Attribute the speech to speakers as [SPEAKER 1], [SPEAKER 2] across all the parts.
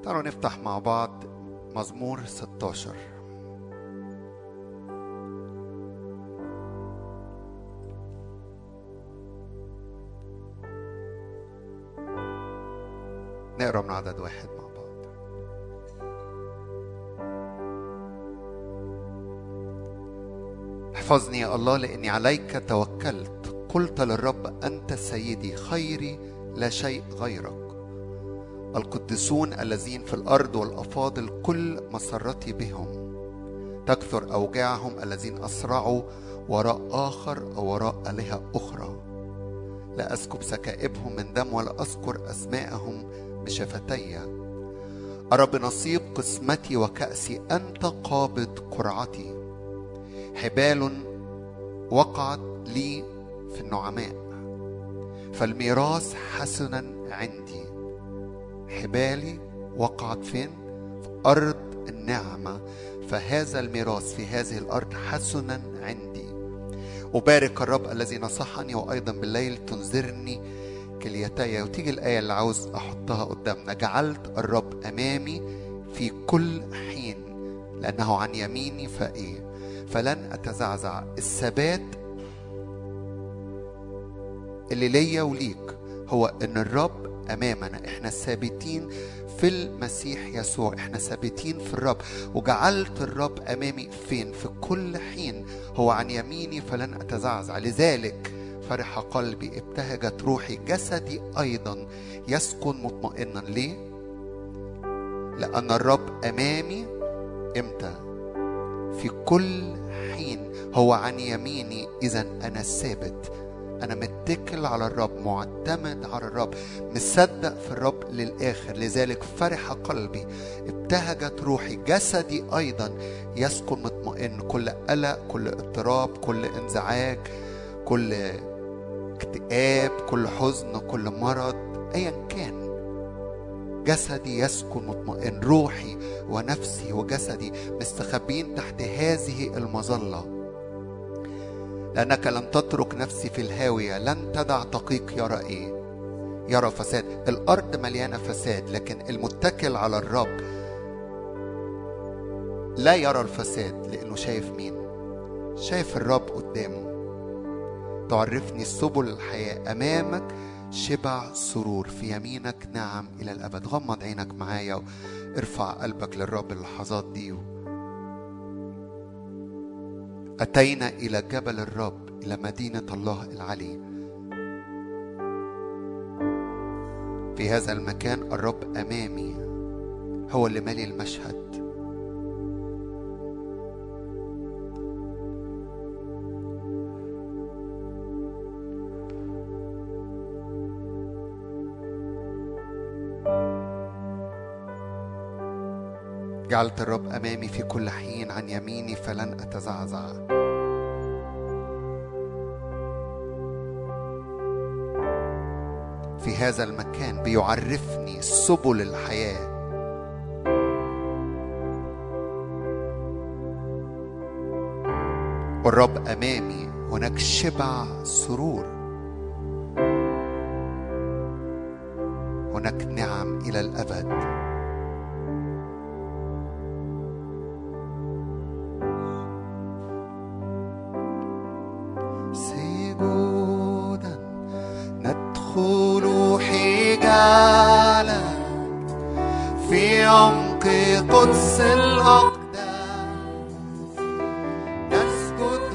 [SPEAKER 1] تعالوا نفتح مع بعض مزمور 16. نقرأ من عدد 1 مع بعض. احفظني يا الله لأني عليك توكلت، قلت للرب أنت سيدي، خيري لا شيء غيرك. القديسون الذين في الأرض والأفاضل كل مسرتي بهم، تكثر أوجاعهم الذين أسرعوا وراء آخر أو وراء آلهة أخرى. لا أسكب سكائبهم من دم ولا أذكر أسماءهم بشفتي. الرب نصيب قسمتي وكأسي، أنت قابض قرعتي. حبال وقعت لي في النعماء، فالميراث حسنا عندي. حبالي وقعت فين؟ في أرض النعمة، فهذا الميراث في هذه الأرض حسنا عندي. أبارك الرب الذي نصحني، وأيضا بالليل تنذرني كليتي. وتيجي الآية اللي عاوز أحطها قدامنا: جعلت الرب أمامي في كل حين، لأنه عن يميني فلن أتزعزع. الثبات اللي ليا وليك هو إن الرب أمامنا. إحنا ثابتين في المسيح يسوع، إحنا ثابتين في الرب. وجعلت الرب أمامي فين؟ في كل حين. هو عن يميني فلن أتزعزع. لذلك فرح قلبي، ابتهجت روحي، جسدي أيضا يسكن مطمئنا. ليه؟ لأن الرب أمامي. إمتى؟ في كل حين. هو عن يميني، إذن أنا ثابت، أنا متكل على الرب، معتمد على الرب، مصدق في الرب للآخر. لذلك فرح قلبي، ابتهجت روحي، جسدي أيضا يسكن مطمئن. كل قلق، كل اضطراب، كل انزعاج، كل اكتئاب، كل حزن، كل مرض، أيا كان، جسدي يسكن مطمئن. روحي ونفسي وجسدي مستخبين تحت هذه المظلة. لأنك لن تترك نفسي في الهاوية، لن تدع دقيق يرى يرى فساد. الأرض مليانة فساد، لكن المتكل على الرب لا يرى الفساد، لأنه شايف مين؟ شايف الرب قدامه. تعرفني سبل الحياة، أمامك شبع سرور، في يمينك نعم إلى الأبد. غمض عينك معايا وارفع قلبك للرب اللحظات دي. أتينا إلى جبل الرب، إلى مدينة الله العلي. في هذا المكان الرب أمامي، هو اللي مالي المشهد. جعلت الرب أمامي في كل حين، عن يميني فلن أتزعزع. في هذا المكان بيعرفني سبل الحياة. والرب أمامي، هناك شبع سرور، هناك نعم إلى الأبد. في عمق قدس الأقداس نسجد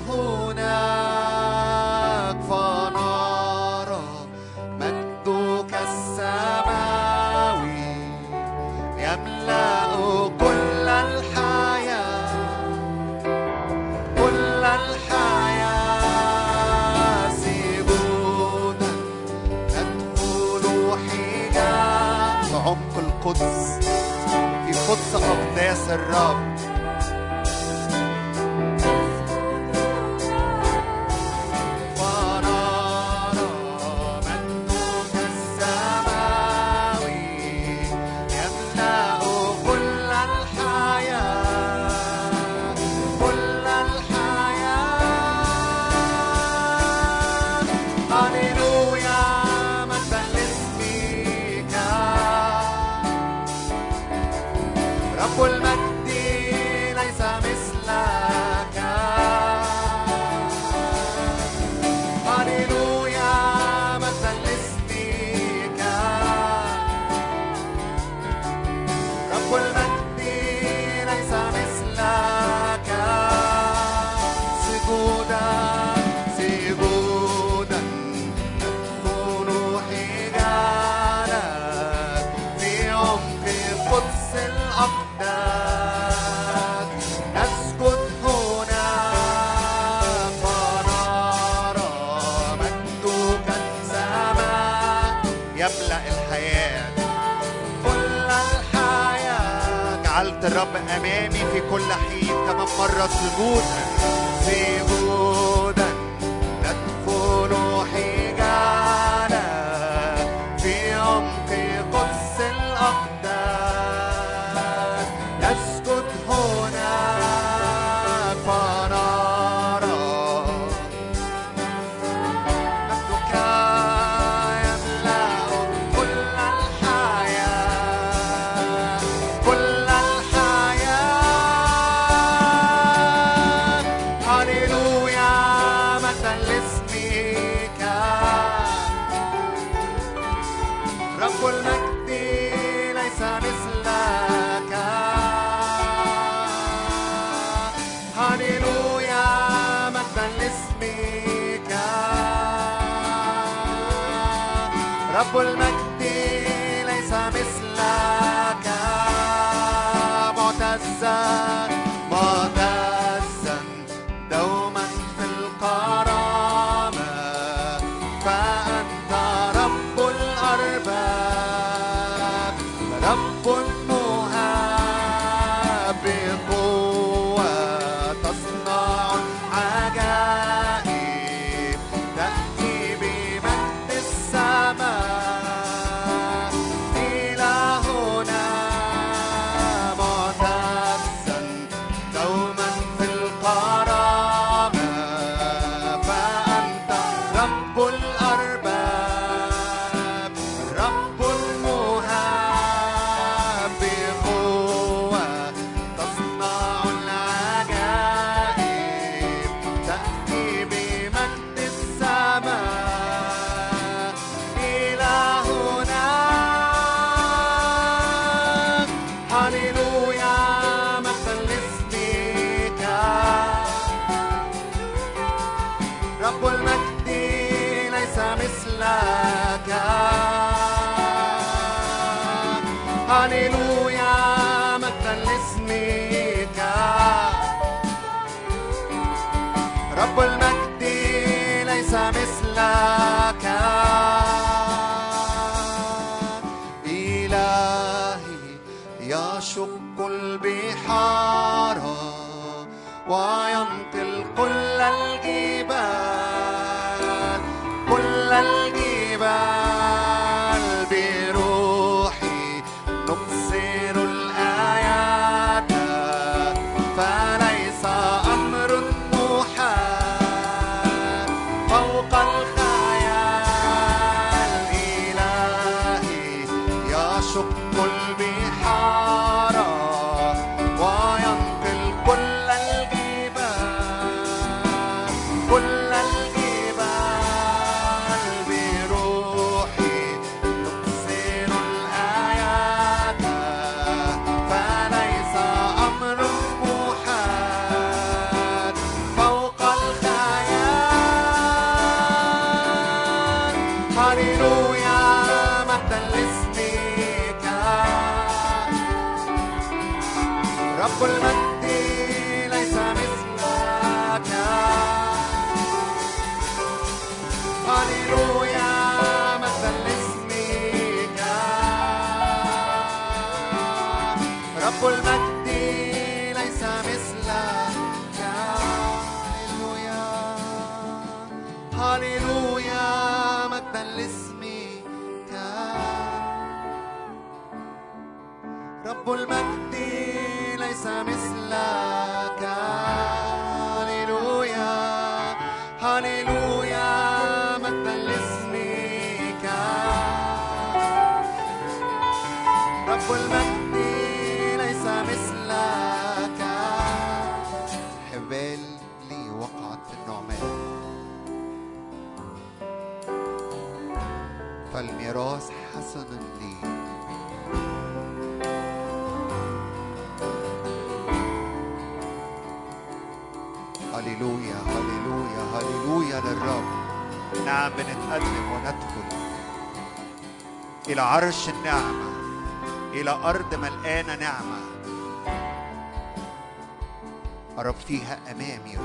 [SPEAKER 1] هناك، فنرى مجدك السماوي يملأ كل الحياة، كل الحياة. سجودا ندخل حجاب في عمق القدس، قدس أقداس الرب. فنرى مجدك السماوي يملأ كل الحياة، كل الحياة. هللويا، مجدا لاسمك. يملأ الحياة. كل الحياة جعلت الرب أمامي في كل حين. كمان مرة سجودا ندخل حجالا في عمق قدس الأقداس. نسجد هناك فنرى مجدك يملأ كل الحياة. كل الحياة هللويا مجدا لاسمك رب المجد ليس مثلك. هللويا مجدا لاسمك رب المجد ليس مثلك. معتزا معتزا دوما في الكرامة فأنت رب الأرباب. رب مهاب بقوة تصنع عجائب. تأتي بمجد السماء إلهنا معتزا دوما في الكرامة فأنت رب الأرباب. رب مهاب بقوة تصنع العجائب. تأتي بمجد السماء إلهنا. هللويا مجدا لاسمك رب المجد ليس مثلك. هللويا مجدا لاسمك رب المجد ليس مثلك. إلهي يشق البحار وينقل كل الجبال. كل الجبال بروحي نبصر الآيات. فليس أمر محال فوق الخيال. إلهي يشق البحار وينقل كل الجبال. كل الجبال بروحي نبصر الآيات. فليس أمر محال فوق الخيال. هللويا مجدا لاسمك رب المجد ليس مثلك. هللويا مجدا لاسمك رب المجد ليس مثلك. هللويا هللويا مجدا لاسمك رب المجد ليس مثلك. هللويا هللويا مجدا لاسمك رب المجد ليس مثلك. حبال لي وقعت في النعمان فالميراث حسن لي. هللويا هللويا هللويا للرب. نعم بنتقدم وندخل إلى عرش النعمة، إلى أرض ملقانة نعمة الرب فيها أمامي،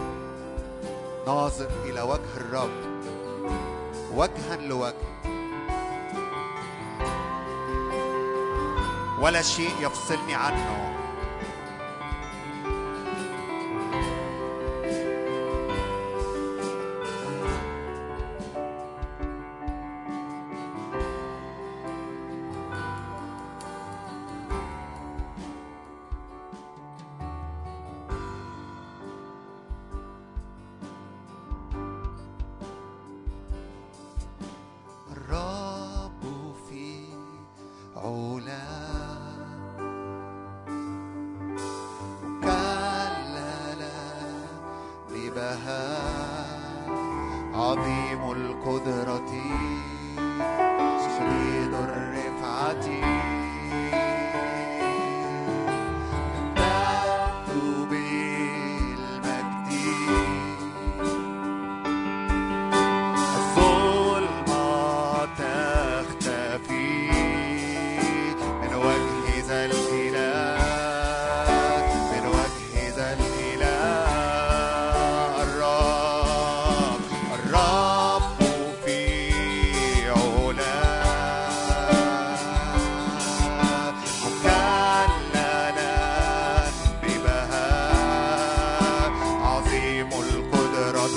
[SPEAKER 1] ناظر إلى وجه الرب وجها لوجه. ولا شيء يفصلني عنه. عظيم القدرة شديد الرفعة امتدت بالمجد الظلمة تختفي من وجه ذا الإله من وجه ذا الإله الرب في علاه مكللا ببهاء عظيم القدرة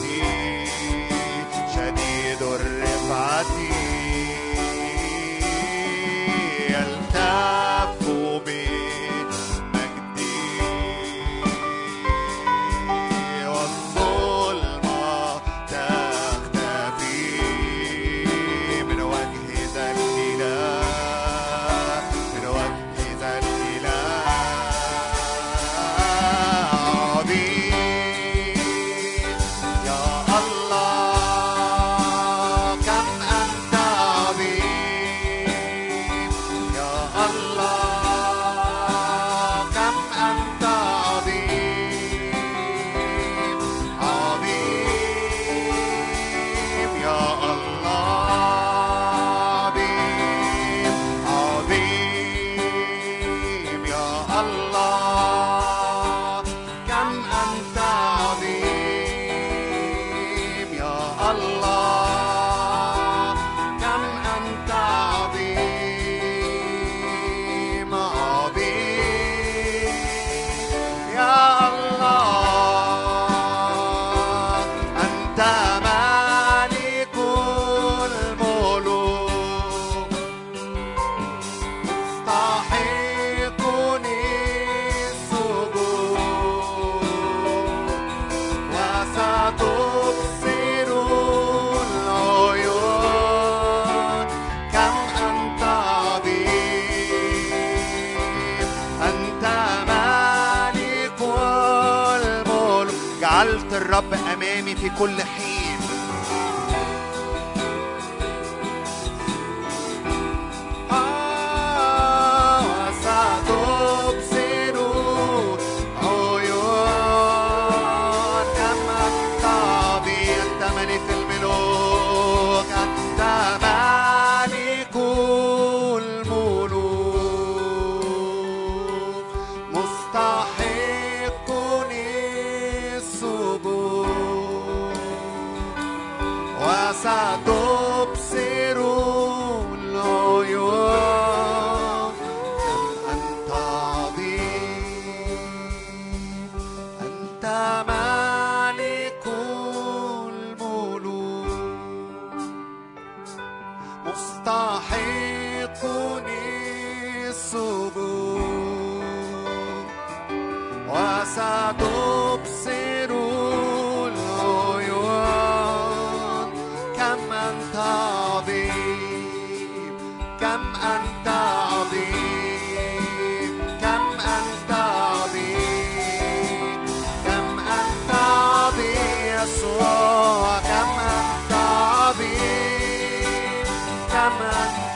[SPEAKER 1] شديد الرفعة يلتف بالمجد والظلمة تختفي من وجه ذا الإله من وجه ذا الإله عظيم يا الله كم أنت عظيم يا الله كم أنت عظيم عظيم يا الله عظيم يا الله كم أنت عظيم يا الله كم أنت عظيم عظيم يا الله أنت مالك الملوك مستحقني السجود وستبصر العيون كم أنت عظيم أنت مالك الملك جعلت الرب أمامي في كل حين وستبصر عيون كم أنت عظيم أنت ملك الملوك أنت مالك الملوك مستحقني السجود وستبصر العيون كم أنت عظيم أنت مالك الملوك مستحقني السجود وستبصر العيون كم أنت عظيم كم أنت عظيم كم أنت عظيم كم أنت عظيم يسوع كم أنت عظيم كم أنت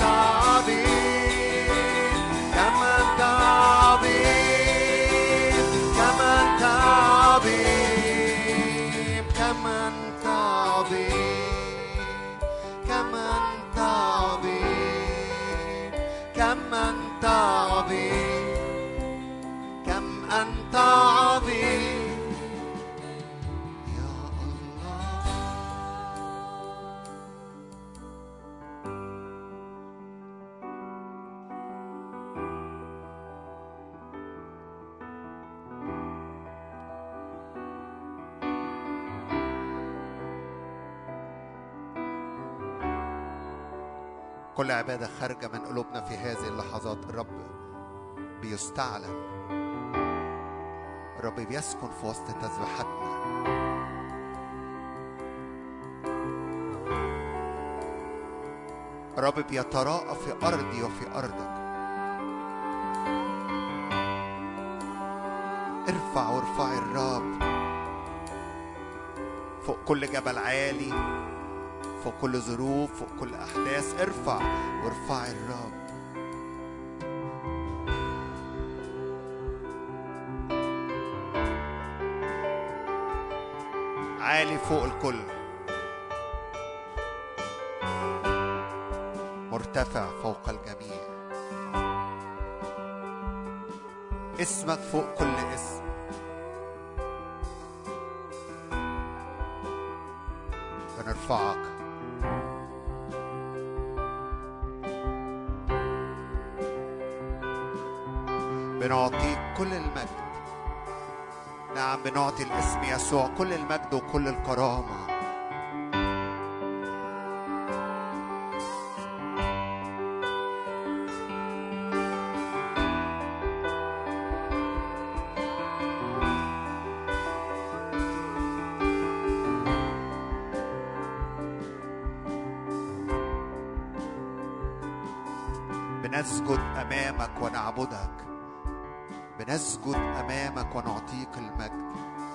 [SPEAKER 1] عظيم كم أنت عظيم كم أنت عظيم كم أنت عظيم كم أنت عظيم كم كل عبادة خارجة من قلوبنا في هذه اللحظات الرب بيستعلن، الرب بيسكن في وسط تسبيحاتنا. الرب بيتراءى في أرضي وفي أرضك. ارفع وارفعي الرب فوق كل جبل عالي، فوق كل ظروف، فوق كل أحداث. ارفع وارفعي الرب. عالي فوق الكل، مرتفع فوق الجميع. اسمك فوق كل اسم. بنرفعك، بنعطيك كل المجد. نعم، بنعطي الاسم يسوع كل المجد وكل الكرامة. بنسجد أمامك ونعبدك، بنسجد أمامك ونعطيك المجد.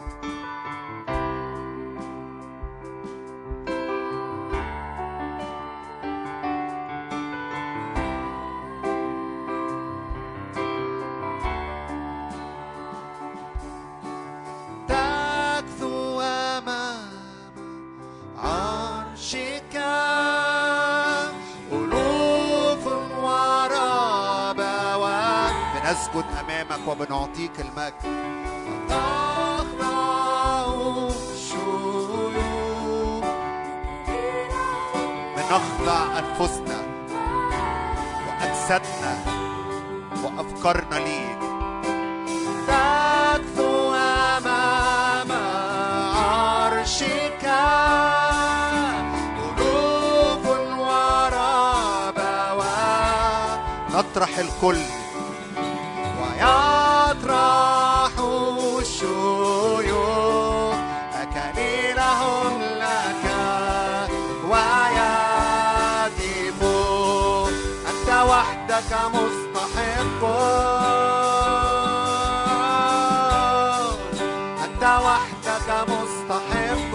[SPEAKER 1] تكثو أمام عرشك ألوف وربوات. بنسجد أمامك وبنعطيك المجد. تخضع الشيوخ، بنخضع أنفسنا وأجسادنا وأفكارنا ليك. تكثو أمام عرشك ألوف وربوات. نطرح الكل ويطرح الشيوخ أكاليلهم لك ويهتفون. أنت وحدك مستحق، أنت وحدك مستحق،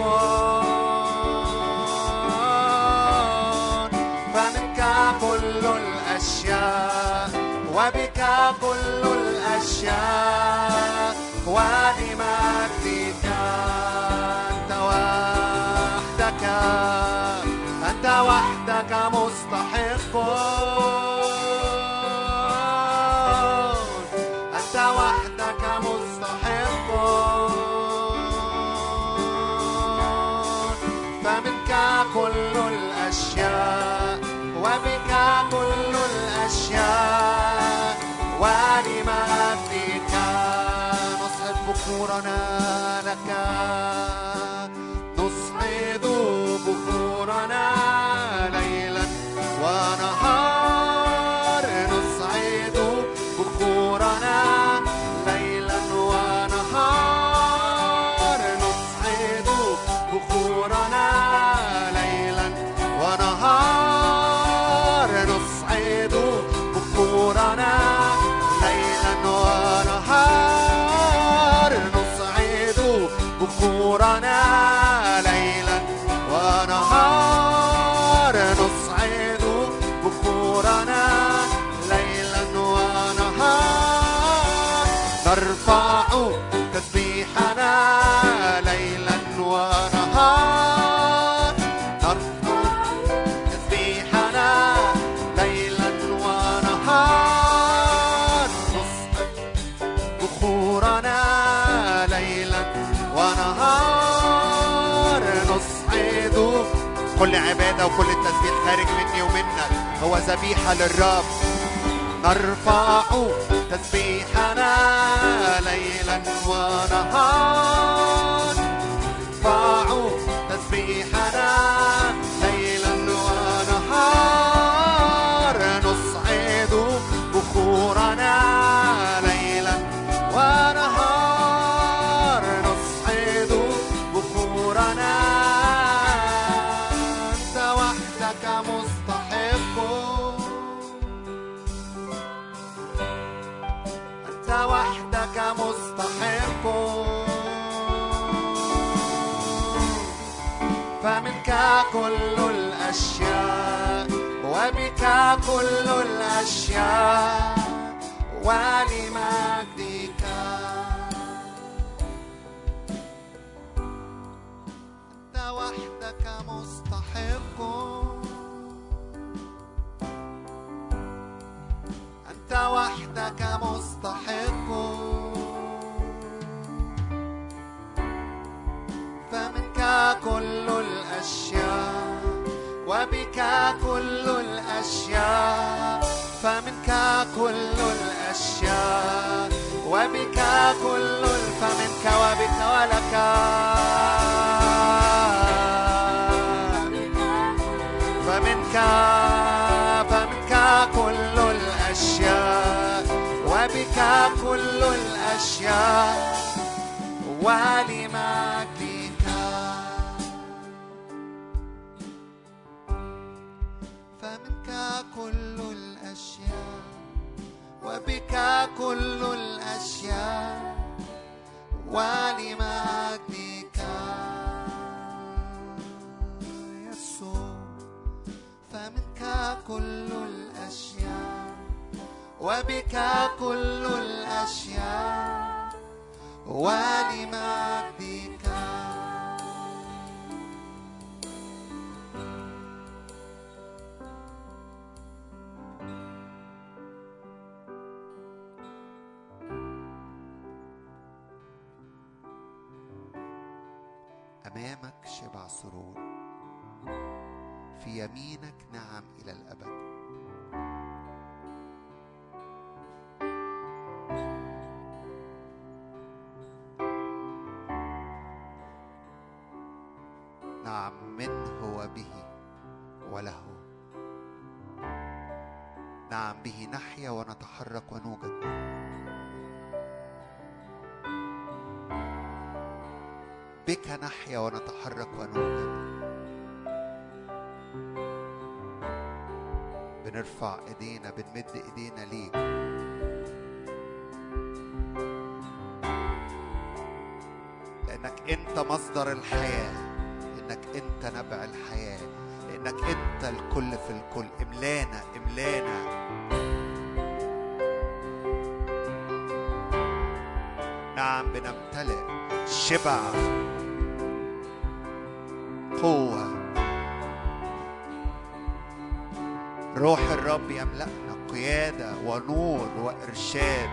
[SPEAKER 1] فمنك كل الأشياء وبك كل الأشياء ولمجدك. أنت وحدك، أنت وحدك مستحق، أنت وحدك مستحق، فمنك كل الأشياء وبك كل الأشياء ولمجدك. نصعد بخورنا لك، نصعد بخورنا ليلا ونهار، نصعد بخورنا ليلا ونهار، نصعد بخورنا ليلا ونهار، نصعد بخورنا ليلا ونهار، نصعد بخورنا ليلا ونهار، نصعد بخورنا ليلا ونهار. نرفع تسبيحنا ليلا ونهار، نرفع تسبيحنا ليلا ونهار، نصعد بخورنا ليلا ونهار، نصعد. كل عبادة وكل التسبيح خارج مني ومنك هو ذبيحة للرب. نرفع تسبيحنا ليلا ونهار، نرفع تسبيحنا ليلا ونهار، مستحق، أنت وحدك مستحق، فمنك كل الأشياء وبك كل الأشياء ولمجدك. أنت وحدك مستحق، أنت وحدك مستحق، فمنك كل الأشياء وبك كل الأشياء، فمنك كل الأشياء وبك كل فمنك وبك ولك، فمنك كل الأشياء وبك كل الأشياء ولمجدك، فمنك كل الأشياء وبك كل الأشياء ولمجدك يسوع، فمنك كل الأشياء وبك كل الأشياء ولمجدك. أمامك شبع سرور، في يمينك نعم إلى الأبد. نعم منه وبه وله، نعم به نحيا ونتحرك ونوجد. بك نحيا ونتحرك ونوجد. بنرفع ايدينا، بنمد ايدينا ليك، لانك انت مصدر الحياة، لانك انت نبع الحياة، لانك انت الكل في الكل. املانا املانا، نعم بنمتلئ شبع، قوة. روح الرب يملأنا قيادة ونور وإرشاد.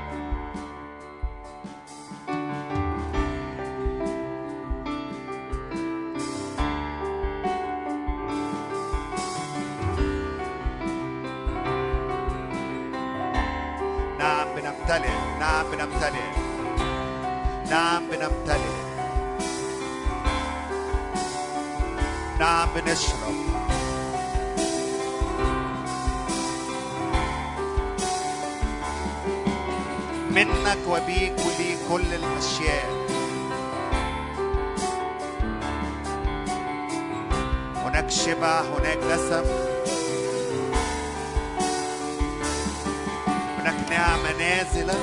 [SPEAKER 1] نعم بنمتلئ، نعم بنمتلئ، نعم بنمتلئ، نعم بنشرب. منك وبيك ولي كل الأشياء. هناك شبع، هناك دسم، هناك نعمة نازلة.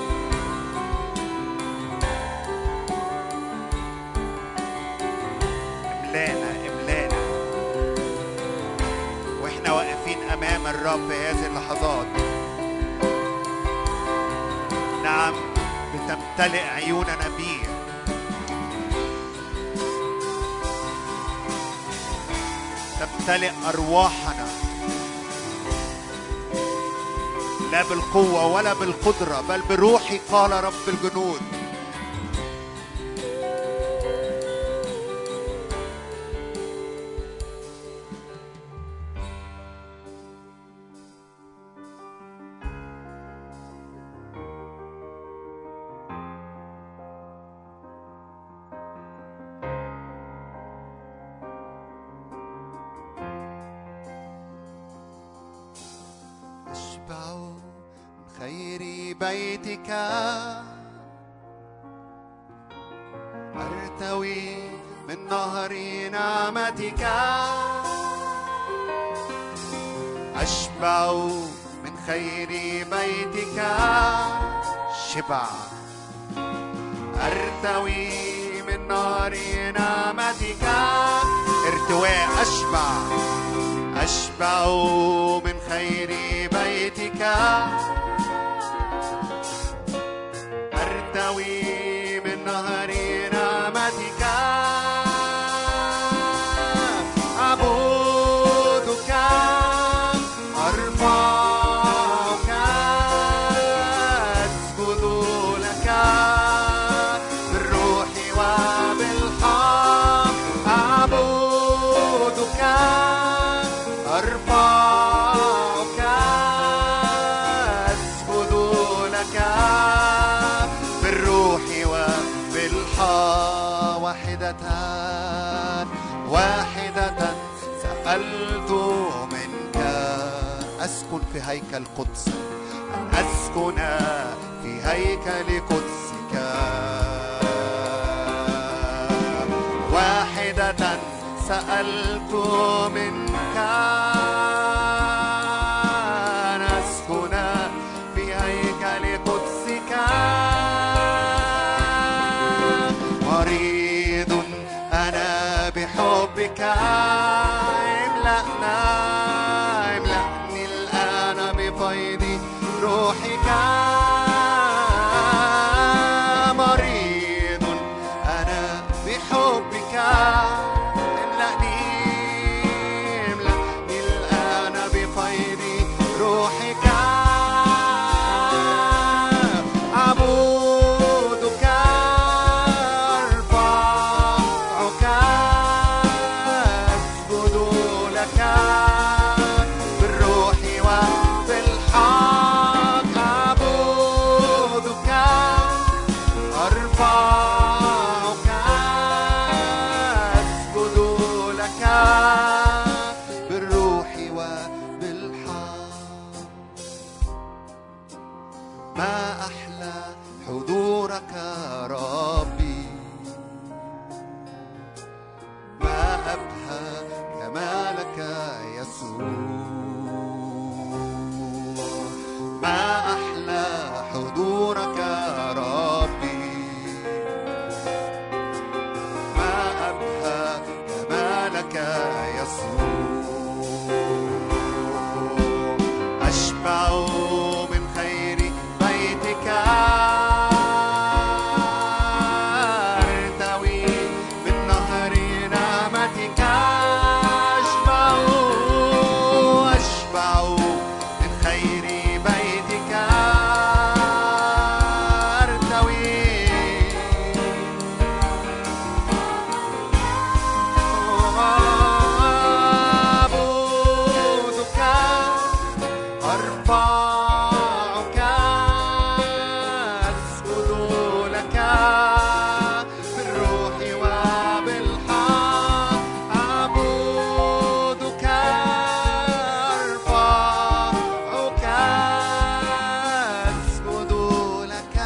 [SPEAKER 1] املانا املانا واحنا واقفين أمام الرب هذه اللحظات. نعم بتمتلئ عيوننا بيه، تمتلئ أرواحنا، لا بالقوة ولا بالقدرة بل بروحي قال رب الجنود. بيتك أرتوي من نهر نعمتك، أشبع من خير بيتك شبع، أرتوي من نار نعمتك ارتواء. أشبع من خير بيتك، أرتوي من نهر نعمتك. أعبدك أرفعك أسجد لك بالروح وبالحق. أعبدك أرفعك أسجد لك بالروح وبالحق. واحدة سألت منك، أسكن في هيكل قدسك، أن أسكن في هيكل قدسك. واحدة سألت منك، أن أسكن في هيكل قدسك. مريض أنا بحبك، املأني الآن بفيض روحك. مريض أنا بحبك، املأني الآن بفيض روحك. أعبدك أرفعك أسجد لك بالروح وبالحق. أعبدك أرفعك أسجد لك بالروح وبالحق. ما أحلى حضورك ربي، ما أبهى جمالك يسوع. ما أحلى حضورك ربي، ما أبهى جمالك يسوع. أشبع من خير بيتك، أرتوي من نهر نعمتك. أشبع من خير بيتك، أرتوي. أعبدك أرفعك أسجد لك بالروح وبالحق. أعبدك أرفعك أسجد لك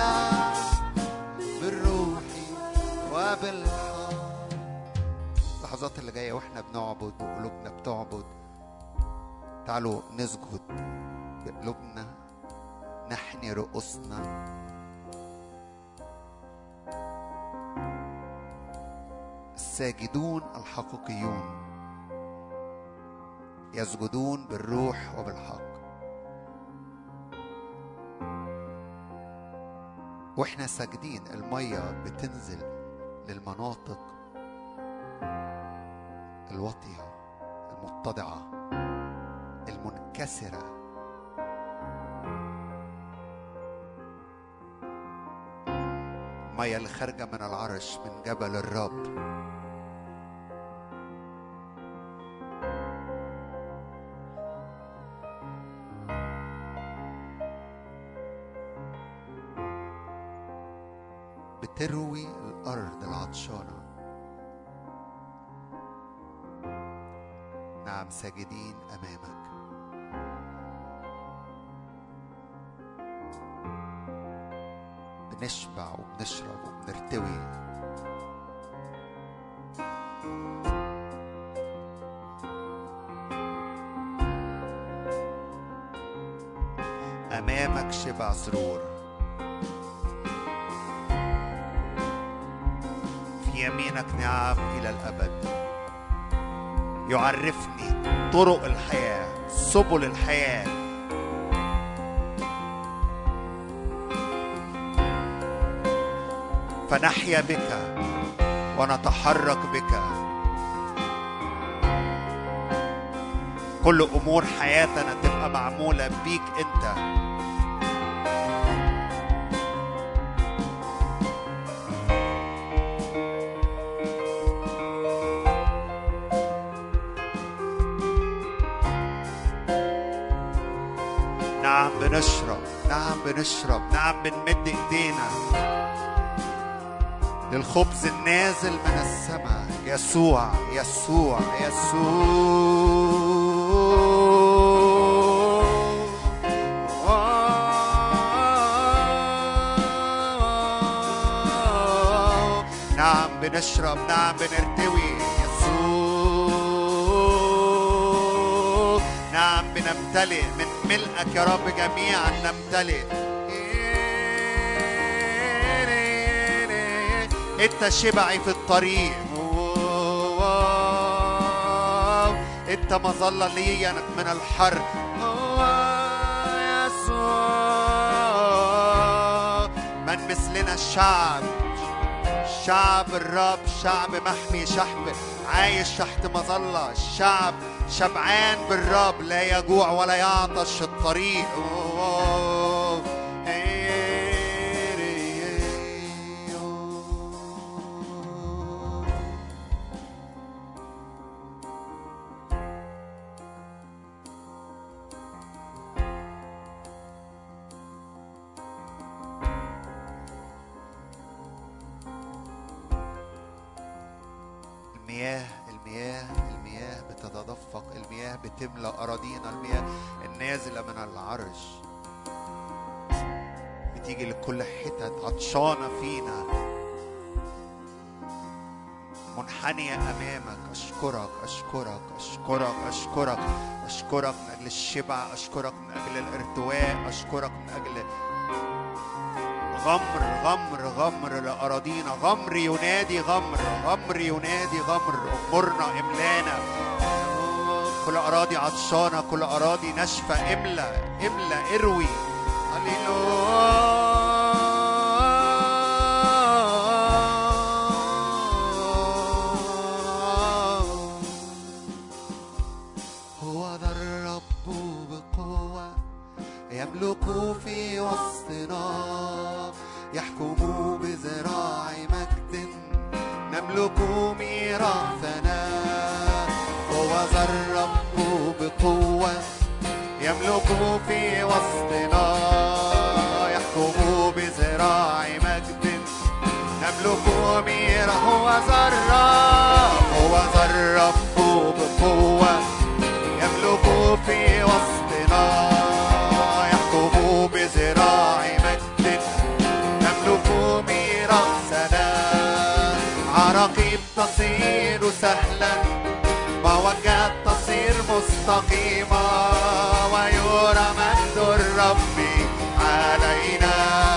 [SPEAKER 1] بالروح وبالحق. اللحظات اللي جاية واحنا بنعبد وقلوبنا بتعبد، تعالوا نسجد بقلوبنا، نحني رؤوسنا. الساجدون الحقيقيون يسجدون بالروح وبالحق. واحنا ساجدين المية بتنزل للمناطق الواطية المتضعة المنكسرة. المية اللي خارجة من العرش من جبل الرب بتروي الأرض العطشانة. نعم، ساجدين أمامك. بنشبع وبنشرب وبنرتوي. أمامك شبع سرور، في يمينك نعم إلى الأبد. يعرفني طرق الحياة، سبل الحياة. فنحيا بك ونتحرك بك. كل أمور حياتنا تبقى معمولة بيك أنت. نعم بنشرب، نعم بنشرب، نعم بنمد ايدينا للخبز النازل من السماء. يسوع يسوع يسوع. نعم بنشرب، نعم بنرتوي. يسوع نعم بنمتلئ من ملئك يا رب، جميعا نمتلئ. انت شبعي في الطريق، انت مظلة لي من الحر. يسوع من مثلنا الشعب، شعب الرب، شعب محمي، شعب عايش تحت مظلة، الشعب شبعان بالرب، لا يجوع ولا يعطش الطريق. المياه بتتدفق، المياه بتملأ أراضينا، المياه النازلة من العرش بتيجي لكل حتت عطشانة فينا، منحنية أمامك. أشكرك أشكرك أشكرك أشكرك أشكرك من أجل الشبع، أشكرك من أجل الارتواء، أشكرك من أجل غمر غمر غمر لأراضينا. غمر ينادي غمر، غمر ينادي غمر. أمرنا، إملانا. كل أراضي عطشانة، كل أراضي نشفة، إملا إملا، اروي. هللويا. هو ذا الرب بقوة يملك في وسطنا، يحكم بذراع مجد، نملك ميراثنا. هو ذا الرب بقوة يملك في وسطنا، يحكم بذراع مجد، نملك ميراثنا. هو ذا الرب، هو ذا الرب بقوة يملك في وسطنا، يحكم بذراع مجد، نملك ميراثنا. عراقيب تصير سهلا، موجات تصير مستقيمة، ويرى مجد الرب علينا.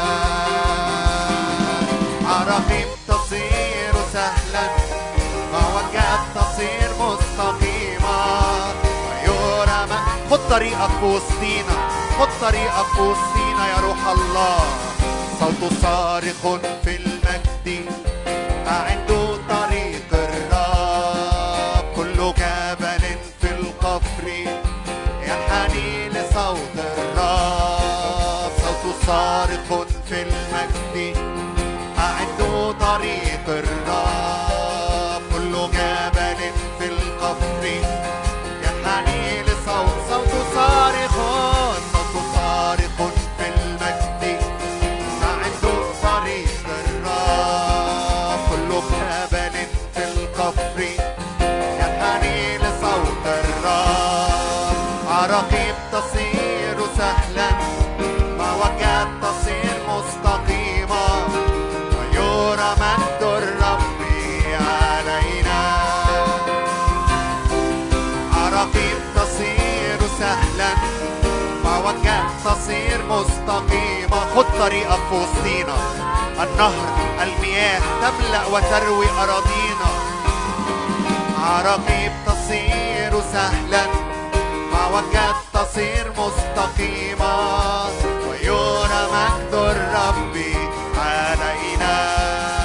[SPEAKER 1] عراقيب تصير سهلا، موجات تصير مستقيمة، ويرى مجد. خد طريقك في وسطينا، خد طريقك في وسطينا يا روح الله. صوت صارخ في المجد، أعدوا طريق الرب. كل جبل في القفر ينحني لصوت الرب. صوت صارخ في المجد، أعدوا طريق الرب. كل جبل في القفر ينحني لصوت. صوت صارخ، صوت صارخ في المجد، أعدوا طريق الرب. كل جبل في القفر ينحني لصوت الرب. عراقيب تصير سهلا، موجات تصير مستقيمة، ويرى مجد الرب علينا. عراقيب تصير سهلا، معوجات تصير مستقيمة. خد طريقك في وسطينا، النهر المياه تملأ وتروي أراضينا. عراقيب تصير سهلا، معوجات تصير مستقيمة، ويرى مجد الرب علينا.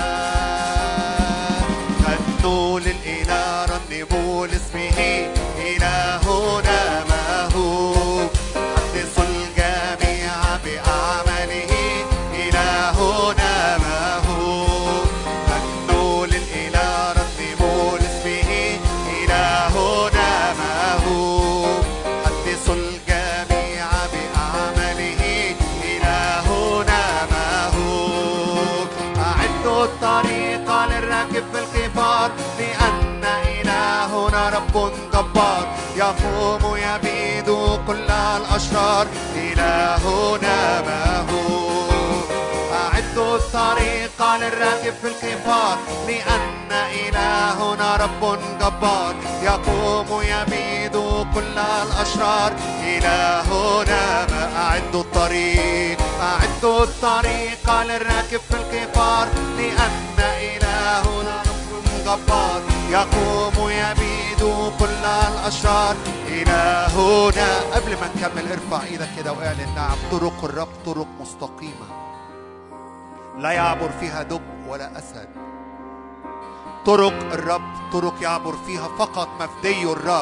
[SPEAKER 1] غنوا للإله، رنموا لاسمه، إلهنا مهوب. حدثوا الجميع بأعماله، إلهنا مهوب. غنوا للإله، رنموا لاسمه، إلهنا مهوب. حدثوا الجميع بأعماله، إلهنا مهوب. أعدوا الطريق للراكب في القفار، لأن إلهنا رب جبار. يقوم يبيد كل الأشرار، إلهنا مهوب. أعدوا الطريق للراكب في القفار، لأن إلهنا رب جبار. يقوم يبيد كل الأشرار، إلهنا أعدوا الطريق، أعدوا الطريق للراكب في القفار، لأن إلهنا رب جبار. يقوم يبيد كل الأشرار، إلهنا. قبل ما نكمل ارفع ايدك كده واعلن نعم. طرق الرب طرق مستقيمة، لا يعبر فيها دب ولا أسد. طرق الرب طرق يعبر فيها فقط مفدي الرب.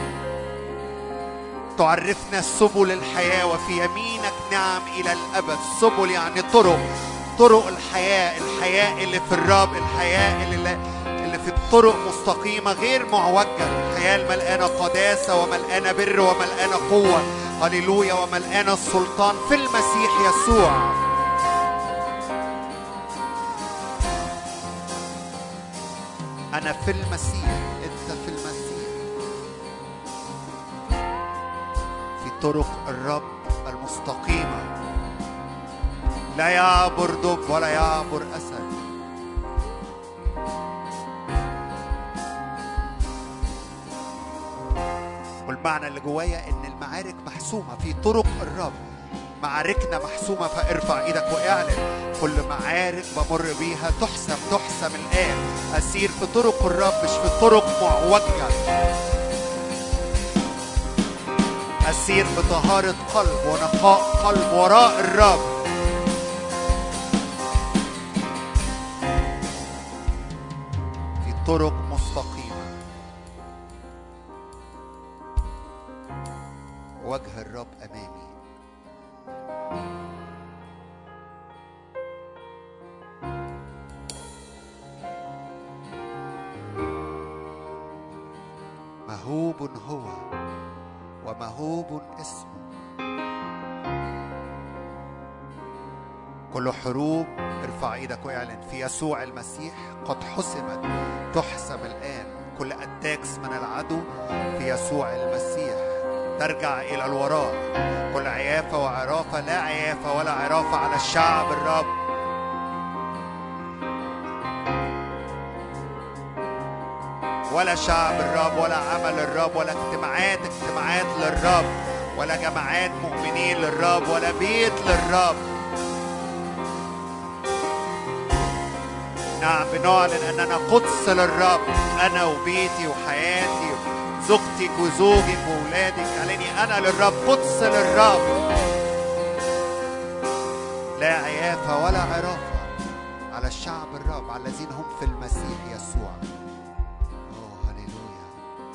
[SPEAKER 1] تعرفنا سبل الحياة، وفي يمينك نعم إلى الأبد. سبل يعني طرق، طرق الحياة، الحياة اللي في الرب، الحياة اللي في الطرق مستقيمة غير معوجة. الحياة الملقانة قداسة وملقانة بر وملقانة قوة، هللويا، وملقانة السلطان في المسيح يسوع. أنا في المسيح، أنت في المسيح. في طرق الرب المستقيمة، لا يعبر دب ولا يعبر أسد. والمعنى اللي جوايا إن المعارك محسومة في طرق الرب. معاركنا محسومة، فارفع ايدك واعلن كل معارك بمر بيها تحسم الآن. أسير في طرق الرب مش في طرق معوجة. أسير بطهارة قلب ونقاء قلب وراء الرب. في طرق مستقيمة، وجه الرب أمامي. مهوب هو ومهوب اسمه. كل حروب، ارفع ايدك واعلن، في يسوع المسيح قد حسمت، تحسم الآن. كل أتاكس من العدو في يسوع المسيح ترجع إلى الوراء. كل عيافة وعرافة، لا عيافة ولا عرافة على الشعب الرب. ولا شعب الرب ولا عمل الرب ولا اجتماعات للرب ولا جماعات مؤمنين للرب ولا بيت للرب. نعم، بنعلن أننا قدس للرب، أنا وبيتي وحياتي، زوجتك وزوجك وولادك. اعلني أنا للرب، قدس للرب، لا عيافة ولا عرافة على الشعب الرب، على الذين هم في المسيح يسوع. هللويا.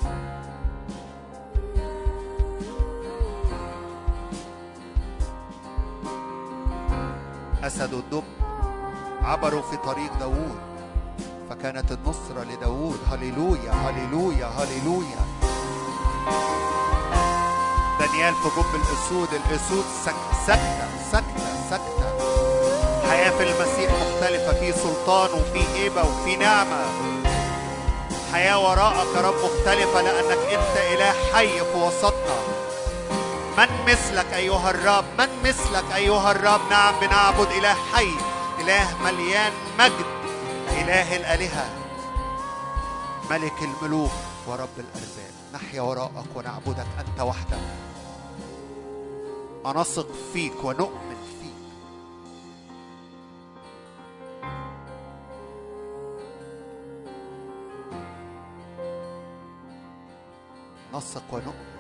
[SPEAKER 1] أسد والدب عبروا في طريق داوود، فكانت النصرة لداوود. هللويا هللويا هللويا. دانيال في جب الأسود، الأسود سكتة. حياة في المسيح مختلفة، في سلطان وفي هيبة وفي نعمة. حياة وراءك يا رب مختلفة، لأنك أنت إله حي في وسطنا. من مثلك أيها الرب؟ من مثلك أيها الرب؟ نعم، بنعبد إله حي، إله مليان مجد، إله الآلهة، ملك الملوك ورب الأرباب. نحيا وراءك ونعبدك أنت وحدك. ونثق فيك ونؤمن فيك. نثق ونؤمن.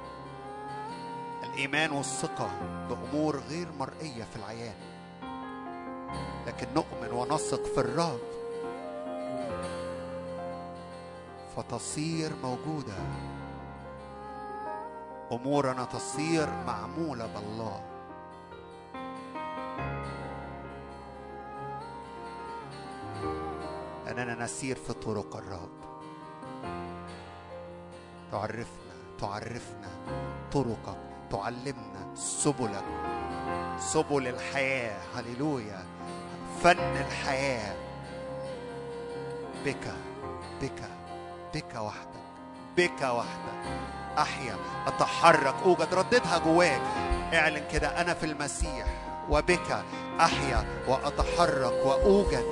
[SPEAKER 1] الإيمان والثقة بأمور غير مرئية في العيان، لكن نؤمن ونثق في الرب فتصير موجودة. أمورنا تصير معمولة بالله. أننا نسير في طرق الرب. تعرفنا طرقك، تعلمنا سبلك، سبل الحياة. هللويا. فن الحياة بك بك بك وحدك، بك وحدك أحيا، أتحرك، أوجد. رددها جواك، اعلن كده: أنا في المسيح وبك أحيا وأتحرك وأوجد.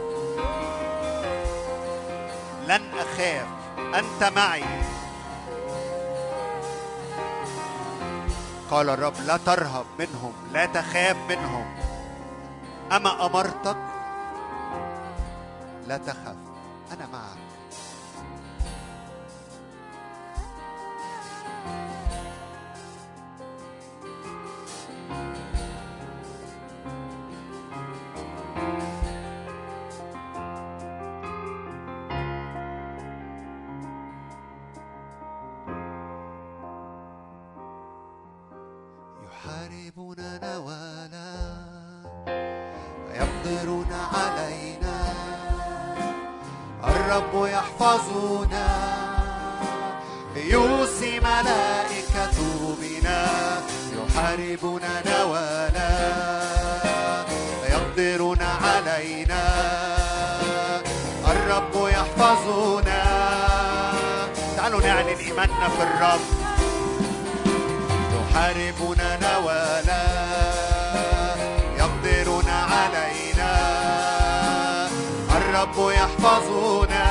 [SPEAKER 1] لن أخاف، أنت معي. قال الرب: لا ترهب منهم، لا تخاف منهم. أما أمرتك لا تخف، أنا معك. يحاربوننا ولا يقدرون علينا، الرب يحفظنا، يوصي ملائكته بنا. يحاربوننا ولا يقدرون علينا، الرب يحفظنا. تعالوا نعلن إيماننا في الرب. يحاربوننا ولا يقدرون علينا، الرب يحفظنا،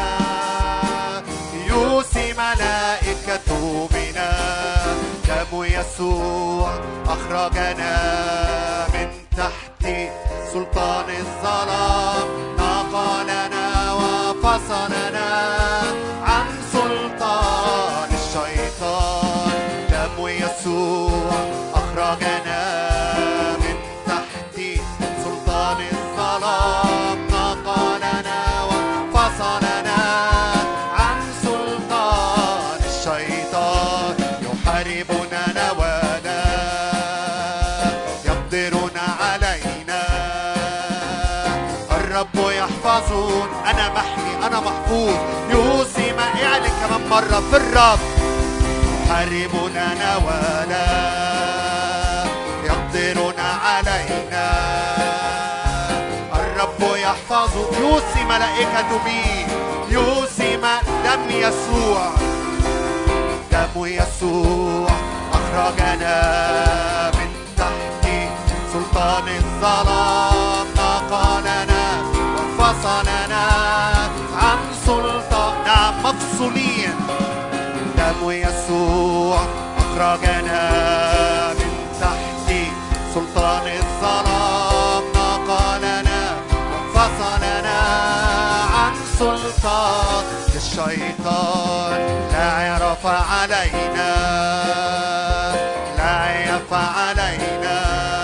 [SPEAKER 1] يوصي ملائكته بنا. دم يسوع أخرجنا من تحت سلطان الظلام، نقلنا وفصلنا عن سلطان الشيطان. دم يسوع أخرجنا من تحت سلطان الظلام، نقلنا وفصلنا عن سلطان الشيطان. يحاربوننا ولا يقدرون علينا، الرب يحفظون. أنا محمي، أنا محفوظ. يوصي ما يعلن كمان مرة في الرب. يحاربوننا ولا يقدرون علينا، الرب يحفظ، يوصي ملائكته بي. يوصي دم يسوع، دم يسوع أخرجنا من تحت سلطان الظلام، نقلنا وفصلنا عن سلطان. نعم، مفصولين. دم يسوع أخرجنا من تحت سلطان الظلام، نقلنا وفصلنا عن سلطان الشيطان. لا يعرف علينا، لا يعرف علينا،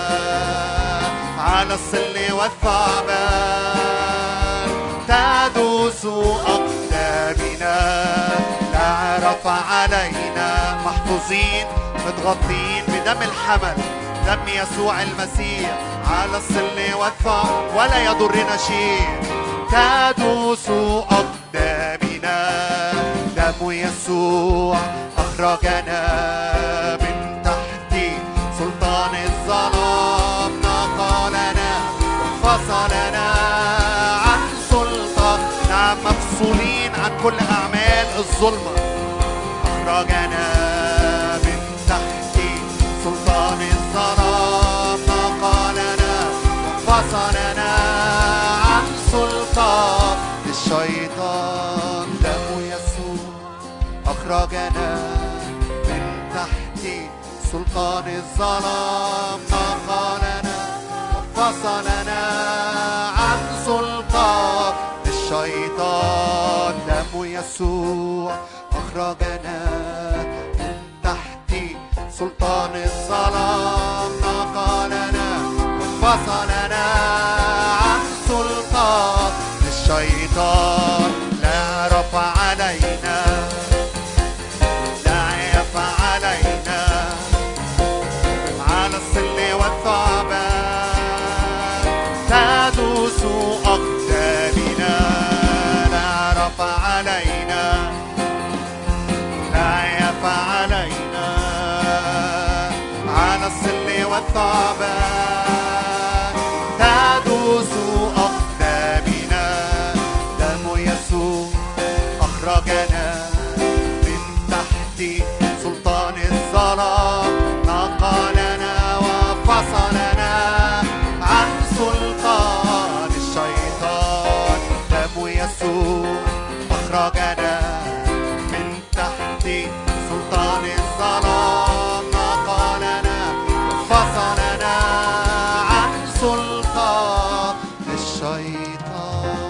[SPEAKER 1] على الصل والثعبان تدوس أقدامنا. لا عرف علينا، محفوظين متغطين بدم الحمل، دم يسوع المسيح. على الصل والثعبان ولا يضرنا شيء، تدوس أقدامنا. دم يسوع أخرجنا من تحت سلطان الظلام، نقلنا وفصلنا عن سلطان. نعم، مفصولين عن كل أعمال الظلمة. أخرجنا من تحت سلطان الظلام، نقلنا وفصلنا عن سلطان الشيطان. دم يسوع أخرجنا من تحت سلطان سلطان الظلام نقلنا وفصلنا عن سلطان الشيطان. دم يسوع أخرجنا من تحت سلطان الظلام نقلنا وفصلنا عن سلطان الشيطان. لا رفع علينا على الصل والثعبان تدوس أقدامنا. لا رفع علينا لا يفع علينا على الصل والثعبان تدوس أقدامنا. دم يسوع أخرجنا من تحت سلطان الظلام نقلنا وفصلنا عن سلطان الشيطان. دم يسوع أخرجنا من تحت سلطان الظلام نقلنا وفصلنا عن سلطان الشيطان.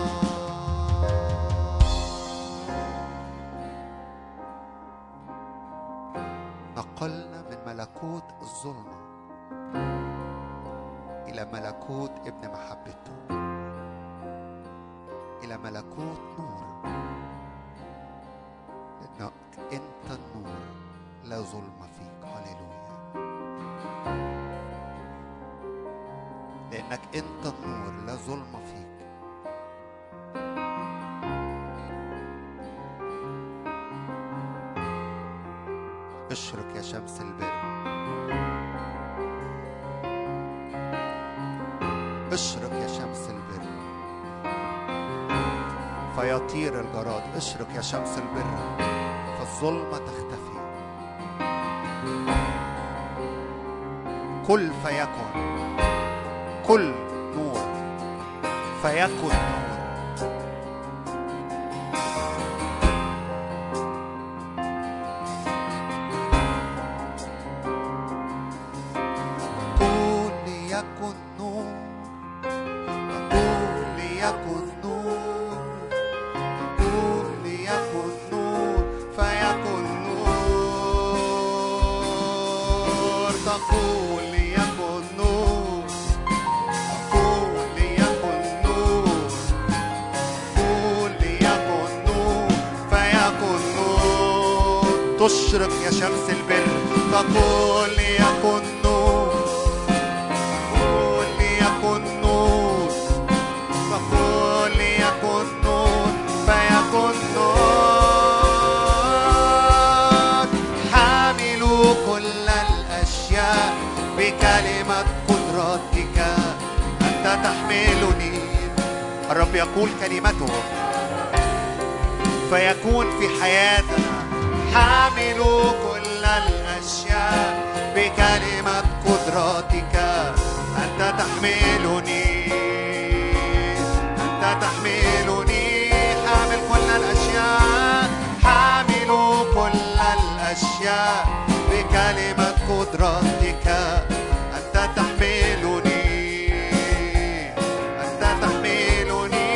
[SPEAKER 1] نقلنا من ملكوت الظلمة إلى ملكوت ابن محبته، إلى ملكوت نور. لأنك أنت النور لا ظلم فيك. هللويا. لأنك أنت النور لا ظلم فيك. اشرق يا شمس البر، اشرق يا شمس البر فيطير الجراد. اشرق يا شمس البر فالظلمة تختفي. كل فيكن، كل نور فيكن نور. تشرق يا شمس البر تقول ليكن نور. قول ليكن نور. تقول ليكن نور فيكن نور. حاملوا كل الأشياء بكلمة قدرتك أنت تحملني. الرب يقول كلمته فيكون في حياتنا. حاملوا كل الأشياء بكلمة قدرتك أنت تحملني. أنت تحملني. حامل كل الأشياء. حاملوا كل الأشياء بكلمة قدرتك أنت تحملني. أنت تحملني.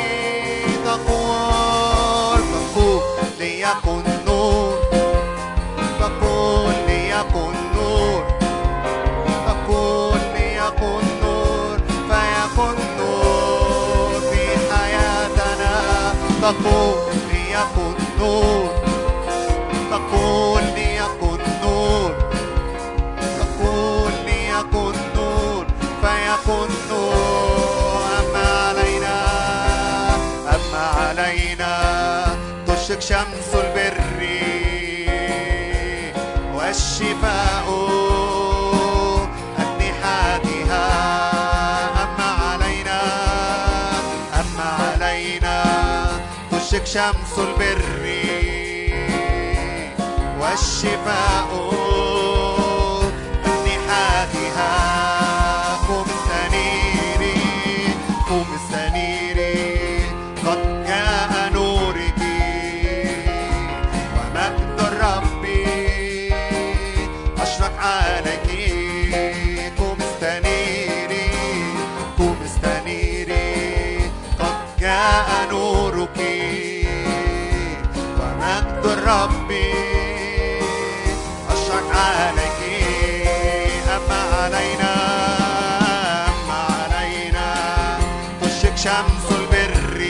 [SPEAKER 1] تقول ليكن نور. تقول ليكن نور. تقول ليكن نور فيكن نور في حياتنا. تقول ليكن نور. تقول ليكن نور. تقول ليكن نور فيكن نور. أما علينا تشرق شمس البر والشفاء أجنحتها. أما علينا تشرق شمس البر والشفاء أجنحتها. قم استنيري قم استنيري قد جاء نورك ومجد الرب أشرق عليك. ومجد الرب أشرق عليك. أما علينا تشرق شمس البر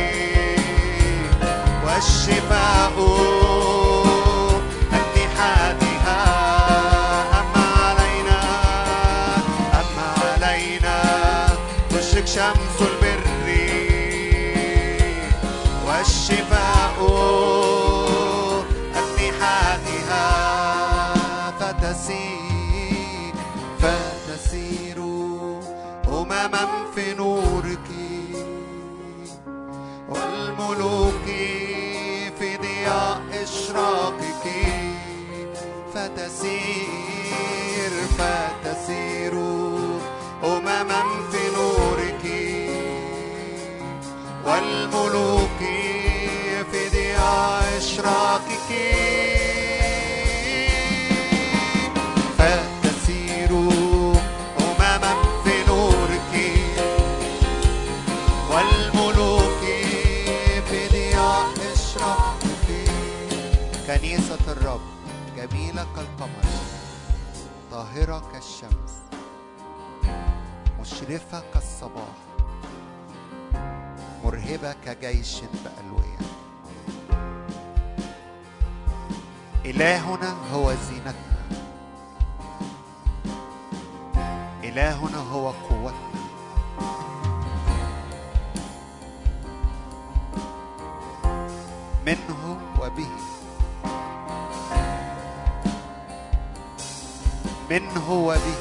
[SPEAKER 1] والشفاء أجنحتها. أما علينا تشرق شمس البر والشفاء أجنحتها. فتسير أمما في نورك والملوك في ضياء إشراقك. فتسير أمما في نورك والملوك في ضياء إشراقك. فتسير أمما في نورك والملوك في ضياء إشراقك. كنيسة الرب جميلة كالقمر، طاهرة كالشمس، مشرفة كالصباح، مرهبة كجيش بألوية. إلهنا هو زينتنا، إلهنا هو قوتنا. منه وبه، منه وبه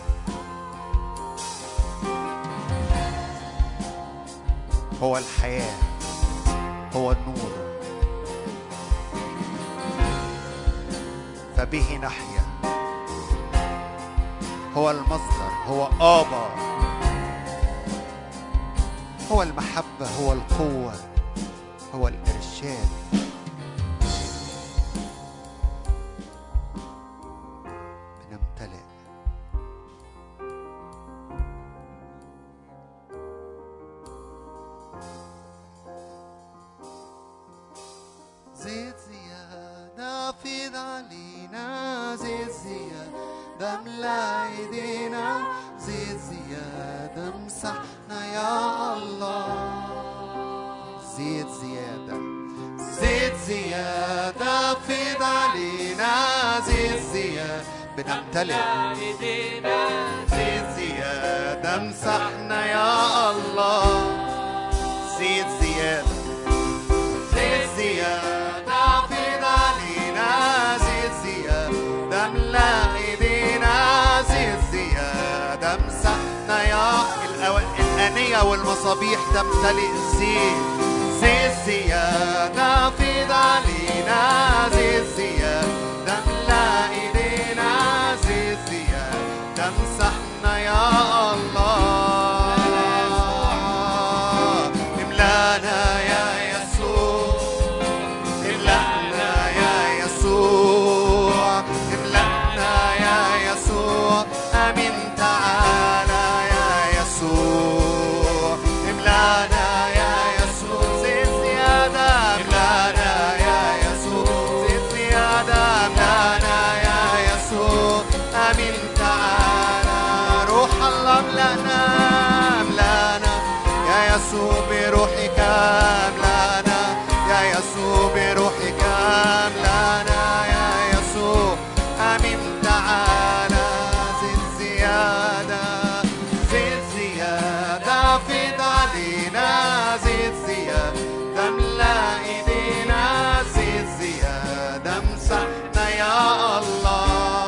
[SPEAKER 1] هو الحياة، هو النور، فبه نحيا. هو المصدر، هو آبا، هو المحبة، هو القوة، هو الإرشاد. بنمتلئ. زيت زيادة فيض علينا، زيت زيادة املأ ايدينا، زيت زيادة امسحنا يا الله. زيت زيادة، زيت زيادة فيض علينا، زيت زيادة بنمتلئ ايدينا، زيت زيادة امسحنا يا الله. زيت زيادة، زيت زيادة فيض علينا، زيت زيادة املأ ايدينا، زيت زيادة امسحنا يا الآنية والمصابيح تمتلئ زيت. زيت زيادة فيض علينا، زيت زيادة املأ ايدينا، زيت زيادة امسحنا يا الله. املانا يا يسوع، املانا يا يسوع، املانا يا يسوع. آمين تعالى يا يسوع، املانا يا يسوع. زيت زيادة املانا يا يسوع، زيت زيادة املانا يا يسوع. آمين تعالى روح الله املانا، املانا يا يسوع بروحك، املانا يا يسوع بروحك، املانا يا يسوع. آمين تعالى. زيت زيادة، زيت زيادة فيض علينا، زيت زيادة املأ ايدينا، زيت زيادة امسحنا يا الله.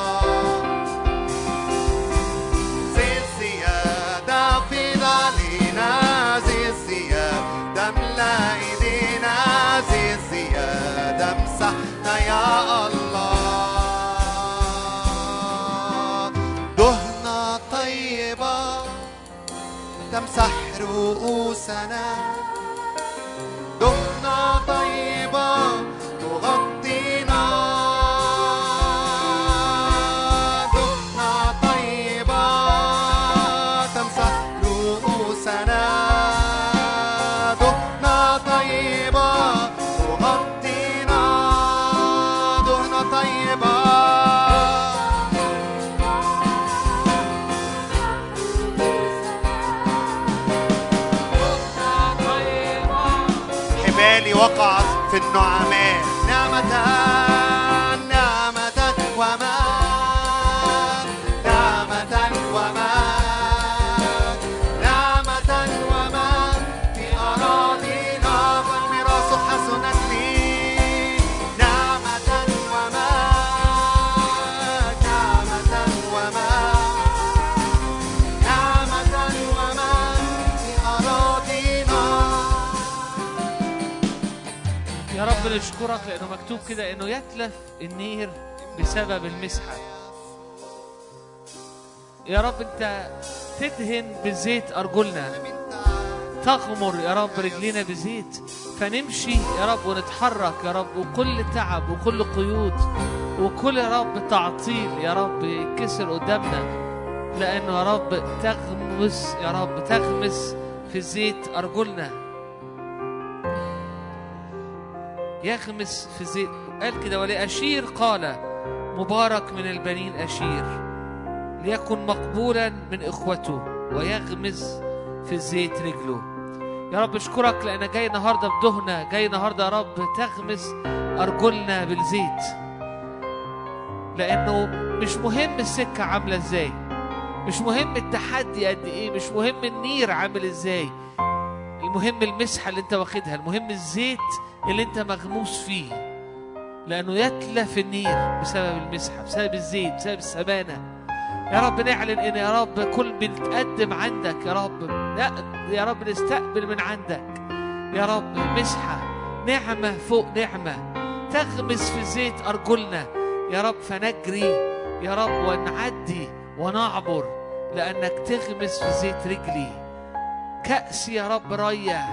[SPEAKER 1] زيت زيادة فيض علينا، زيت زيادة املأ ايدينا، زيت زيادة امسحنا يا الله. دهنة طيبة تمسح رؤوسنا، دهنة طيبة تغطينا، دهنة طيبة تمسح رؤوسنا، دهنة طيبة أيالي وقعت في النعماء. نعمة نعمة وما نعمة وما نعمة وما في أراضينا والميراث حسنت لي. نعمة وما نعمة وما نعمة وما في أراضينا.
[SPEAKER 2] يا رب نشكرك لأنه مكتوب كده إنه يتلف النير بسبب المسحة. يا رب أنت تدهن بزيت أرجلنا، تغمر يا رب رجلينا بزيت، فنمشي يا رب ونتحرك يا رب، وكل تعب وكل قيود وكل يا رب تعطيل يا رب يكسر قدامنا، لأنه يا رب تغمس يا رب تغمس في زيت أرجلنا، يغمس في زيت. قال كده ولأشير قال مبارك من البنين أشير ليكن مقبولا من إخوته ويغمس في الزيت رجله. يا رب اشكرك لأن جاي النهاردة بدهنة، جاي النهاردة يا رب تغمس أرجلنا بالزيت، لأنه مش مهم السكة عاملة ازاي، مش مهم التحدي قد ايه، مش مهم النير عامل ازاي، المهم المسحة اللي انت واخدها، المهم الزيت اللي انت مغموس فيه، لأنه يتلف النير بسبب المسحة، بسبب الزيت، بسبب السبانة. يا رب نعلن ان يا رب كل بنتقدم عندك يا رب، يا رب نستقبل من عندك يا رب مسحة، نعمة فوق نعمة تغمس في زيت أرجلنا يا رب، فنجري يا رب ونعدي ونعبر لأنك تغمس في زيت رجلي. كأس يا رب ريح.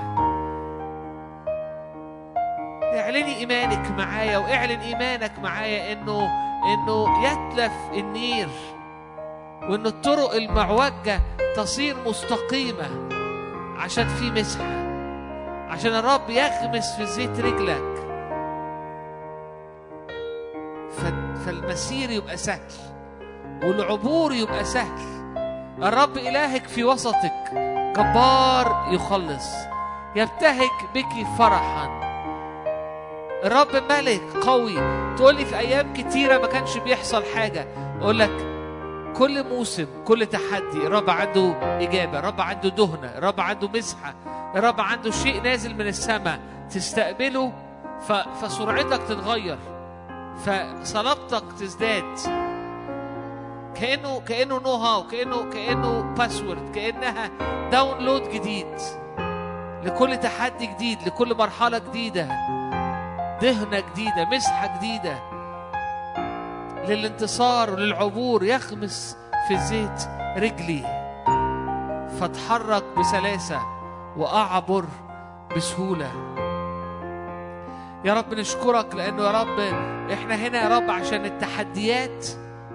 [SPEAKER 2] اعلني إيمانك معايا واعلن إيمانك معايا إنه يتلف النير، وإن الطرق المعوجة تصير مستقيمة عشان في مسحة، عشان الرب يغمس في زيت رجلك، فالمسير يبقى سهل والعبور يبقى سهل. الرب إلهك في وسطك جبار يخلص، يبتهج بك فرحا. الرب ملك قوي. تقولي في أيام كتيرة ما كانش بيحصل حاجة، أقول لك كل موسم كل تحدي الرب عنده إجابة، الرب عنده دهنة، الرب عنده مسحة، الرب عنده شيء نازل من السماء تستقبله، فسرعتك تتغير، فصلابتك تزداد، كأنه نو هاو، كأنه باسورد، كأنها داونلود جديد لكل تحدي جديد، لكل مرحلة جديدة، دهنة جديدة، مسحة جديدة للانتصار وللعبور. يغمس في زيت رجلي فاتحرك بسلاسة وأعبر بسهولة. يا رب نشكرك لأنه يا رب إحنا هنا يا رب عشان التحديات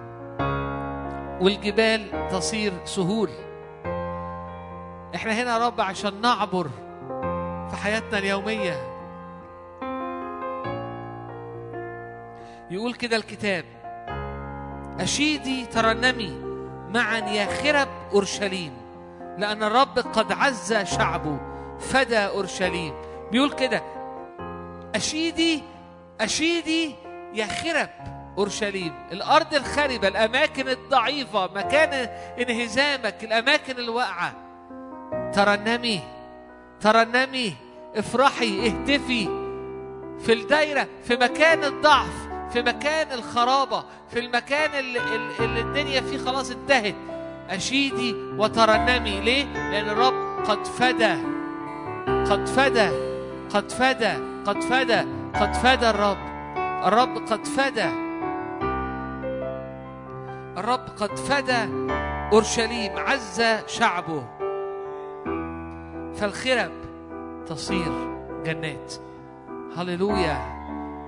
[SPEAKER 2] والجبال تصير سهول. إحنا هنا يا رب عشان نعبر في حياتنا اليومية. يقول كده الكتاب أشيدي ترنمي معا يا خرب أورشليم، لأن الرب قد عز شعبه فدى أورشليم. بيقول كده أشيدي يا خرب أورشليم، الأرض الخربة، الأماكن الضعيفة، مكان انهزامك، الأماكن الواقعة. ترنمي افرحي اهتفي في الدايرة، في مكان الضعف، في مكان الخرابة، في المكان اللي الدنيا فيه خلاص انتهت. أشيدي وترنمي. ليه؟ لأن الرب قد فدى الرب قد فدى أورشليم، عز شعبه، فالخرب تصير جنات. هللويا.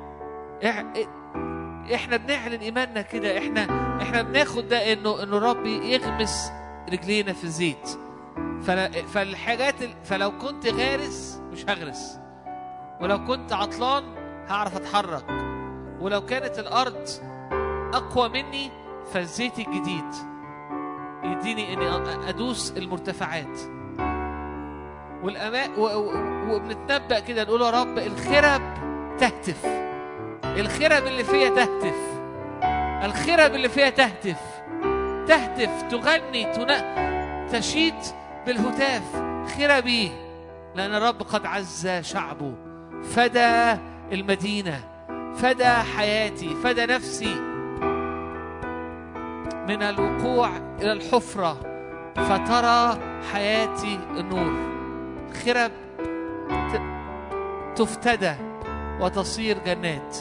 [SPEAKER 2] احنا بنعلن ايماننا كده، احنا بناخد ده انه الرب يغمس رجلينا في الزيت. فالحاجات فلو كنت غارس مش هغرس، ولو كنت عطلان هعرف اتحرك، ولو كانت الارض اقوى مني فالزيت الجديد يديني اني ادوس المرتفعات. وبنتنبأ كده نقول يا رب الخرب تهتف، الخرب اللي فيها تهتف، الخرب اللي فيها تهتف، تهتف تغني تشيد بالهتاف خربي، لأن الرب قد عز شعبه، فدى المدينة، فدى حياتي، فدى نفسي من الوقوع إلى الحفرة فترى حياتي النور. خرب تفتدى وتصير جنات،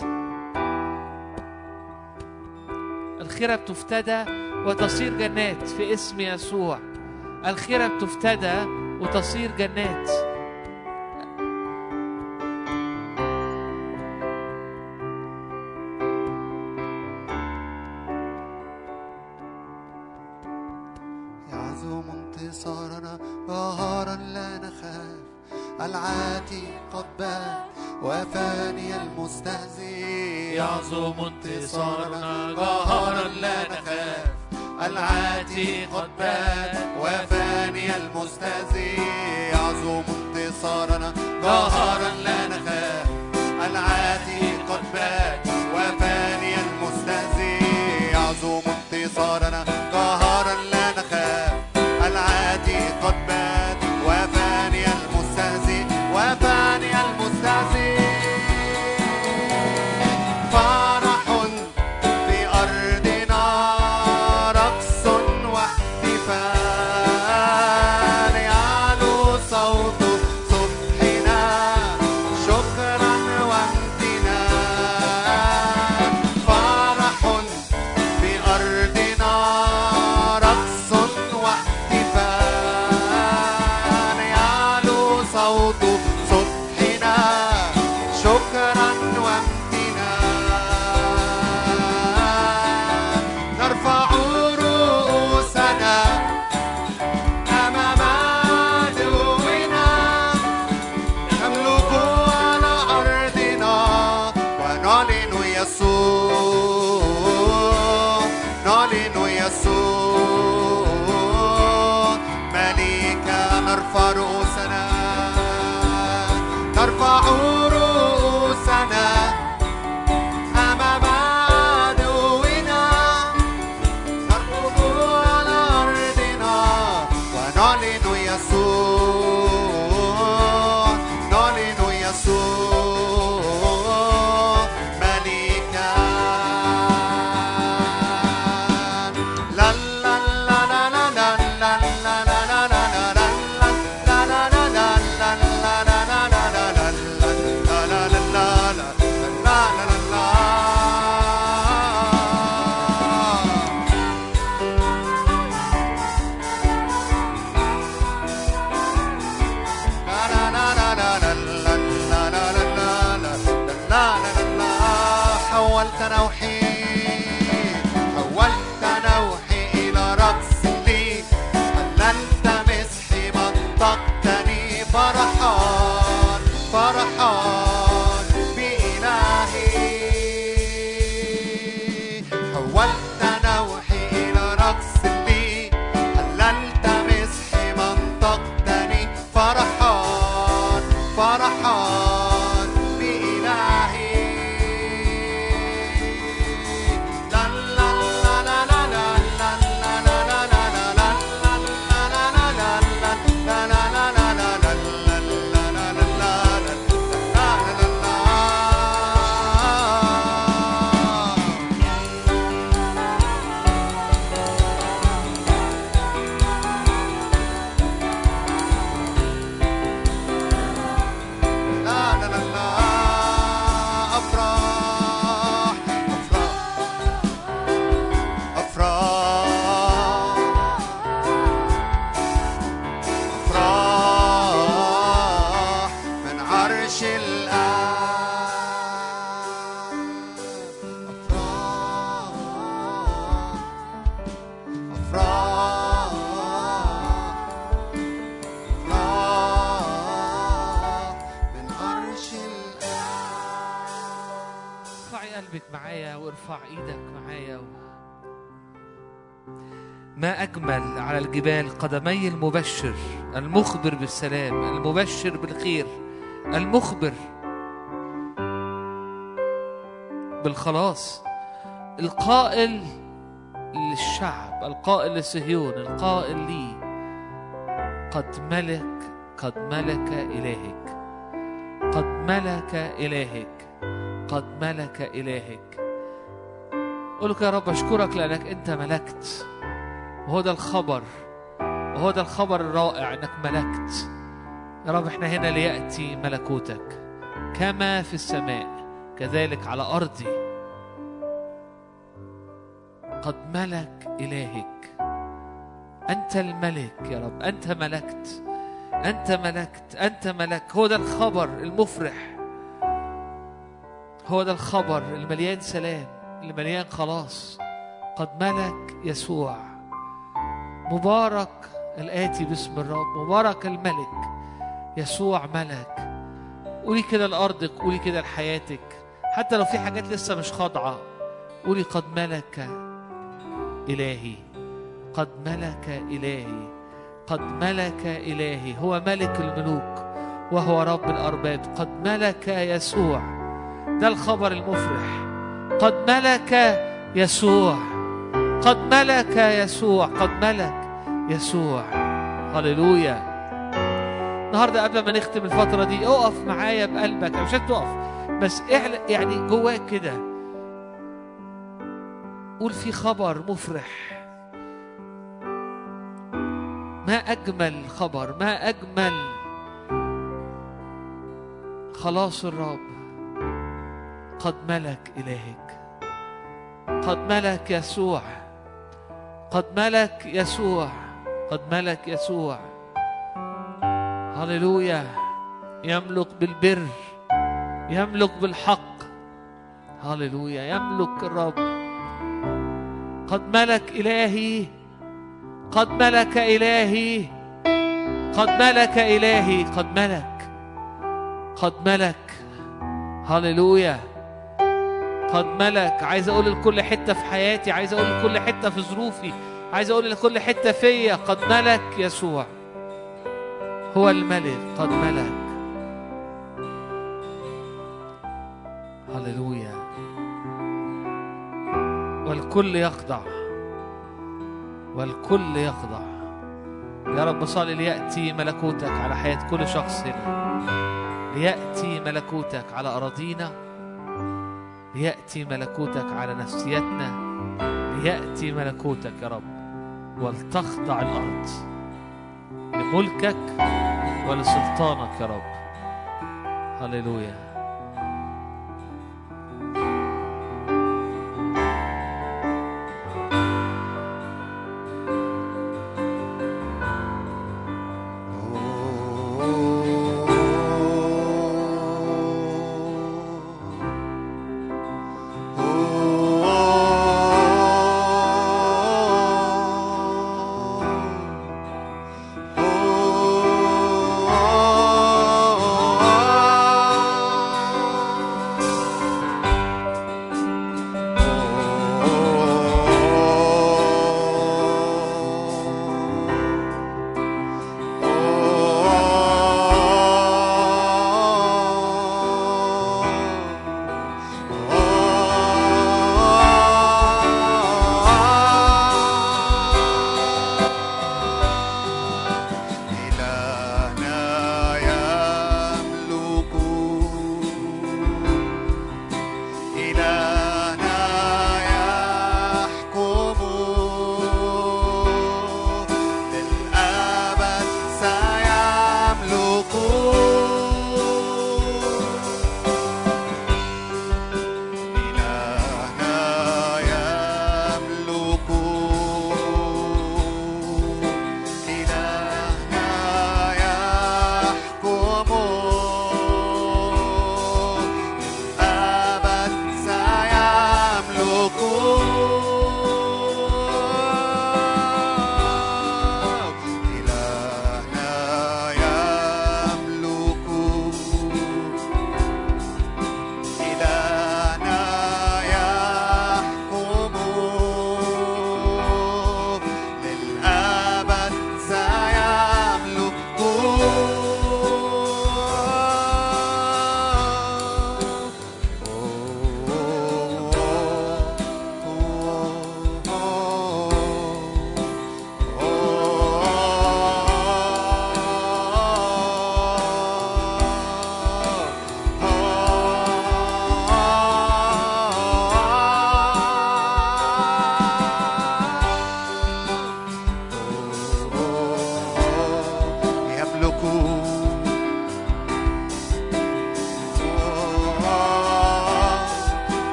[SPEAKER 2] الخرب تفتدى وتصير جنات في اسم يسوع. الخرب تفتدى وتصير جنات.
[SPEAKER 1] يعزم انتصارنا قهرا لا نخاف، العاتي قد بات وفاني المستهزئ.
[SPEAKER 2] يعزم انتصارنا قهرا لا نخاف، العاتي قد بات
[SPEAKER 1] وفاني المستهزئ. يعزم انتصارنا قهرا لا نخاف، العاتي قد بات وفاني المستهزئ. يعزم انتصارنا قهرا لا نخاف، العاتي قد بات وفاني المستهزئ، وفاني المستهزئ. فرح في أرضنا، رقص واحتفال، يعلو صوت صبحنا شكرا وامتنان. فرح في أرضنا، رقص واحتفال، يعلو صوت صبحنا شكرا وامتنان. نرفع رؤوسنا أمام عدونا، نملك على أرضنا ونعلن يسوع، نعلن يسوع ملكا. نرفع رؤوسنا، نرفع رؤوسنا أمام عدونا، نركض على أرضنا ونعلن يسوع، نعلن يسوع ملكا. لا لا لا لا لا لا لا لا لا لا لا لا حولت نوحي، حولت نوحي إلى رقص لي، هللت مسحي منطقتني. فرحان فرحان بإلهي، حولت نوحي إلى رقص لي، هللت مسحي منطقتني. فرحان فرحان بإلهي.
[SPEAKER 2] ما أجمل على الجبال قدمي المبشر، المخبر بالسلام، المبشر بالخير، المخبر بالخلاص، القائل للشعب، القائل لصهيون، القائل لي قد ملك إلهك، قد ملك إلهك، قد ملك إلهك. قل لك يا رب أشكرك لأنك أنت ملكت، وهو ده الخبر، وهو ده الخبر الرائع أنك ملكت. يا رب احنا هنا ليأتي ملكوتك كما في السماء كذلك على أرضي. قد ملك إلهك، أنت الملك يا رب، أنت ملكت، أنت ملكت، أنت ملك. هو ده الخبر المفرح، هو ده الخبر المليان سلام، المليان خلاص. قد ملك يسوع. مبارك الآتي باسم الرب، مبارك الملك يسوع ملك. قولي كده لأرضك، قولي كده لحياتك، حتى لو في حاجات لسه مش خاضعة قولي قد ملك إلهي، قد ملك إلهي، قد ملك إلهي. هو ملك الملوك وهو رب الأرباب. قد ملك يسوع، ده الخبر المفرح. قد ملك يسوع، قد ملك يسوع، قد ملك يسوع. هللويا. النهارده قبل ما نختم الفترة دي اقف معايا بقلبك، مش هتقف بس يعني جواك كده قول في خبر مفرح. ما أجمل خبر، ما أجمل خلاص الرب. قد ملك إلهك، قد ملك يسوع، قد ملك يسوع، قد ملك يسوع. هللويا. يملك بالبر، يملك بالحق. هللويا. يملك الرب. قد ملك إلهي، قد ملك إلهي، قد ملك إلهي، قد ملك، قد ملك. هللويا. قد ملك. عايز أقول لكل حتة في حياتي، عايز أقول لكل حتة في ظروفي، عايز أقول لكل حتة فيا قد ملك يسوع. هو الملك، قد ملك. هللويا. والكل يخضع، والكل يخضع. يا رب صلي ليأتي ملكوتك على حياة كل شخص هنا، ليأتي ملكوتك على أراضينا، ليأتي ملكوتك على نفسيتنا، ليأتي ملكوتك يا رب، ولتخضع الأرض لملكك ولسلطانك يا رب. هللويا.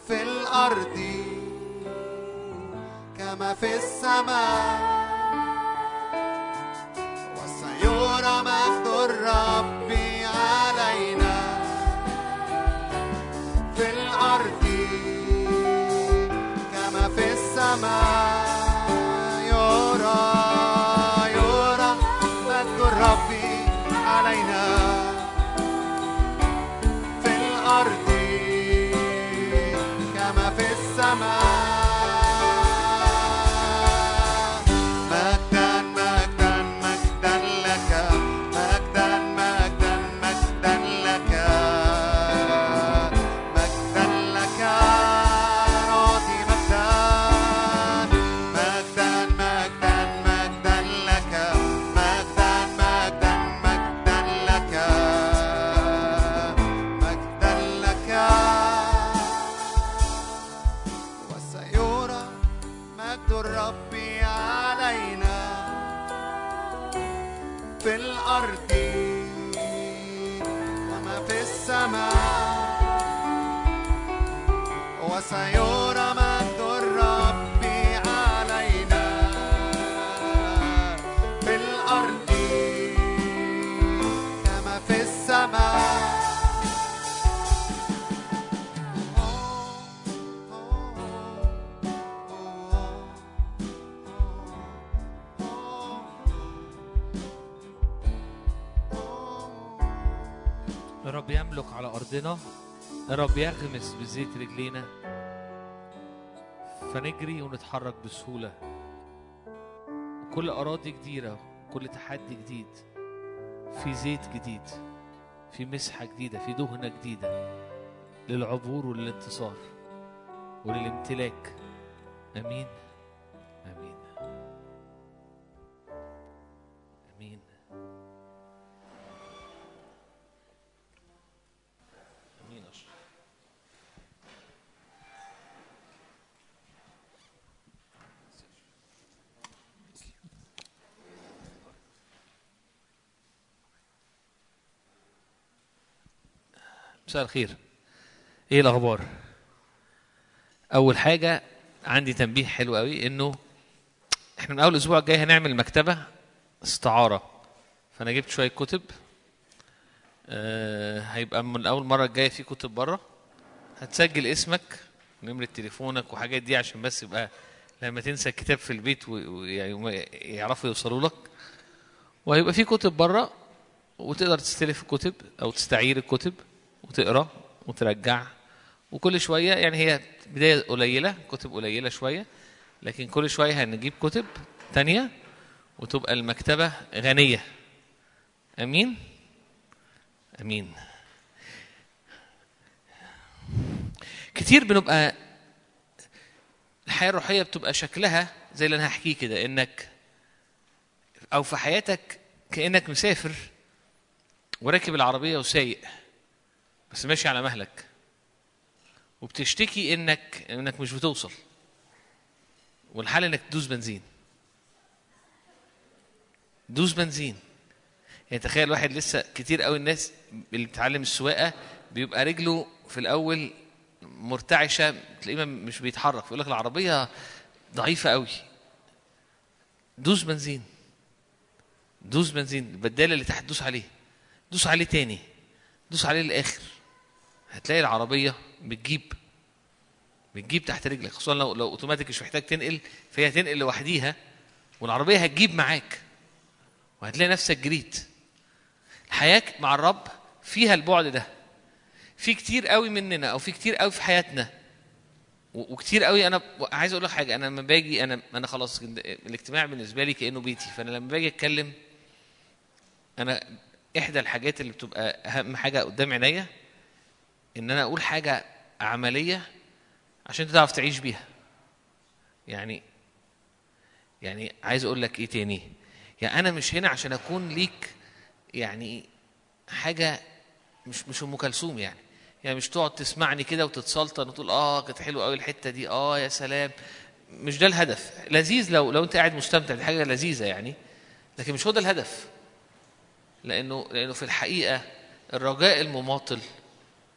[SPEAKER 1] في الأرض كما في السماء وسيرى مجد الرب علينا في الأرض كما في السماء يرى مجد الرب علينا في الأرض كما في السماء وسيرى مجد الرب علينا في الأرض كما في السماء
[SPEAKER 2] الرب يملك على أرضنا. الرب يغمس بزيت رجلينا فنجري ونتحرك بسهولة. كل أراضي جديدة، كل تحدي جديد، في زيت جديد، في مسحة جديدة، في دهنة جديدة للعبور وللانتصار وللامتلاك. أمين أمين أمين. أمين أشرف. مساء الخير. ايه الاخبار؟ اول حاجه عندي تنبيه حلو قوي، انه احنا من اول الاسبوع الجاي هنعمل مكتبه استعاره. فانا جبت شويه كتب، هيبقى من اول مره الجايه في كتب بره، هتسجل اسمك ونمره تليفونك وحاجات دي عشان بس يبقى لما تنسى الكتاب في البيت يعرفوا يوصلوا لك. وهيبقى في كتب بره وتقدر تستلف الكتب او تستعير الكتب وتقرا وترجع. وكل شويه يعني هي بدايه قليله، كتب قليله شويه، لكن كل شويه هنجيب كتب تانية وتبقى المكتبه غنيه. امين امين. كتير بنبقى الحياه الروحيه بتبقى شكلها زي اللي انا هحكيه كده، انك او في حياتك كانك مسافر وراكب العربيه وسايق بس ماشي على مهلك، وبتشتكي انك مش بتوصل، والحل انك تدوس بنزين. دوس بنزين. يعني تخيل واحد لسه، كتير قوي الناس اللي بتتعلم السواقه بيبقى رجله في الاول مرتعشه، تلاقيه مش بيتحرك، يقول لك العربيه ضعيفه قوي. دوس بنزين. دوس بنزين. البدال اللي تحت دوس عليه، دوس عليه تاني، دوس عليه للاخر، هتلاقي العربيه بتجيب تحت رجلك. خصوصا لو اوتوماتيك مش محتاج تنقل، فهي هتنقل لوحديها والعربيه هتجيب معاك وهتلاقي نفسك جريت. الحياه مع الرب فيها البعد ده. في كتير قوي مننا او في كتير قوي في حياتنا، وكتير قوي. انا عايز اقول لك حاجه، انا لما باجي انا خلاص الاجتماع بالنسبه لي كانه بيتي. فانا لما باجي اتكلم، انا احدى الحاجات اللي بتبقى اهم حاجه قدام عينيا ان انا اقول حاجه عمليه عشان تعرف تعيش بيها. يعني عايز اقول لك ايه تاني، يعني انا مش هنا عشان اكون ليك يعني حاجه مش ام كلثوم. يعني مش تقعد تسمعني كده وتتسلطن وتقول كانت حلوه قوي الحته دي، يا سلام. مش ده الهدف. لذيذ لو انت قاعد مستمتع، دي حاجه لذيذه يعني، لكن مش هو ده الهدف. لانه في الحقيقه الرجاء المماطل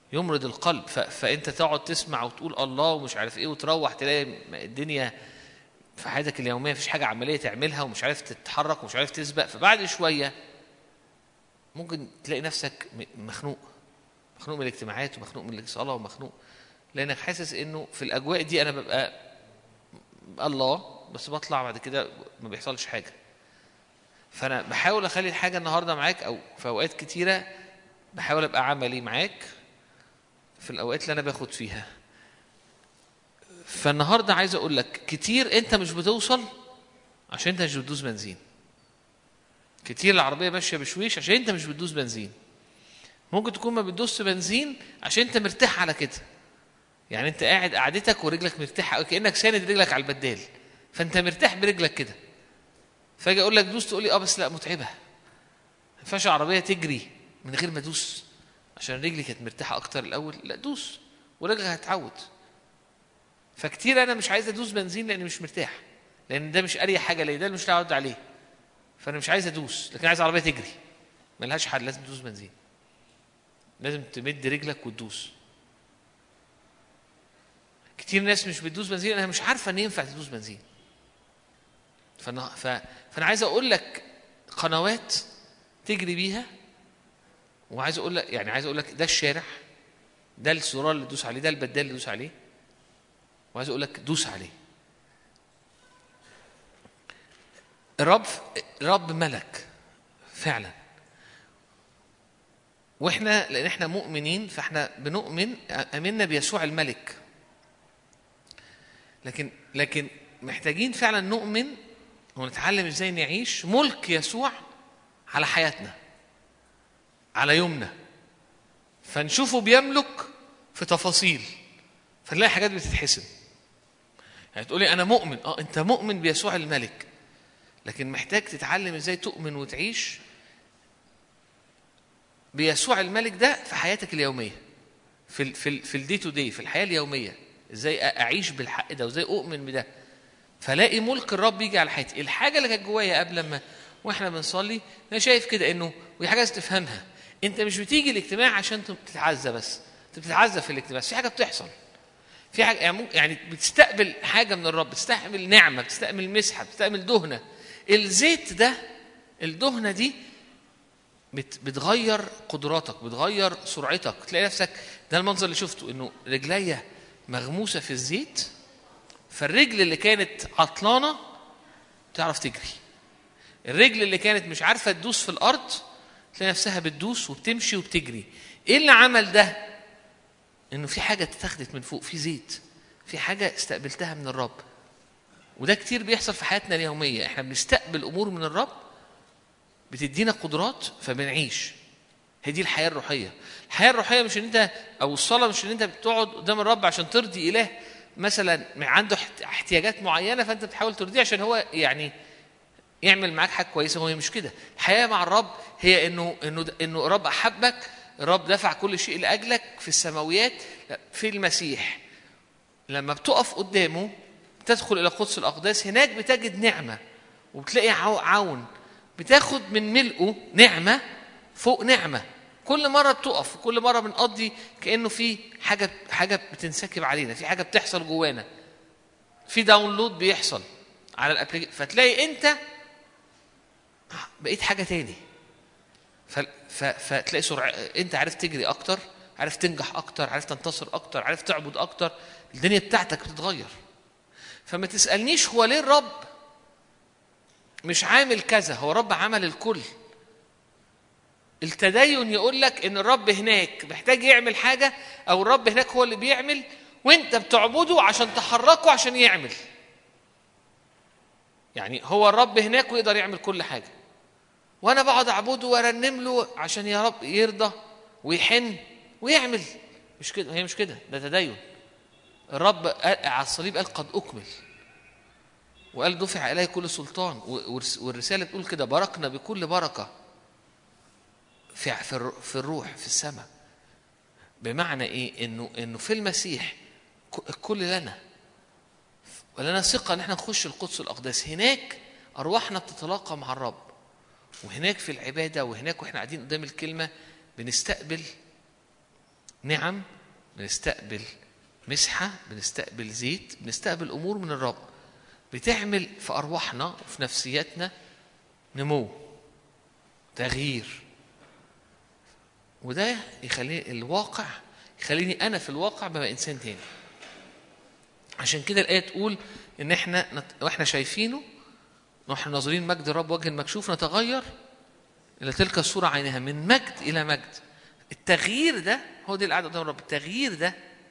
[SPEAKER 2] يمرض القلب. فانت تقعد تسمع وتقول الله ومش عارف ايه، وتروح تلاقي الدنيا في حياتك اليوميه مفيش حاجه عمليه تعملها، ومش عارف تتحرك ومش عارف تسبق. فبعد شويه ممكن تلاقي نفسك مخنوق من الاجتماعات، ومخنوق من الصلاه، ومخنوق لانك حاسس انه في الاجواء دي انا ببقى الله، بس بطلع بعد كده ما بيحصلش حاجه. فانا بحاول اخلي الحاجه النهارده معاك، او في اوقات كتيره بحاول ابقى عملي معاك في الاوقات اللي انا باخد فيها. فالنهارده عايز اقول لك كتير انت مش بتوصل عشان انت مش بتدوس بنزين. كتير العربيه ماشيه بشويش عشان انت مش بتدوس بنزين. ممكن تكون ما بتدوس بنزين عشان انت مرتاح على كده. يعني انت قاعد قعدتك ورجلك مرتاحه، كانك ساند رجلك على البدال، فانت مرتاح برجلك كده. فاجي اقول لك دوس تقول لي بس لا متعبه، ما ينفعش عربيه تجري من غير ما ادوس عشان رجلي كانت مرتاحه اكتر الاول. لا دوس ورجلك هتتعود. فكتير انا مش عايز ادوس بنزين لاني مش مرتاح، لان ده مش اريح حاجه ليا، ده مش هقعد عليه، فانا مش عايز ادوس. لكن عايز عربيه تجري ملهاش حل، لازم تدوس بنزين، لازم تمد رجلك وتدوس. كتير ناس مش بتدوس بنزين انا مش عارفه ان ينفع تدوس بنزين. فانا عايز اقول لك قنوات تجري بيها، وعايز اقول لك ده الشارع، ده الزرار اللي تدوس عليه، ده البدال اللي تدوس عليه، وعايز اقول لك دوس عليه. الرب ملك فعلا، واحنا لان احنا مؤمنين فاحنا بنؤمن امنا بيسوع الملك. لكن محتاجين فعلا نؤمن ونتعلم ازاي نعيش ملك يسوع على حياتنا، على يومنا، فنشوفه بيملك في تفاصيل، فنلاقي حاجات بتتحسن. يعني تقولي انا مؤمن، انت مؤمن بيسوع الملك، لكن محتاج تتعلم ازاي تؤمن وتعيش بيسوع الملك ده في حياتك اليوميه، في الدي تو دي، في الحياه اليوميه، ازاي اعيش بالحق ده وازاي اؤمن بده. فلاقي ملك الرب يجي على حياتي. الحاجه اللي كانت جوايا قبل ما واحنا بنصلي انا شايف كده انه، ودي حاجه لازم تفهمها، انت مش بتيجي الاجتماع عشان تتعزى بس، انت بتتعزى في الاجتماع، في حاجه بتحصل، في حاجه يعني بتستقبل حاجه من الرب، بتستقبل نعمه، بتستقبل مسحه، بتستقبل دهنه. الزيت ده، الدهنه دي بتغير قدراتك، بتغير سرعتك. تلاقي نفسك، ده المنظر اللي شفته، انه رجليا مغموسه في الزيت، فالرجل اللي كانت عطلانه تعرف تجري، الرجل اللي كانت مش عارفه تدوس في الارض تلاقي نفسها بتدوس وبتمشي وبتجري. ايه اللي عمل ده؟ انه في حاجه اتاخدت من فوق، في زيت، في حاجه استقبلتها من الرب. وده كتير بيحصل في حياتنا اليوميه، احنا بنستقبل امور من الرب بتدينا قدرات فبنعيش. هي دي الحياه الروحيه. الحياه الروحيه مش ان انت، او الصلاه مش ان انت بتقعد قدام الرب عشان ترضي اله مثلا عنده احتياجات معينه فانت بتحاول ترضيه عشان هو يعني يعمل معاك حاجه كويسه. هو مش كده. الحياه مع الرب هي انه الرب احبك، الرب دفع كل شيء لاجلك في السماويات في المسيح. لما بتقف قدامه تدخل الى قدس الاقداس، هناك بتجد نعمه وبتلاقي عون، بتاخد من ملئه نعمه فوق نعمه. كل مره بتقف، كل مره بنقضي كانه في حاجه بتنسكب علينا، في حاجه بتحصل جوانا، في داونلود بيحصل على الابليكيشن، فتلاقي انت بقيت حاجه تاني. فتلاقي سرعه، انت عارف تجري اكتر، عارف تنجح اكتر، عارف تنتصر اكتر، عارف تعبد اكتر، الدنيا بتاعتك بتتغير. فما تسالنيش هو ليه الرب مش عامل كذا، هو رب عمل الكل. التدين يقول لك ان الرب هناك محتاج يعمل حاجه، او الرب هناك هو اللي بيعمل وانت بتعبده عشان تحركه عشان يعمل. يعني هو الرب هناك ويقدر يعمل كل حاجه، وانا بقعد اعبده وارنم له عشان يا رب يرضى ويحن ويعمل. مش كده، هي مش كده، ده تدين. الرب على الصليب قال قد اكمل، وقال دفع اليه كل سلطان، والرساله تقول كده باركنا بكل بركه في الروح في السماء. بمعنى ايه؟ انه في المسيح الكل لنا، ولنا ثقه ان احنا نخش القدس الاقداس. هناك ارواحنا بتتلاقى مع الرب، وهناك في العباده، وهناك واحنا قاعدين قدام الكلمه بنستقبل نعم، بنستقبل مسحة، بنستقبل زيت، بنستقبل أمور من الرب بتعمل في أرواحنا وفي نفسياتنا نمو، تغيير. وده يخلي الواقع، يخليني أنا في الواقع ببقى إنسان تاني. عشان كده الآية تقول إن وإحنا شايفينه، نحن ناظرين مجد الرب وجه المكشوف، نتغير إلى تلك الصورة عينها، من مجد إلى مجد. التغيير ده هو دي القعدة قدام الرب. التغيير ده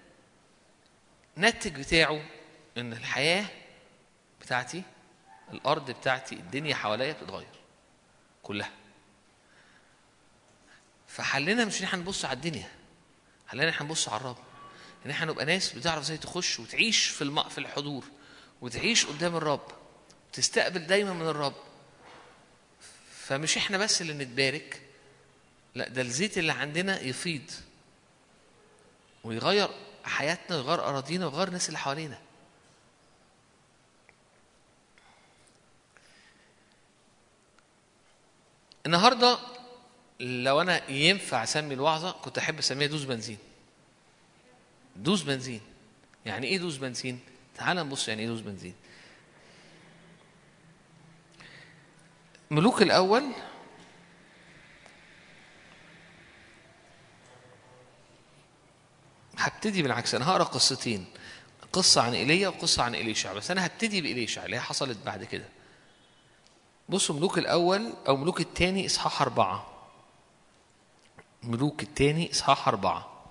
[SPEAKER 2] ناتج بتاعه إن الحياة بتاعتي، الأرض بتاعتي، الدنيا حواليا بتتغير كلها. فحلنا مش إن احنا نبص على الدنيا، حلنا إن احنا نبص على الرب، إن احنا نبقى ناس بتعرف ازاي تخش وتعيش في الحضور، وتعيش قدام الرب، تستقبل دايما من الرب. فمش احنا بس اللي نتبارك، لا، ده الزيت اللي عندنا يفيض ويغير حياتنا، ويغير أراضينا، ويغير الناس اللي حوالينا. النهارده لو انا ينفع اسمي الوعظه كنت احب اسميها دوس بنزين. دوس بنزين. يعني ايه دوس بنزين؟ تعال نبص يعني ايه دوس بنزين. ملوك الاول هبتدي بالعكس، انا هقرا قصتين، قصه عن ايليا وقصه عن إليشع، بس انا هبتدي بإليشع اللي هي حصلت بعد كده. بصوا ملوك الاول او ملوك الثاني اصحاح 4. ملوك الثاني اصحاح 4.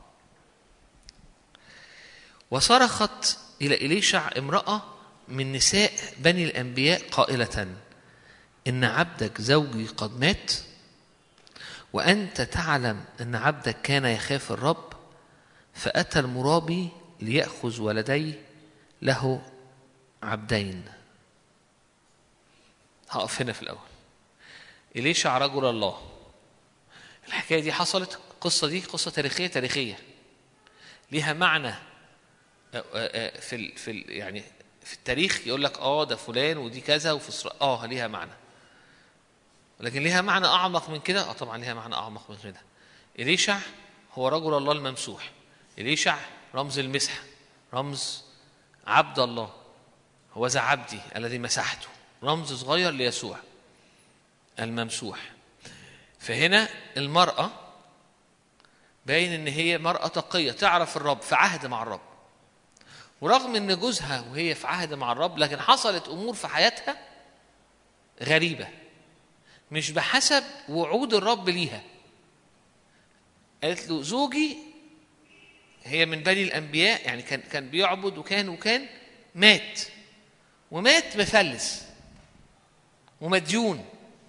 [SPEAKER 2] وصرخت الى إليشع امراه من نساء بني الانبياء قائله: ان عبدك زوجي قد مات، وانت تعلم ان عبدك كان يخاف الرب، فاتى المرابي ليأخذ ولدي له عبدين. هقف هنا في الأول. إليشع رجل الله. الحكاية دي حصلت، القصة دي قصة تاريخية ليها معنى يعني في التاريخ يقول لك ده فلان ودي كذا، وفي ليها معنى، ولكن ليها معنى أعمق من كده. طبعا ليها معنى أعمق من كده. إليشع هو رجل الله الممسوح. إليشع رمز المسحة، رمز عبد الله. هو ذا عبدي الذي مسحته، رمز صغير ليسوع الممسوح. فهنا المرأة باين ان هي مرأة تقية تعرف الرب، في عهد مع الرب، ورغم ان جوزها وهي في عهد مع الرب، لكن حصلت امور في حياتها غريبة مش بحسب وعود الرب ليها. قالت له زوجي، هي من بني الانبياء، يعني كان بيعبد وكان مات، ومات مفلس ومديون،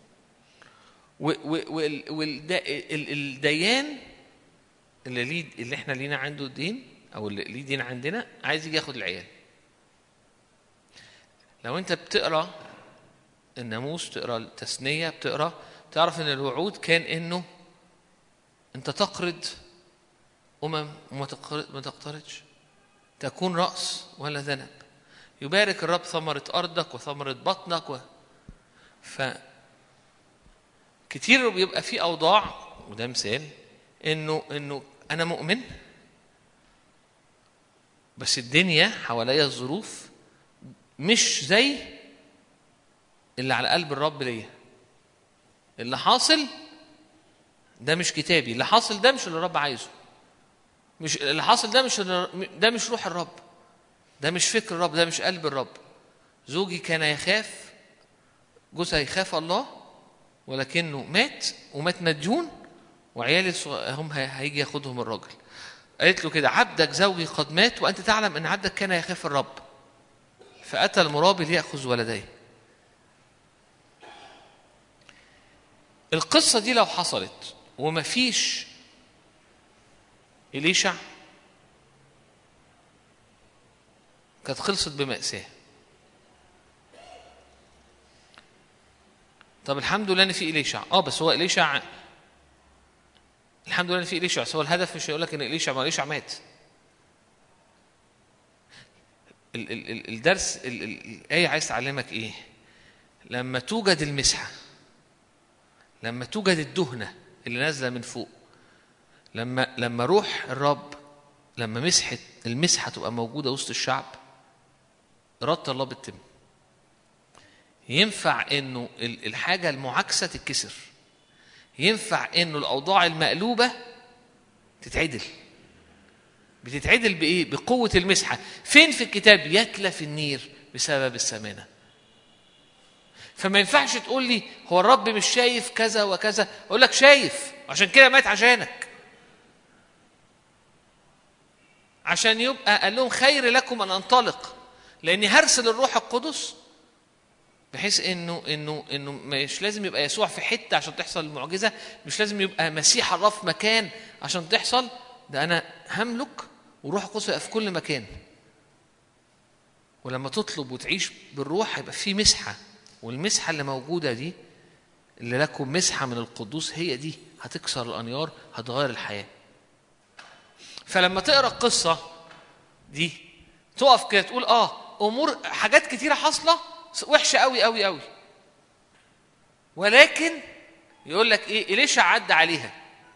[SPEAKER 2] والديان اللي احنا لينا عنده الدين، او اللي ليه دين عندنا، عايز يجي ياخد العيال. لو انت بتقرا الناموس، بتقرا التثنيه، تعرف ان الوعود كان انه انت تقرض وما تقترضش، تكون رأس ولا ذنب، يبارك الرب ثمرة أرضك وثمرة بطنك كتير بيبقى في أوضاع، وده مثال إنه أنا مؤمن، بس الدنيا حواليا الظروف مش زي اللي على قلب الرب ليا. اللي حاصل ده مش كتابي، اللي حاصل ده مش اللي الرب عايزه، مش اللي حاصل ده مش روح الرب، ده مش فكر الرب، ده مش قلب الرب. زوجي كان يخاف، جوزها يخاف الله، ولكنه مات ومات مديون، وعيالي هم هيجي ياخدهم الراجل. قالت له كده: عبدك زوجي قد مات، وأنت تعلم أن عبدك كان يخاف الرب، فأتى المرابي ليأخذ ولديه. القصة دي لو حصلت وما فيش إليشع كانت خلصت بمأساة. طب الحمد لله ان في إليشع، بس هو إليشع، الحمد لله ان في إليشع، بس هو الهدف مش هيقول لك ان إليشع مات. الدرس الآية عايز تعلمك ايه؟ لما توجد المسحة، لما توجد الدهنة اللي نازلة من فوق، لما روح الرب، لما المسحة تبقى موجودة وسط الشعب، إرادة الله بتتم. ينفع إنه الحاجة المعاكسة تتكسر، ينفع إنه الأوضاع المقلوبة تتعدل. بتتعدل بإيه؟ بقوة المسحة. فين في الكتاب؟ يتلف النير بسبب السمانة. فما ينفعش تقول لي هو الرب مش شايف كذا وكذا. أقول لك شايف، عشان كده مات عشانك، عشان يبقى قال لهم خير لكم أن أنطلق، لأني هرسل الروح القدس، بحيث إنه مش لازم يبقى يسوع في حتة عشان تحصل المعجزة، مش لازم يبقى مسيح الله في مكان عشان تحصل. ده أنا هملك وروح القدس يبقى في كل مكان. ولما تطلب وتعيش بالروح هيبقى في مسحة، والمسحة اللي موجودة دي اللي لكم مسحة من القدوس، هي دي هتكسر الأنيار، هتغير الحياة. فلما تقرأ القصة دي تقف كده تقول أمور حاجات كتيرة حاصلة وحشة قوي قوي قوي، ولكن يقول لك إيه؟ إليشع عدى عليها.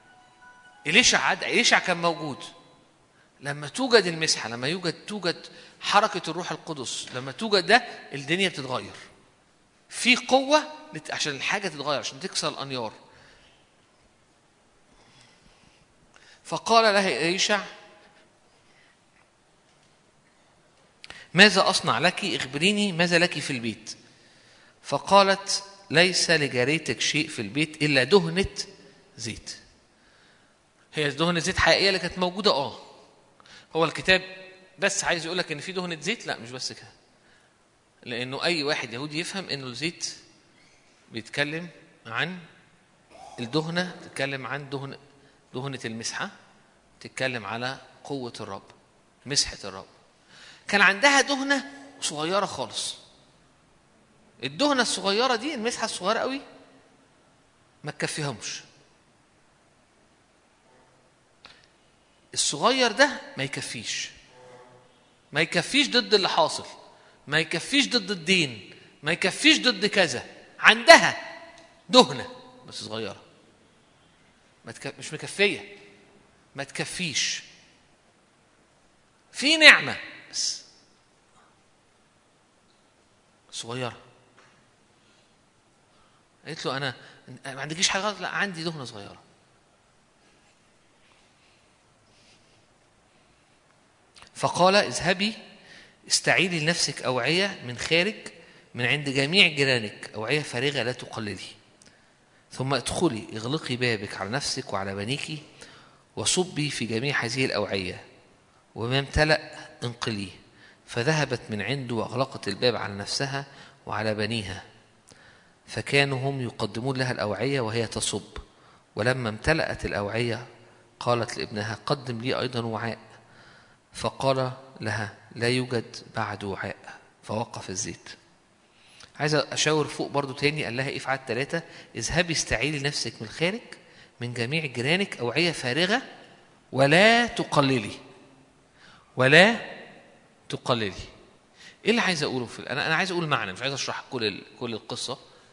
[SPEAKER 2] إليشع كان موجود. لما توجد المسحة، لما توجد حركة الروح القدس، لما توجد ده، الدنيا بتتغير. في قوة عشان الحاجة تتغير، عشان تكسر الأنيار. فقال لها إليشع: ماذا أصنع لك؟ اخبريني ماذا لك في البيت. فقالت: ليس لجاريتك شيء في البيت إلا دهنة زيت. هي دهنة زيت حقيقية اللي كانت موجودة. هو الكتاب بس عايز يقولك إن في دهنة زيت؟ لا، مش بس كده، لأنه أي واحد يهودي يفهم إنه الزيت بيتكلم عن الدهنة، تتكلم عن دهنة المسحة، تتكلم على قوة الرب، مسحة الرب. كان عندها دهنة صغيرة خالص. الدهنة الصغيرة دي، المسحة الصغيرة قوي، ما تكفيهمش. الصغير ده ما يكفيش ضد اللي حاصل، ما يكفيش ضد الدين، ما يكفيش ضد كذا. عندها دهنة بس صغيرة، مش مكفية، ما تكفيش. في نعمة بس صغيرة. قالت له: أنا ما عندكيش حاجة غلط؟ لا، عندي دهنة صغيرة. فقال: اذهبي استعيري لنفسك أوعية من خارج من عند جميع جيرانك، أوعية فارغة لا تقللي، ثم ادخلي اغلقي بابك على نفسك وعلى بنيك، وصبي في جميع هذه الأوعية، وما امتلأ انقليه. فذهبت من عنده وأغلقت الباب على نفسها وعلى بنيها، فكانوا هم يقدمون لها الأوعية وهي تصب. ولما امتلأت الأوعية قالت لابنها: قدم لي أيضا وعاء. فقال لها: لا يوجد بعد وعاء. فوقف الزيت. عايز أشاور فوق برضو تاني. قال لها إيه في عدد 3؟ اذهبي استعيري نفسك من خارج من جميع جيرانك أوعية فارغة ولا تقللي. إيه اللي عايز أقوله أنا عايز أقول معنى، مش عايز أشرح كل القصة.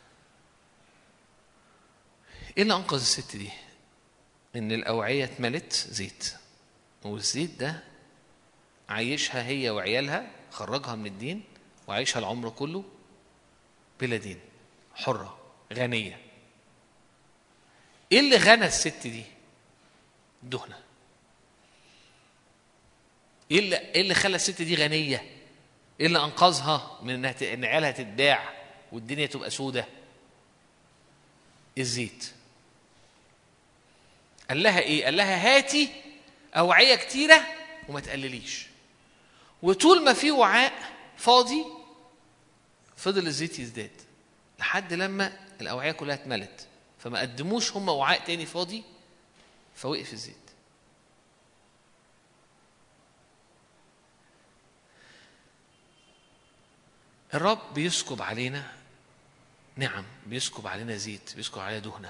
[SPEAKER 2] إيه اللي أنقذ الست دي؟ إن الأوعية اتملت زيت، والزيت ده عايشها هي وعيالها، خرجها من الدين وعايشها العمر كله بلا دين، حرة غنية. إيه اللي غنى الست دي؟ الدهنة. إيه اللي خلى الست دي غنية؟ إيه اللي أنقذها من إن عيالها تتباع والدنيا تبقى سودة؟ الزيت. قال لها إيه؟ قال لها: هاتي أوعية كتيرة وما تقلليش. وطول ما في وعاء فاضي فضل الزيت يزداد لحد لما الأوعية كلها اتملت، فما قدموش هم وعاء تاني فاضي، فوقف الزيت. الرب بيسكب علينا نعم، بيسكب علينا زيت، بيسكب علينا دهنة،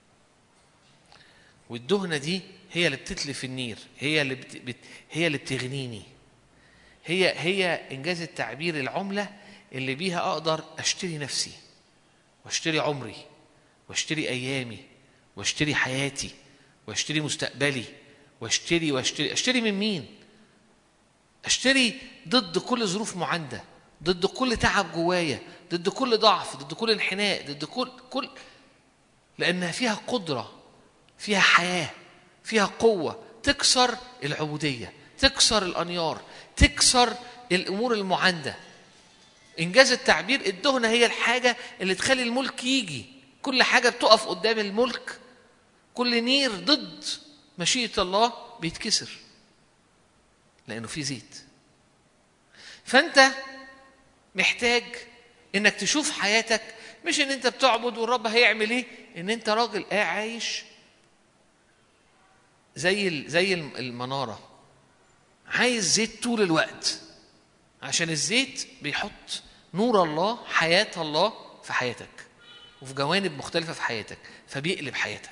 [SPEAKER 2] والدهنة دي هي اللي بتتلف النير، هي اللي بتغنيني، هي إنجاز التعبير العملة اللي بيها أقدر أشتري نفسي واشتري عمري واشتري أيامي واشتري حياتي واشتري مستقبلي اشتري من مين؟ اشتري ضد كل ظروف معاندة، ضد كل تعب جوايا، ضد كل ضعف، ضد كل انحناء، ضد كل لأنها فيها قدرة، فيها حياة، فيها قوة تكسر العبودية، تكسر الأنيار، تكسر الأمور المعاندة. إنجاز التعبير، الدهنة هي الحاجة اللي تخلي الملك يجي. كل حاجة بتقف قدام الملك، كل نير ضد مشيئة الله بيتكسر لأنه في زيت. فأنت محتاج إنك تشوف حياتك مش إن أنت بتعبد والرب هيعمل إيه، إن أنت راجل عايش زي المنارة، عايز زيت طول الوقت، عشان الزيت بيحط نور الله، حياة الله في حياتك وفي جوانب مختلفة في حياتك، فبيقلب حياتك.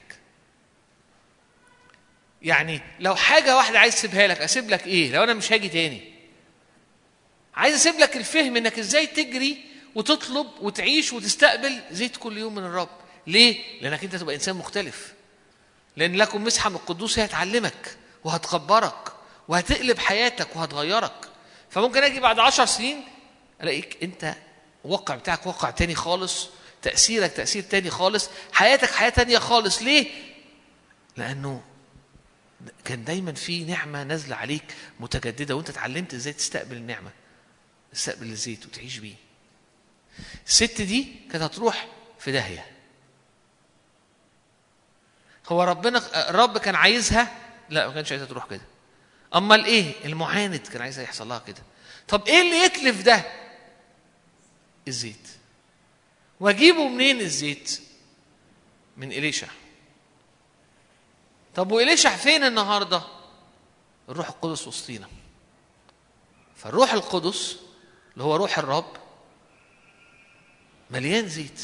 [SPEAKER 2] يعني لو حاجة واحدة عايز تسيبها لك، أسيب لك إيه؟ لو أنا مش هاجي تاني، عايز أسيب لك الفهم إنك إزاي تجري وتطلب وتعيش وتستقبل زيت كل يوم من الرب. ليه؟ لأنك أنت تبقى إنسان مختلف، لأن لكم مسحة من القدوس هي هتعلمك وهتخبرك وهتقلب حياتك وهتغيرك. فممكن أجي بعد 10 سنين ألاقيك أنت واقع بتاعك واقع تاني خالص، تأثيرك تأثير تاني خالص، حياتك حياة تانية خالص. ليه؟ لأنه كان دايما في نعمة نازلة عليك متجددة، وانت اتعلمت ازاي تستقبل النعمة، تستقبل الزيت وتعيش بيه. الست دي كانت هتروح في داهية. هو الرب كان عايزها؟ لا، ما كانش عايزها تروح كده. امال ايه؟ المعاند كان عايزها يحصل لها كده. طب ايه اللي يتلف ده؟ الزيت. واجيبه منين الزيت؟ من إليشع. طب وإليشع فين النهارده؟ الروح القدس وسطينا. فالروح القدس اللي هو روح الرب مليان زيت،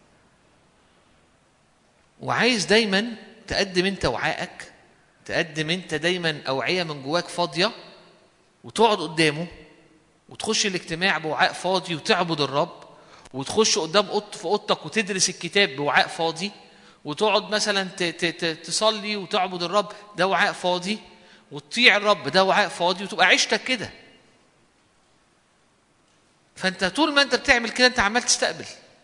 [SPEAKER 2] وعايز دايما تقدم انت وعائك، تقدم انت دايما أوعية من جواك فاضية، وتقعد قدامه وتخش الاجتماع بوعاء فاضي وتعبد الرب، وتخش قدام في اوضتك وتدرس الكتاب بوعاء فاضي، وتقعد مثلا تصلي وتعبد الرب، ده وعاء فاضي، وتطيع الرب، ده وعاء فاضي، وتبقى عيشتك كده. فانت طول ما انت بتعمل كده انت عمال تستقبل،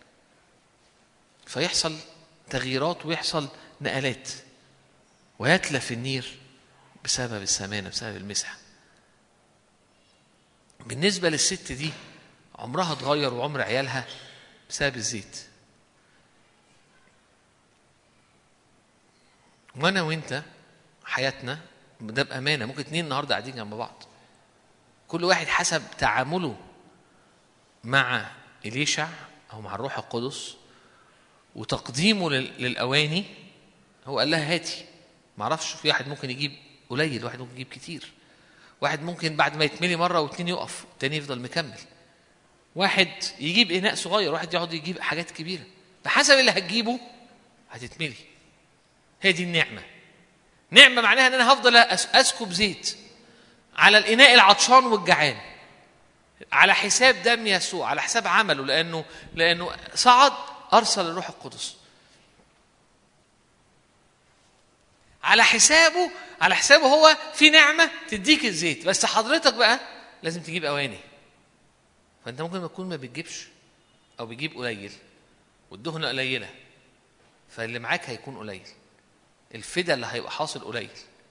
[SPEAKER 2] فيحصل تغييرات ويحصل نقلات، ويتلف النير بسبب السمانة، بسبب المسحة. بالنسبة للست دي عمرها اتغير وعمر عيالها بسبب الزيت. وانا وانت حياتنا ده بأمانة ممكن 2 النهارده قاعدين جنب بعض، كل واحد حسب تعامله مع إليشع أو مع الروح القدس وتقديمه للأواني. هو قال لها هاتي، معرفش، في واحد ممكن يجيب قليل، واحد ممكن يجيب كتير، واحد ممكن بعد ما يتملي مرة و2 يقف، التاني يفضل مكمل، واحد يجيب إناء صغير، واحد يقعد يجيب حاجات كبيرة، بحسب اللي هتجيبه هتتملي. هي دي النعمة. نعمة معناها أن أنا هفضل أسكب زيت على الإناء العطشان والجعان على حساب دم يسوع، على حساب عمله، لأنه صعد أرسل الروح القدس على حسابه هو في نعمة تديك الزيت، بس حضرتك بقى لازم تجيب أواني. فأنت ممكن تكون ما بتجيبش أو بيجيب قليل والدهنة قليلة، فاللي معاك هيكون قليل، الفدا اللي هيبقى حاصل قليل،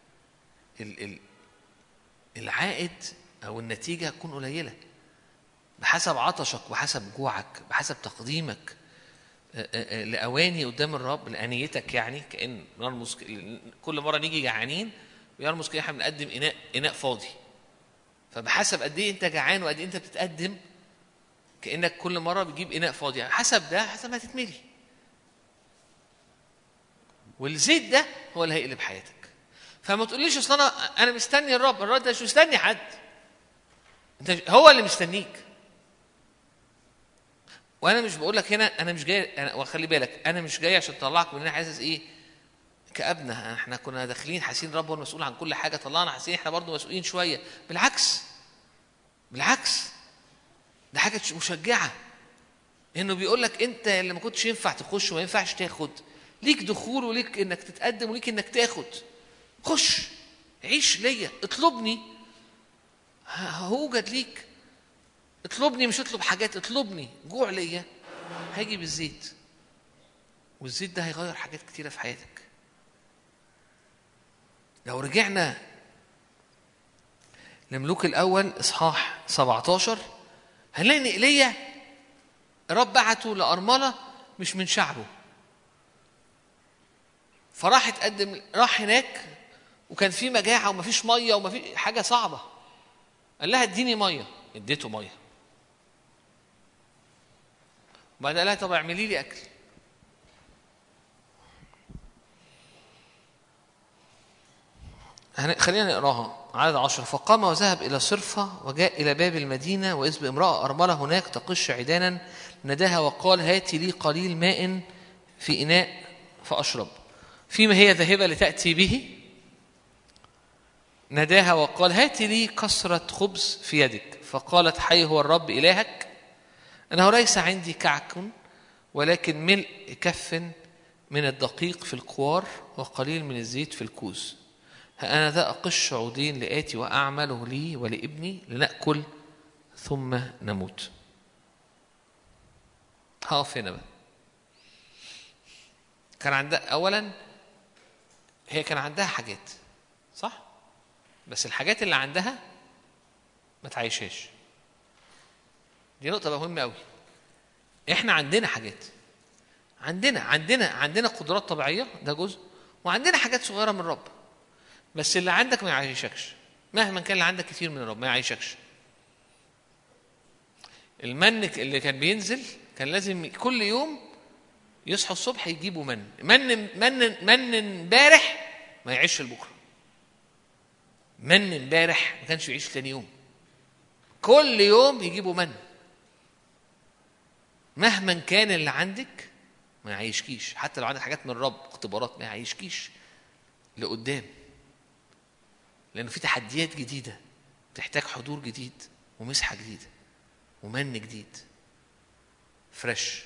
[SPEAKER 2] العائد أو النتيجة هتكون قليلة بحسب عطشك وحسب جوعك، بحسب تقديمك لأواني قدام الرب، لأنيتك. يعني كأن نرمز كل مرة نيجي جعانين ويرمز كأن احنا بنقدم إناء فاضي، فبحسب قد ايه انت جعان وقد ايه انت بتتقدم، كأنك كل مرة بتجيب إناء فاضي، حسب ده حسب ما تتملي. والزيت ده هو اللي هيقلب حياتك. فما تقوليش اصل انا مستني الرب ده مش مستني حد، انت هو اللي مستنيك. وانا مش بقول لك هنا انا مش جاي، وخلي بالك انا مش جاي عشان اطلعك من هنا حاسس ايه كأبنا، احنا كنا داخلين حاسين الرب هو المسؤول عن كل حاجه، طلعنا حاسين احنا برضو مسؤولين شويه. بالعكس ده حاجه مشجعه، انه بيقول لك انت اللي ما كنتش ينفع تخش وما ينفعش تاخد، ليك دخول وليك انك تتقدم وليك انك تاخد. خش عيش ليا، اطلبني هوجد ليك. اطلبني، مش اطلب حاجات، اطلبني. جوع ليا هاجي بالزيت، والزيت ده هيغير حاجات كتيرة في حياتك. لو رجعنا لملوك الأول إصحاح 17 هنلاقي إن إيليا رب بعته لأرملة مش من شعبه، فراح اتقدم، راح هناك وكان في مجاعة ومفيش مية ومفيش حاجة صعبة، قال لها اديني مية، اديته مية، وبعد قال لها طب اعملي لي أكل. خلينا نقراها عدد 10. فقام وذهب إلى صرفة وجاء إلى باب المدينة، وإذ بامرأة أرملة هناك تقش عيدانا، ناداها وقال هاتي لي قليل ماء في إناء فأشرب. فيما هي ذاهبة لتأتي به ناداها وقال هاتي لي كسرة خبز في يدك، فقالت حي هو الرب إلهك أنه ليس عندي كعك ولكن ملء كف من الدقيق في القوار وقليل من الزيت في الكوز. أنا ذا أقش عودين لآتي وأعمله لي ولابني لنأكل ثم نموت. هقف هنا بقى. كان عندها أولا، هي كان عندها حاجات صح، بس الحاجات اللي عندها ما تعيشهاش. دي نقطة مهمة قوي. إحنا عندنا حاجات، عندنا قدرات طبيعية، ده جزء، وعندنا حاجات صغيرة من الرب، بس اللي عندك ما يعيشكش. مهما كان اللي عندك كتير من الرب ما يعيشكش. المن اللي كان بينزل كان لازم كل يوم يصحوا الصبح يجيبوا من امبارح ما يعيش لبكره. من امبارح ما كانش يعيش تاني يوم. كل يوم يجيبوا من. مهما كان اللي عندك ما يعيشكيش، حتى لو عندك حاجات من الرب، اختبارات، ما يعيشكيش لقدام، لأنه في تحديات جديدة تحتاج حضور جديد ومسحة جديدة ومن جديد فريش.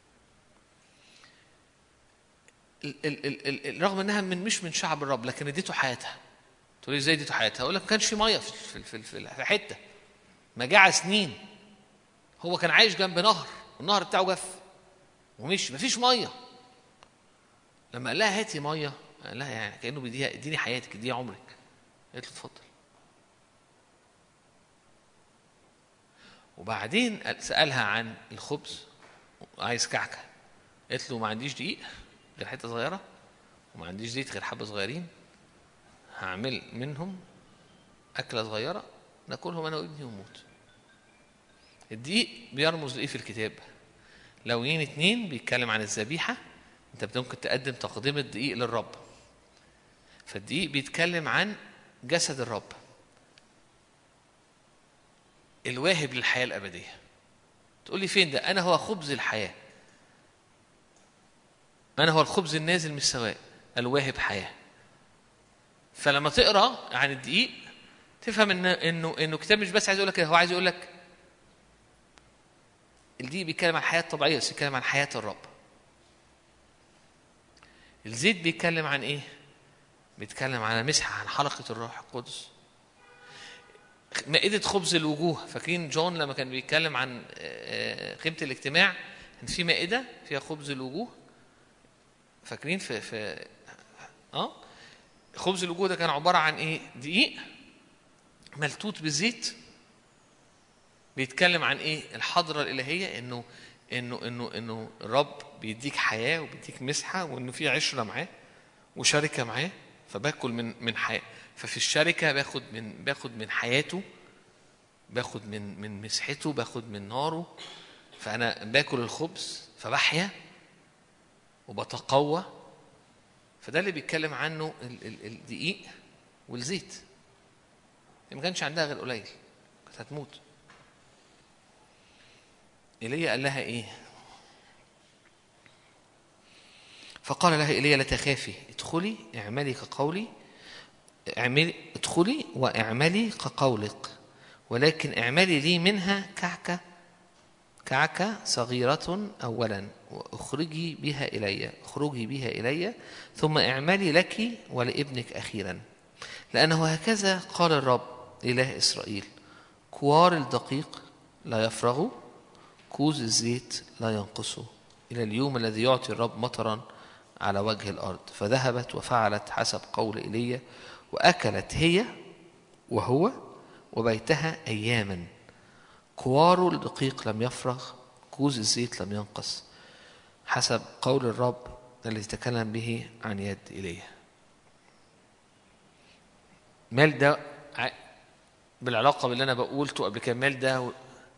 [SPEAKER 2] رغم انها مش من شعب الرب، لكن اديته حياتها. تقولي ازاي اديته حياتها؟ اقول لك ما كانش في ميه في حته، مجاعه سنين، هو كان عايش جنب نهر، النهر بتاعه جف ومشي مفيش ميه. لما قال لها هاتي ميه، قال لها يعني كانه بيديها اديني حياتك، اديني عمرك. قالت له اتفضل. وبعدين سالها عن الخبز، عايز كعكه، قالت له ما عنديش دقيق غير حته صغيره، وما عنديش زيت غير حبه صغيرين، هعمل منهم اكله صغيره ناكلهم انا وابني ونموت. الدقيق بيرمز لايه في الكتاب؟ لاويين 2 بيتكلم عن الذبيحه، انت ممكن تقدم تقدمه دقيق للرب. فالدقيق بيتكلم عن جسد الرب الواهب للحياه الابديه. تقول لي فين ده؟ انا هو خبز الحياه، أنا هو الخبز النازل من السماء الواهب حياة. فلما تقرأ عن الدقيق تفهم إنه كتاب مش بس عايز يقول لك، هو عايز يقول لك الدقيق بيتكلم عن الحياة الطبيعية، بس بيتكلم عن حياة الرب. الزيت بيتكلم عن إيه؟ بيتكلم عن مسحة، عن حلقة الروح القدس. مائدة خبز الوجوه، فاكرين جون لما كان بيتكلم عن قيمة الاجتماع إن في مائدة فيها خبز الوجوه، فاكرين في خبز الوجوه ده كان عباره عن ايه؟ دقيق ملتوت بالزيت. بيتكلم عن ايه؟ الحضره الالهيه، انه الرب بيديك حياه وبيديك مسحه، وانه في عشره معاه وشركه معاه، فباكل من حياه. ففي الشركه باخد من حياته، باخد من مسحته، باخد من ناره، فانا باكل الخبز فبحيا وبتقوى. فده اللي بيتكلم عنه الدقيق والزيت. ما كانش عندها غير قليل، كانت هتموت. إيليا قال لها ايه؟ فقال لها إيليا لا تخافي، ادخلي اعملي كقولي، ادخلي واعملي كقولك، ولكن اعملي لي منها كعكة كعكة صغيرة أولا واخرجي بها إلي ثم اعملي لك ولابنك أخيرا، لأنه هكذا قال الرب إله إسرائيل: كوار الدقيق لا يفرغ، كوز الزيت لا ينقص، إلى اليوم الذي يعطي الرب مطرا على وجه الأرض. فذهبت وفعلت حسب قول إيليا، وأكلت هي وهو وبيتها أياما. كوار الدقيق لم يفرغ، كوز الزيت لم ينقص، حسب قول الرب الذي تكلم به عن يد إيليا. مال ده بالعلاقة باللي أنا بقولته قبل كده، مال ده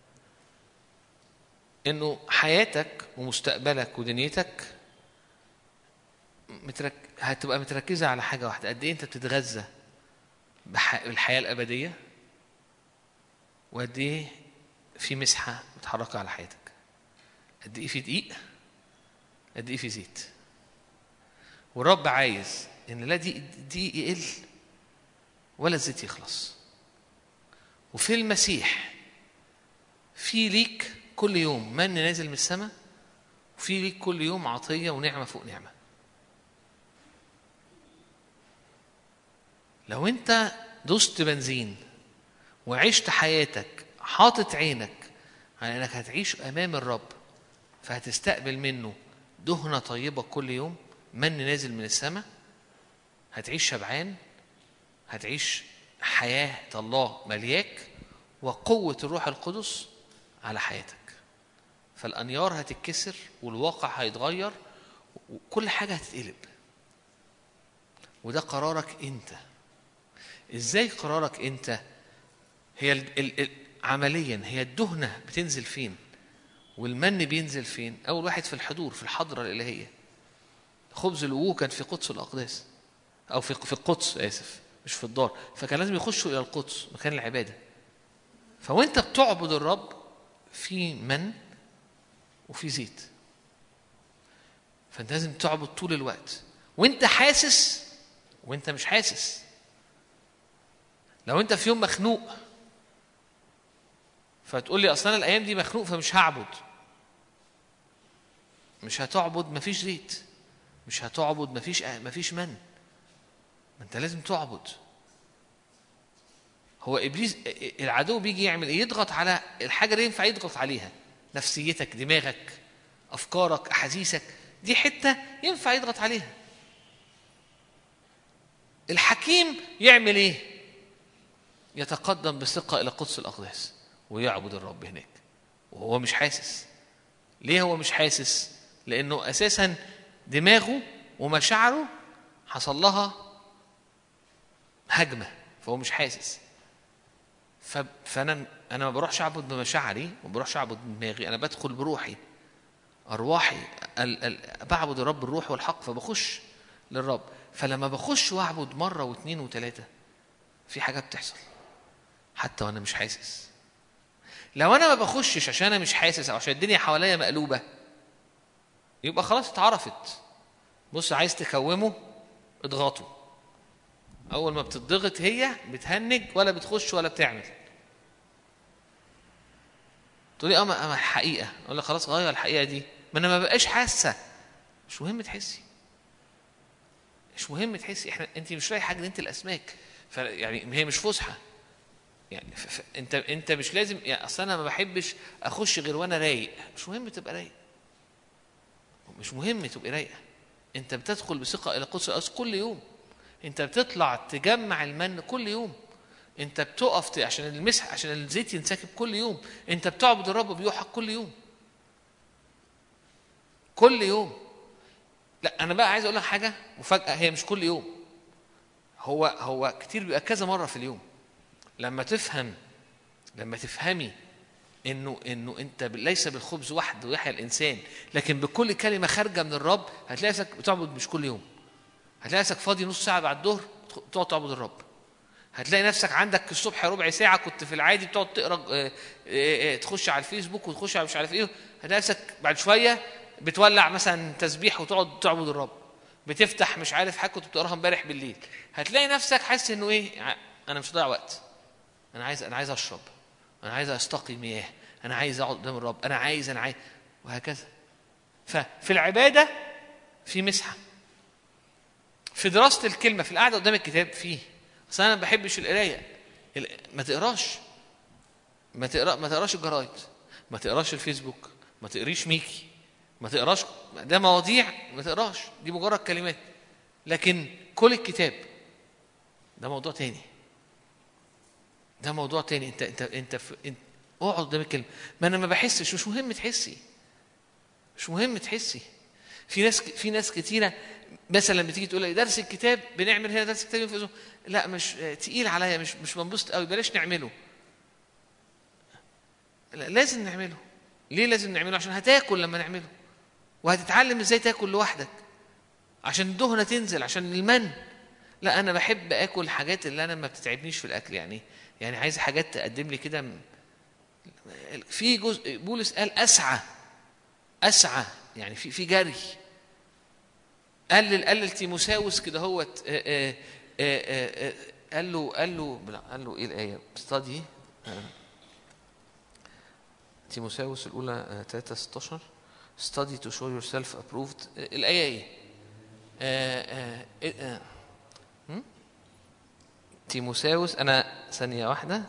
[SPEAKER 2] إنه حياتك ومستقبلك ودنيتك هتبقى متركزة على حاجة واحدة: قد إيه أنت بتتغذى بالحياة الأبدية، وقد إيه في مسحة متحركة على حياتك، قد إيه في دقيق، قد إيه في زيت. والرب عايز إن لا دقيق يقل ولا الزيت يخلص. وفي المسيح في ليك كل يوم من نازل من السماء، وفي ليك كل يوم عطية ونعمة فوق نعمة. لو انت دوست بنزين وعشت حياتك حاطط عينك على انك هتعيش امام الرب، فهتستقبل منه دهنة طيبة كل يوم، من نازل من السماء، هتعيش شبعان، هتعيش حياة الله ملياك وقوة الروح القدس على حياتك. فالأنيار هتتكسر والواقع هيتغير وكل حاجة هتتقلب. وده قرارك انت. ازاي قرارك انت؟ هي عمليا هي الدهنة بتنزل فين والمن بينزل فين؟ أول واحد في الحضور، في الحضرة الإلهية. خبز الوجوه كان في قدس الأقداس، أو في القدس، آسف، مش في الدار. فكان لازم يخشوا إلى القدس، مكان العبادة. فوانت بتعبد الرب في من وفي زيت، فانت لازم تعبد طول الوقت وانت حاسس وانت مش حاسس. لو انت في يوم مخنوق فتقول لي اصلا الايام دي مخنوق فمش هعبد، مش هتعبد، مفيش زيت، مش هتعبد، مفيش من. ما انت لازم تعبد. هو ابليس العدو بيجي يعمل ايه؟ يضغط على الحاجه اللي ينفع يضغط عليها، نفسيتك، دماغك، افكارك، احاسيسك، دي حته ينفع يضغط عليها. الحكيم يعمل ايه؟ يتقدم بثقه الى قدس الاقداس ويعبد الرب هناك وهو مش حاسس. ليه هو مش حاسس؟ لانه اساسا دماغه ومشاعره حصل لها هجمه، فهو مش حاسس. فانا ما بروحش اعبد بمشاعري، ما بروحش اعبد بدماغي، انا بدخل بروحي، ارواحي، بعبد الرب الروح والحق، فبخش للرب. فلما بخش واعبد مره واثنين وثلاثه في حاجه بتحصل حتى وانا مش حاسس. لو انا ما بخشش عشان انا مش حاسس او عشان الدنيا حواليا مقلوبه، يبقى خلاص اتعرفت. بص، عايز تكومه اضغطه. اول ما بتضغط هي بتهنج، ولا بتخش ولا بتعمل. تقولي اما الحقيقه، اقول لك خلاص غير الحقيقه دي. ما انا ما بقاش حاسه. مش مهم تحسي، مش مهم تحسي. انت مش رايح حاجه، انت الاسماك، يعني هي مش فسحه. يعني انت مش لازم، يعني اصلا انا ما بحبش اخش غير وانا رايق. مش مهم تبقى رايق، مش مهم تبقى رايقه. انت بتدخل بثقه الى قدس الأقداس كل يوم. انت بتطلع تجمع المن كل يوم. انت بتقف عشان المسح، عشان الزيت ينسكب كل يوم. انت بتعبد الرب بيوحك كل يوم، كل يوم. لا انا بقى عايز اقول لك حاجه مفاجاه، هي مش كل يوم، هو كتير، بيبقى كذا مره في اليوم. لما تفهمي انه انت ليس بالخبز وحده يحيى الانسان، لكن بكل كلمه خارجه من الرب. هتلاقي نفسك بتعبد مش كل يوم. هتلاقي نفسك فاضي نص ساعه بعد الظهر تقعد تعبد الرب. هتلاقي نفسك عندك الصبح ربع ساعه كنت في العادي بتقعد تقرا، تخش على الفيسبوك وتخش على مش عارف ايه. هتلاقي نفسك بعد شويه بتولع مثلا تسبيح وتقعد تعبد الرب. بتفتح مش عارف حاجه كنت بتقراها امبارح بالليل. هتلاقي نفسك حاسس انه ايه، انا مش ضايع وقت، انا عايز اشرب، انا عايز استقي مياه، انا عايز اقعد قدام الرب، انا عايز وهكذا. ففي العباده في مسحه، في دراسه الكلمه، في القعده قدام الكتاب فيه. اصل انا ما بحبش القرايه، ما تقراش الجرايد، ما تقراش الفيسبوك، ما تقريش ميكي، ما تقراش، ده مواضيع ما تقراش، دي مجرد كلمات. لكن كل الكتاب ده موضوع تاني، ده موضوع تاني. انت اقعد قدام الكلمه. ما انا ما بحسش، مش مهم تحسي، مش مهم تحسي. في ناس كتيره مثلا بتيجي تقول لي درس الكتاب، بنعمل هنا درس الكتاب في لا مش تقيل عليا، مش بنبسط قوي، بلاش نعمله. لا، لازم نعمله. ليه لازم نعمله؟ عشان هتاكل لما نعمله، وهتتعلم ازاي تاكل لوحدك، عشان الدهنه تنزل، عشان المن. لا انا بحب اكل الحاجات اللي انا ما بتتعبنيش في الاكل، يعني عايز حاجات تقدم لي كده. في جزء بولس قال اسعى، يعني في جري. قال تيموساوس كده هوت، قال له ايه الايه؟ استدي تيموساوس الاولى 3:16 study to show yourself approved. الايه ايه؟ تيموساوس، انا ثانيه واحده،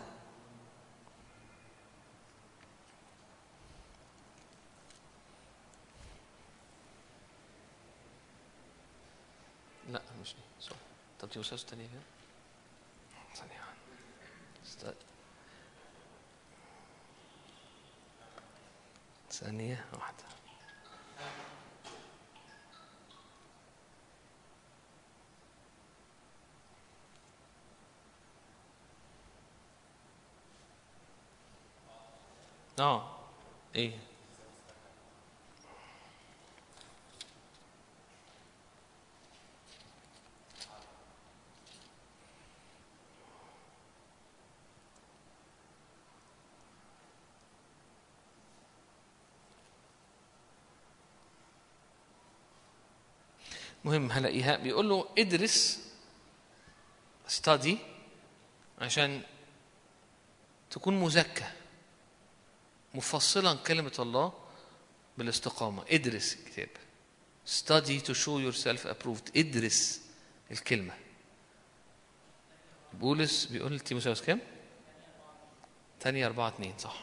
[SPEAKER 2] لا مش دي صح. طب تيموساوس الثانيه كده ثانيه واحده، ثانيه واحده. ايه مهم هلاقيها. بيقول له ادرس study عشان تكون مزكى مفصلا كلمة الله بالاستقامة. ادرس الكتاب. study to show yourself approved. ادرس الكلمة. بولس بيقول لتيموثاوس كام؟ 2:4-2 صح؟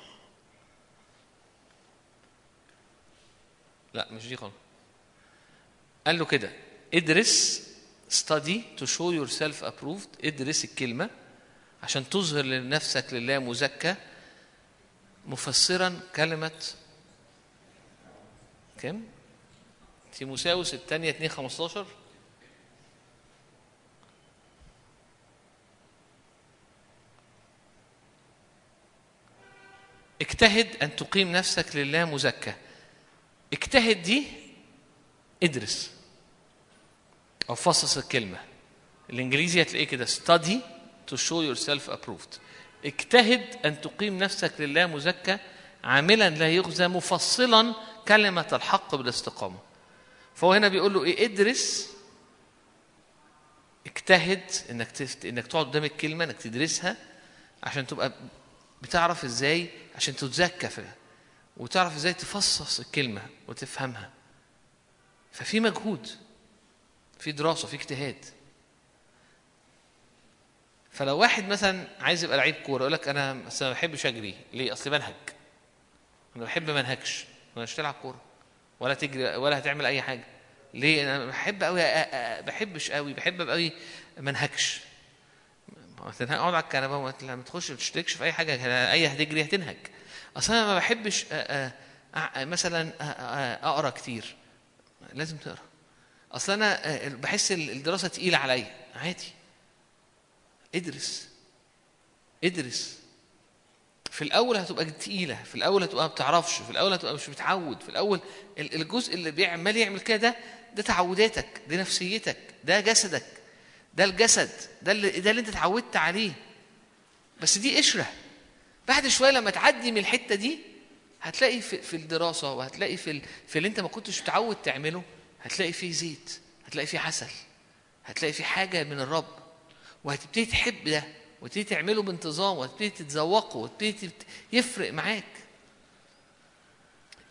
[SPEAKER 2] لا مش دي خالص. قال له كده ادرس study to show yourself approved. ادرس الكلمة عشان تظهر لنفسك لله مزكى مفسرا كلمة كم؟ تيموثاوس الثانية 2:15. اجتهد أن تقيم نفسك لله مزكى. اجتهد دي ادرس أو فصص الكلمة. الإنجليزي هتلاقيه كده study to show yourself approved. اجتهد أن تقيم نفسك لله مزكى عاملا لا يخزى مفصلا كلمة الحق بالاستقامة. فهو هنا بيقول له إيه؟ ادرس، اجتهد إنك تقعد قدام الكلمة، إنك تدرسها عشان تبقى بتعرف إزاي، عشان تتزكى فيها وتعرف إزاي تفصص الكلمة وتفهمها. ففي مجهود، في دراسة، في اجتهاد. فلو واحد مثلا عايز يبقى لعيب كوره يقول لك انا ما بحبش اجري. ليه؟ اصل منهج، انا بحب منهجش، مش تلعب كوره ولا تجري ولا هتعمل اي حاجه. ليه؟ انا بحب قوي، بحبش قوي، بحب قوي منهجش. اقعد على الكنبه لما تخش ما تشتركش في اي حاجه، اي هتجري هتنهج. اصلا انا ما بحبش مثلا اقرا كتير. لازم تقرا. اصلا انا بحس الدراسه تقيله عليا. عادي، ادرس. في الاول هتبقى تقيله، في الاول هتبقى ما بتعرفش، في الاول هتبقى مش متعود، في الاول الجزء اللي بيعمل يعمل كده ده تعوداتك، ده نفسيتك، ده جسدك، ده الجسد، ده اللي انت اتعودت عليه. بس دي قشره. بعد شويه لما تعدي من الحته دي هتلاقي في الدراسه، وهتلاقي في اللي انت ما كنتش متعود تعمله، هتلاقي فيه زيت، هتلاقي فيه عسل، هتلاقي فيه حاجه من الرب، وهتبتدي تحب ده، وتبتدي تعمله بانتظام، وتبتدي تتذوقه، وتبتدي يفرق معاك.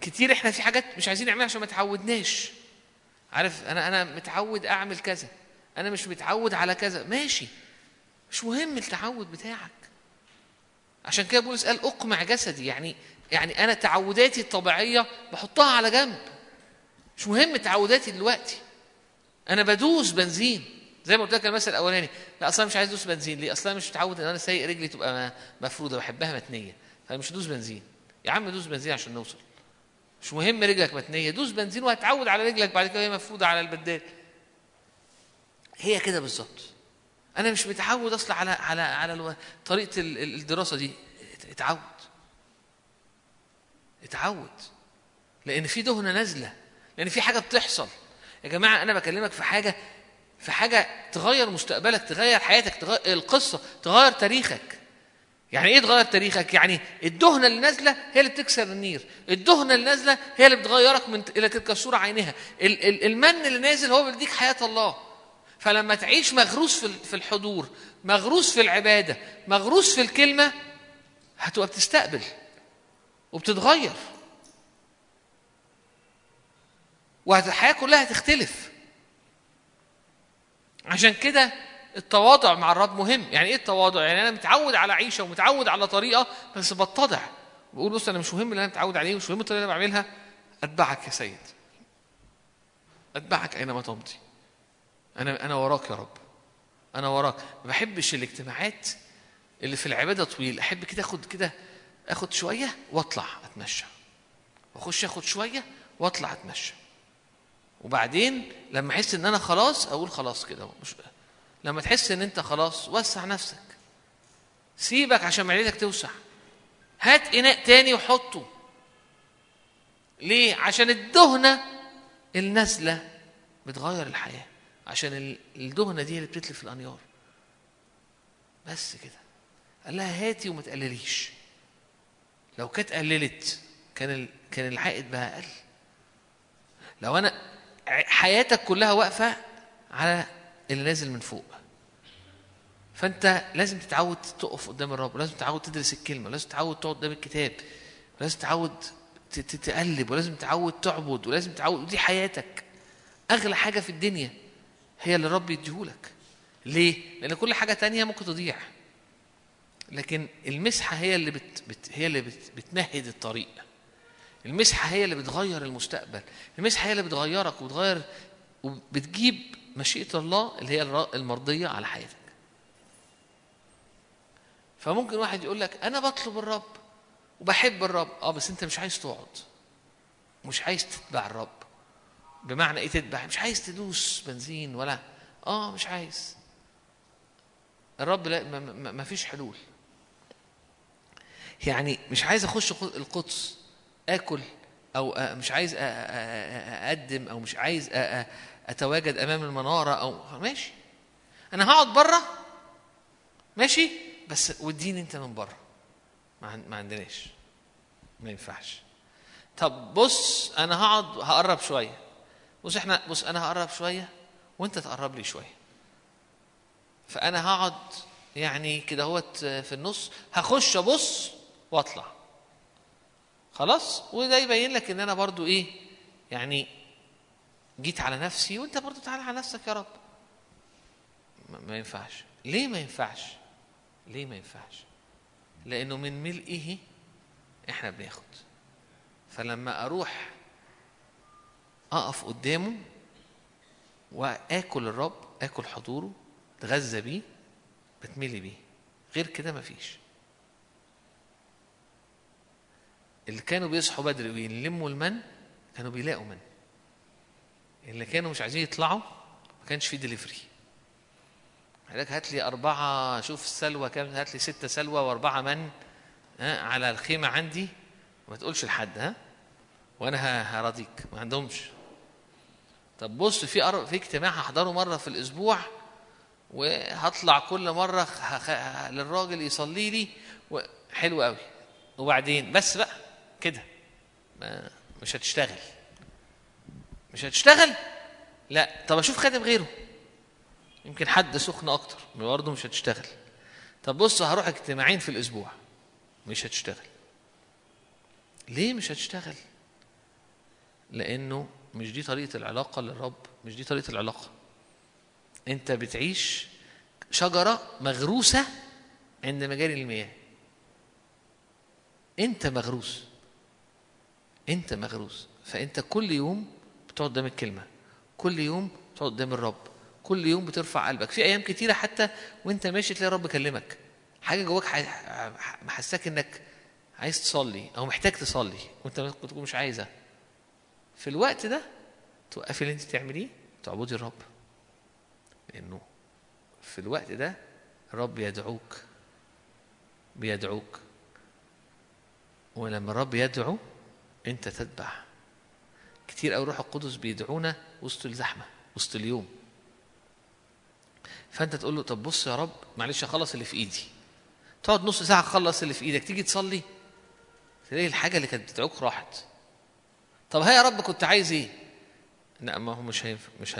[SPEAKER 2] كتير احنا في حاجات مش عايزين نعملها عشان ما تعودناش. عارف انا متعود اعمل كذا، انا مش متعود على كذا، ماشي، مش مهم التعود بتاعك. عشان كده بولس قال اقمع جسدي، يعني انا تعوداتي الطبيعيه بحطها على جنب، مش مهم تعوداتي دلوقتي. انا بدوس بنزين زي ما قلت لك المثل الاولاني، لا اصلا مش عايز ادوس بنزين. ليه؟ اصلا مش متعود ان انا سايق رجلي تبقى مفروده، بحبها متنيه، فمش هدوس بنزين. يا عم دوس بنزين عشان نوصل، مش مهم رجلك متنيه، دوس بنزين وهتعود على رجلك بعد كده هي مفروده على البدال. هي كده بالظبط. انا مش متعود اصلا على طريقه الدراسه دي. اتعود، لان في دهنه نازله، لان في حاجه بتحصل. يا جماعه انا بكلمك في حاجه تغير مستقبلك، تغير حياتك، تغير القصه، تغير تاريخك. يعني ايه تغير تاريخك؟ يعني الدهنه اللي نازله هي اللي بتكسر النير، الدهنه اللي نازله هي اللي بتغيرك الى تلك الصوره عينها. المن اللي نازل هو بيديك حياه الله. فلما تعيش مغروس في الحضور، مغروس في العباده، مغروس في الكلمه، هتبقى بتستقبل وبتتغير، والحياه كلها هتختلف. عشان كده التواضع مع الرب مهم. يعني ايه التواضع؟ يعني انا متعود على عيشه ومتعود على طريقه، بس بتضع، بقول بص انا مش مهم اللي انا متعود عليه، مش مهم الطريقه اللي انا بعملها، اتبعك يا سيد، اتبعك اينما تمضي. انا وراك يا رب، انا وراك. ما بحبش الاجتماعات اللي في العباده طويل، احب كده اخد شويه واطلع اتمشى، واخش اخد شويه واطلع اتمشى، وبعدين لما احس ان انا خلاص اقول خلاص كده. مش لما تحس ان انت خلاص وسع نفسك، سيبك عشان معدتك توسع، هات اناء تاني وحطه. ليه؟ عشان الدهنه النازله بتغير الحياه، عشان الدهنه دي اللي بتتلف الانيار. بس كده قال لها هاتي وما تقلليش. لو كانت قللت كان العائد بقى اقل. لو انا حياتك كلها واقفه على اللي نازل من فوق، فانت لازم تتعود تقف قدام الرب، ولازم تتعود تدرس الكلمه، ولازم تتعود تقعد قدام الكتاب، ولازم تتعود تقلب، ولازم تتعود تعبد، ولازم تتعود. ودي حياتك. اغلى حاجه في الدنيا هي اللي الرب يديهولك. ليه؟ لان كل حاجه تانية ممكن تضيع، لكن المسحه هي اللي بتمهد الطريق. المسحه هي اللي بتغير المستقبل. المسحه هي اللي بتغيرك وبتغير وبتجيب مشيئه الله اللي هي المرضيه على حياتك. فممكن واحد يقول لك انا بطلب الرب وبحب الرب، بس انت مش عايز تقعد، مش عايز تتبع الرب. بمعنى ايه تتبع؟ مش عايز تدوس بنزين ولا مش عايز الرب. لا، ما فيش حلول. يعني مش عايز اخش القدس اكل، او مش عايز اقدم، او مش عايز اتواجد امام المناره، او ماشي انا هقعد بره، ماشي، بس وديني انت من بره. ما عندناش، ما ينفعش. طب بص انا هقرب شويه، بص انا هقرب شويه وانت تقرب لي شويه، فانا هقعد يعني كده هوت في النص، هخش ابص واطلع خلاص. وده يبين لك ان انا برضو ايه، يعني جيت على نفسي، وانت برضو تعالى على نفسك يا رب. ما ينفعش. ليه ما ينفعش؟ ليه ما ينفعش؟ لانه من ملئه احنا بناخد. فلما اروح اقف قدامه واكل الرب، اكل حضوره، اتغذى بيه، بتملي بيه. غير كده مفيش. اللي كانوا بيصحوا بدري ويلموا المن كانوا بيلاقوا من. اللي كانوا مش عايزين يطلعوا ما كانش فيه دليفري. حضرتك هات لي 4، شوف السلوى كام، هات لي 6 سلوى و4 من على الخيمه عندي، ما تقولش لحد وانا هراضيك. ما عندهمش. طب بص في اجتماع هحضره مره في الاسبوع، وهطلع كل مره للراجل يصلي لي، حلو قوي، وبعدين بس بقى كده مش هتشتغل. لا، طب اشوف خادم غيره، يمكن حد سخن اكتر، برضه مش هتشتغل. طب بص هروح اجتماعين في الاسبوع، مش هتشتغل. ليه مش هتشتغل؟ لأنه مش دي طريقة العلاقة للرب، مش دي طريقة العلاقة. أنت بتعيش شجرة مغروسة عند مجاري المياه. أنت مغروس، أنت مغروس. فأنت كل يوم بتقعد قدام الكلمة، كل يوم بتقعد قدام الرب، كل يوم بترفع قلبك. في أيام كتيرة حتى وأنت ماشي تلاقي الرب كلمك، حاجة جواك محساك إنك عايز تصلي أو محتاج تصلي وأنت ممكن تكون مش عايزة. في الوقت ده توقفي اللي أنت تعمليه، تعبدي الرب، لأنه في الوقت ده الرب يدعوك، بيدعوك. ولما الرب يدعو أنت تتبع. كتير أوي روح القدس بيدعونا وسط الزحمة، وسط اليوم. فأنت تقول له طب بص يا رب معلش أخلص اللي في إيدي. تقعد نص ساعة تخلص اللي في إيدك، تيجي تصلي تلاقي الحاجة اللي كانت بتدعوك راحت. طب هيا يا رب كنت عايز إيه؟ لا ما هو مش هينفع، مش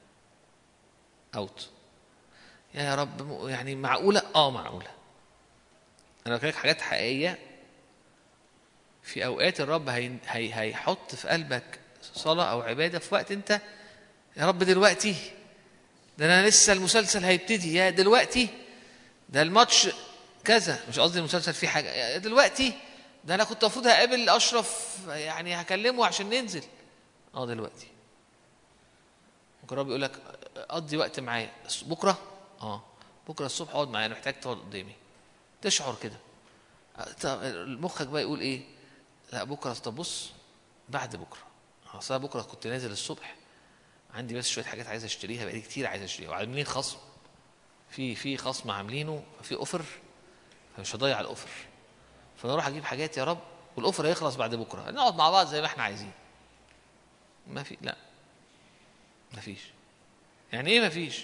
[SPEAKER 2] أوت. يا رب يعني معقولة؟ معقولة. أنا بكلمك حاجات حقيقية. في أوقات الرب هيحط في قلبك صلاة أو عبادة في وقت أنت يا رب دلوقتي ده أنا لسه المسلسل هيبتدي، يا دلوقتي ده الماتش كذا، مش قصدي المسلسل فيه حاجة، يا دلوقتي ده أنا كنت المفروض هقابل أشرف يعني هكلمه عشان ننزل. دلوقتي ممكن الرب يقول لك قضي وقت معايا بكرة. بكرة الصبح اقعد معايا، أنا محتاج تقعد قدامي. تشعر كده. مخك بقى يقول إيه؟ لا بكرة. طب بص بعد بكرة، أصل بكرة كنت نازل الصبح عندي بس شوية حاجات عايز أشتريها، بقالي كتير عايز أشتريها، وعاملين خصم في خصم عاملينه، في أوفر، فمش هضيع الأوفر، فأنا أروح أجيب حاجات يا رب والأوفر هيخلص بعد بكرة، نقعد مع بعض زي ما إحنا عايزين. ما في، لا ما فيش. يعني إيه ما فيش؟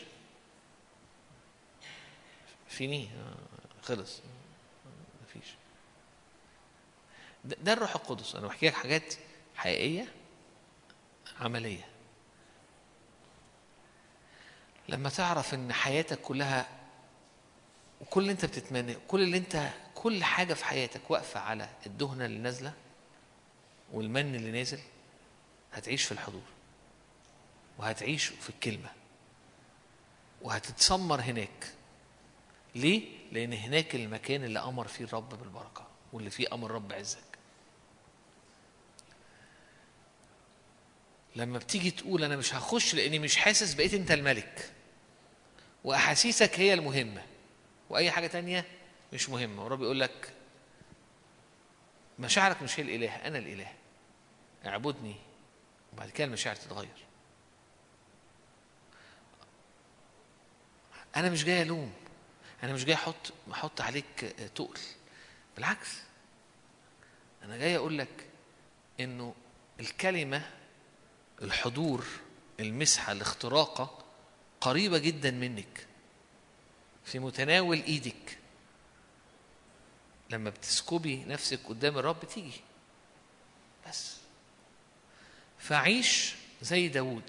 [SPEAKER 2] فيني خلص، ما فيش. ده الروح القدس. أنا بحكي لك حاجات حقيقية عملية. لما تعرف ان حياتك كلها وكل اللي انت بتتمنى، كل حاجة في حياتك واقفة على الدهنة اللي نازلة والمن اللي نازل، هتعيش في الحضور وهتعيش في الكلمة وهتتسمر هناك. ليه؟ لأن هناك المكان اللي أمر فيه الرب بالبركة واللي فيه أمر الرب عزك. لما بتيجي تقول أنا مش هخش لأني مش حاسس، بقيت أنت الملك وأحاسيسك هي المهمة وأي حاجة تانية مش مهمة. والرب يقول لك مشاعرك مش هي الإله، أنا الإله، اعبدني. وبعد كده المشاعر تتغير. أنا مش جاي ألوم، أنا مش جاي أحط عليك تقل، بالعكس أنا جاي أقول لك إنه الكلمة، الحضور، المسحة، الاختراقة قريبة جدا منك، في متناول إيدك. لما بتسكبي نفسك قدام الرب تيجي بس. فعيش زي داود،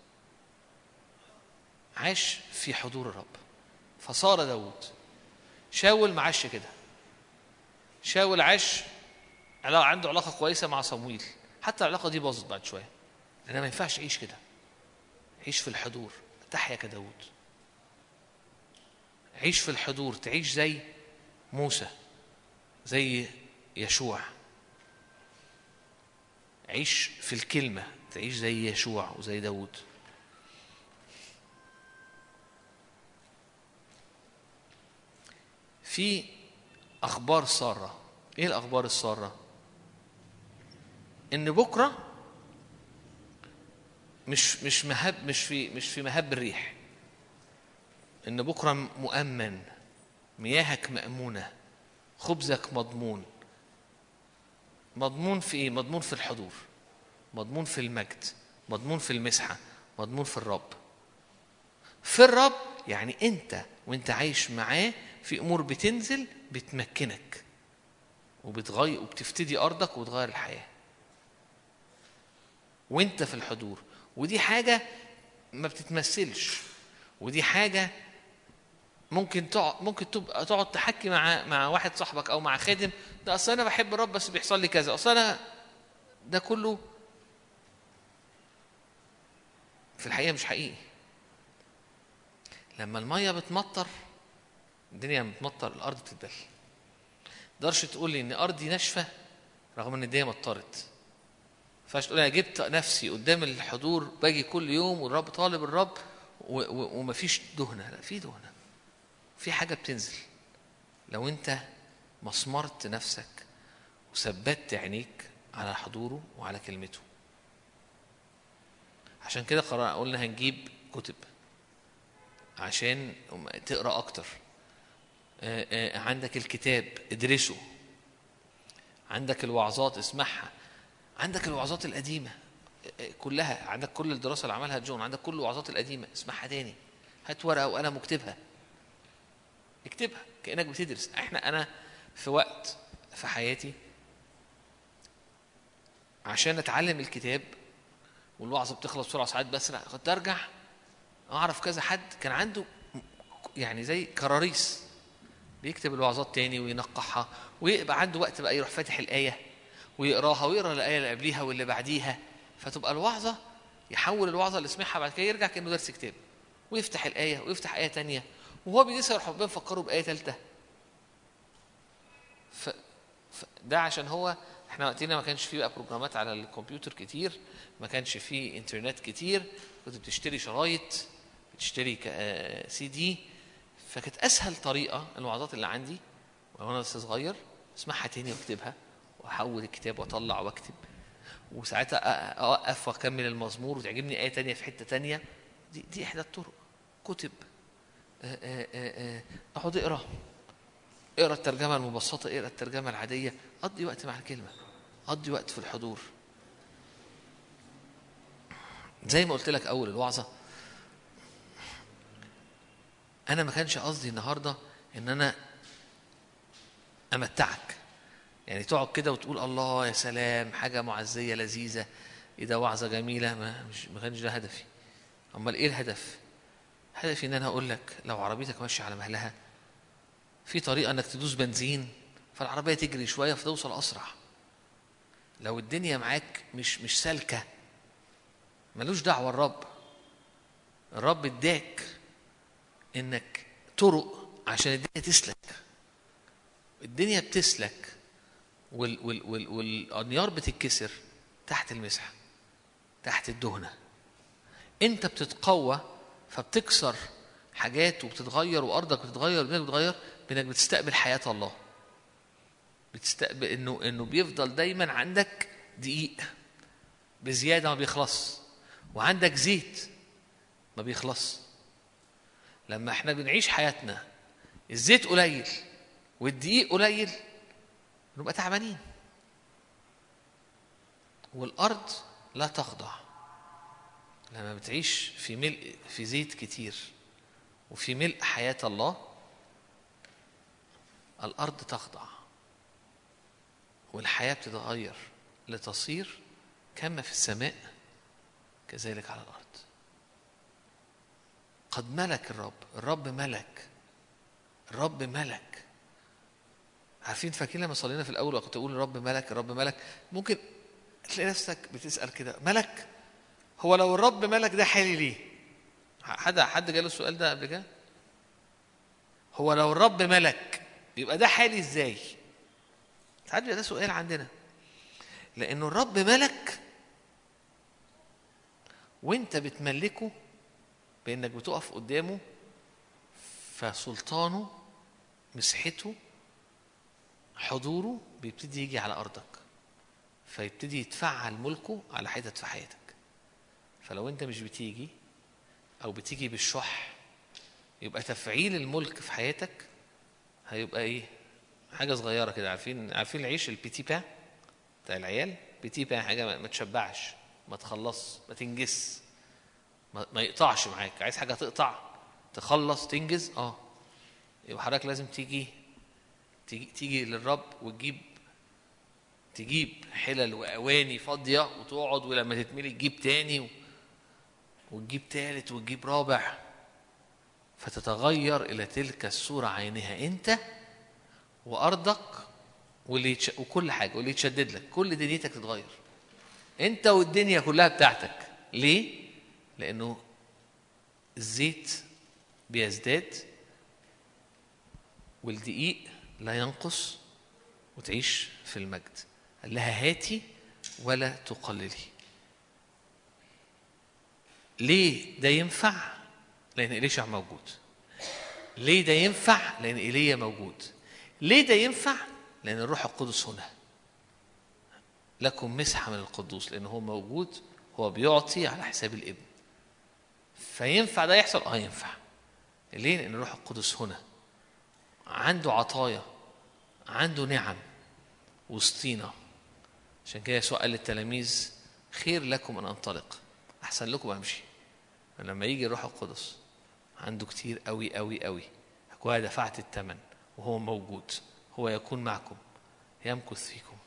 [SPEAKER 2] عاش في حضور الرب فصار داود. شاول معاش كده. شاول عاش عنده علاقة كويسة مع صمويل، حتى العلاقة دي باظت بعد شوية. لأنه ما ينفعش عيش كده. عيش في الحضور تحيا كداود. عيش في الحضور، تعيش زي موسى، زي يشوع. عيش في الكلمة، تعيش زي يشوع وزي داود. في أخبار سارة. إيه الأخبار السارة؟ إن بكرة مش في مهب الريح. إن بكرة مؤمن، مياهك مأمونة، خبزك مضمون. مضمون في إيه؟ مضمون في الحضور، مضمون في المجد، مضمون في المسحة، مضمون في الرب. في الرب يعني أنت وأنت عايش معاه في أمور بتنزل بتمكنك وبتغير وبتفتدي أرضك وبتغير الحياة وأنت في الحضور. ودي حاجة ما بتتمثلش، ودي حاجة ممكن تبقى تقعد تحكي مع واحد صاحبك أو مع خادم، ده أصلا أنا بحب الرب بس بيحصل لي كذا، أصلا أنا ده كله في الحقيقة مش حقيقي. لما المية بتمطر، الدنيا بتمطر، الأرض بتتبل. مقدرش تقول لي إن أرضي ناشفة رغم إن الدنيا مطرت. فاش تقول أنا جبت نفسي قدام الحضور، باجي كل يوم والرب طالب الرب ومفيش دهنة. لا، في دهنة، في حاجة بتنزل لو أنت مسمرت نفسك وثبت عينيك على حضوره وعلى كلمته. عشان كده قلنا هنجيب كتب عشان تقرأ أكتر. عندك الكتاب ادرسه، عندك الوعظات اسمعها، عندك الوعظات القديمة كلها، عندك كل الدراسة اللي عملها جون، عندك كل الوعظات القديمة اسمعها تاني. هات ورقة وقلم واكتبها، اكتبها كأنك بتدرس. أنا في وقت في حياتي عشان أتعلم الكتاب، والوعظة بتخلص بسرعة ساعات، بس لا كنت أرجع أعرف كذا حد كان عنده يعني زي كراريس بيكتب الوعظات تاني وينقحها، ويبقى عنده وقت بقى يروح فاتح الآية ويقراها ويقرا الآية اللي قبليها واللي بعديها، فتبقى الوعظة يحول الوعظة اللي سمعها بعد كده يرجع كأنه درس كتاب، ويفتح الآية ويفتح آية تانية، وهو بيدرسها يروح ربنا مفكره بآية ثالثة. ده عشان هو احنا وقتنا ما كانش فيه بقى بروجرامات على الكمبيوتر كتير، ما كانش فيه انترنت كتير، كنت بتشتري شرايط، بتشتري سي دي. فكانت اسهل طريقه الوعظات اللي عندي وانا لسه صغير اسمعها تاني واكتبها، واحول الكتاب واطلع واكتب، وساعتها اقف واكمل المزمور وتعجبني ايه تانية في حته تانية. دي احدى الطرق. كتب، اقعد اقرا الترجمه المبسطه، اقرا الترجمه العاديه، قضي وقت مع الكلمه، قضي وقت في الحضور. زي ما قلت لك اول الوعظه، انا ما كانش قصدي النهارده ان انا امتعك، يعني تقعد كده وتقول الله يا سلام حاجه معزيه لذيذه، ايه ده وعظه جميله. ما كانش ده هدفي. امال ايه الهدف؟ هدفي ان انا اقول لك لو عربيتك ماشيه على مهلها، في طريقه انك تدوس بنزين فالعربيه تجري شويه فتوصل اسرع. لو الدنيا معاك مش سالكه، ملوش دعوه الرب اداك انك طرق عشان الدنيا تسلك. الدنيا بتسلك والانيار بتتكسر تحت المسحه، تحت الدهنه. انت بتتقوى فبتكسر حاجات وبتتغير، وارضك بتتغير، ودنياك بتتغير، بانك بتستقبل حياه الله. بتستقبل انه بيفضل دايما عندك دقيق بزياده ما بيخلص، وعندك زيت ما بيخلص. لما احنا بنعيش حياتنا الزيت قليل والدقيق قليل نبقى تعبانين. والارض لا تخضع. لما بتعيش في ملء، في زيت كتير وفي ملء حياة الله، الارض تخضع والحياة بتتغير لتصير كما في السماء كذلك على الارض. قد ملك الرب ملك، الرب ملك. عارفين فاكرين لما صلينا في الاول وكنت اقول الرب ملك، ممكن تلاقي نفسك بتسال كده ملك، هو لو الرب ملك ده حالي ليه؟ حد جاله السؤال ده قبل كده؟ هو لو الرب ملك يبقى ده حالي ازاي؟ ساعات ده سؤال عندنا، لانه الرب ملك وانت بتملكه بانك بتقف قدامه، فسلطانه، مسحته، حضوره بيبتدي يجي على ارضك، فيبتدي يتفعل ملكه على حتت في حياتك. فلو انت مش بتيجي او بتيجي بالشح، يبقى تفعيل الملك في حياتك هيبقى ايه؟ حاجه صغيره كده. عارفين العيش البيتي بان بتاع العيال؟ بيتي بان حاجه ما تشبعش، ما تخلص، ما تنجز، ما يقطعش معاك. عايز حاجه تقطع، تخلص، تنجز، يبقى حضرتك لازم تيجي للرب تجيب حلل واواني فاضيه وتقعد، ولما تتملي تجيب تاني وتجيب تالت وتجيب رابع، فتتغير الى تلك الصوره عينها انت وارضك وكل حاجه، واللي يتشدد لك كل دنيتك تتغير. انت والدنيا كلها بتاعتك. ليه؟ لأنه الزيت بيزداد والدقيق لا ينقص وتعيش في المجد. قال لها هاتي ولا تقللي. ليه ده ينفع؟ لأن إليشع موجود. ليه ده ينفع؟ لأن إيليا موجود. ليه ده ينفع؟ لأن الروح القدس هنا. لكم مسحة من القدوس، لأنه هو موجود، هو بيعطي على حساب الابن. فينفع ده يحصل؟ ينفع. ليه؟ لأن الروح القدس هنا عنده عطايا، عنده نعم وسطينا. عشان كده يسوع قال للتلاميذ خير لكم أن أنطلق، أحسن لكم أمشي. لما يجي الروح القدس عنده كتير قوي قوي قوي، هو دفعت الثمن وهو موجود، هو يكون معكم، يمكث فيكم.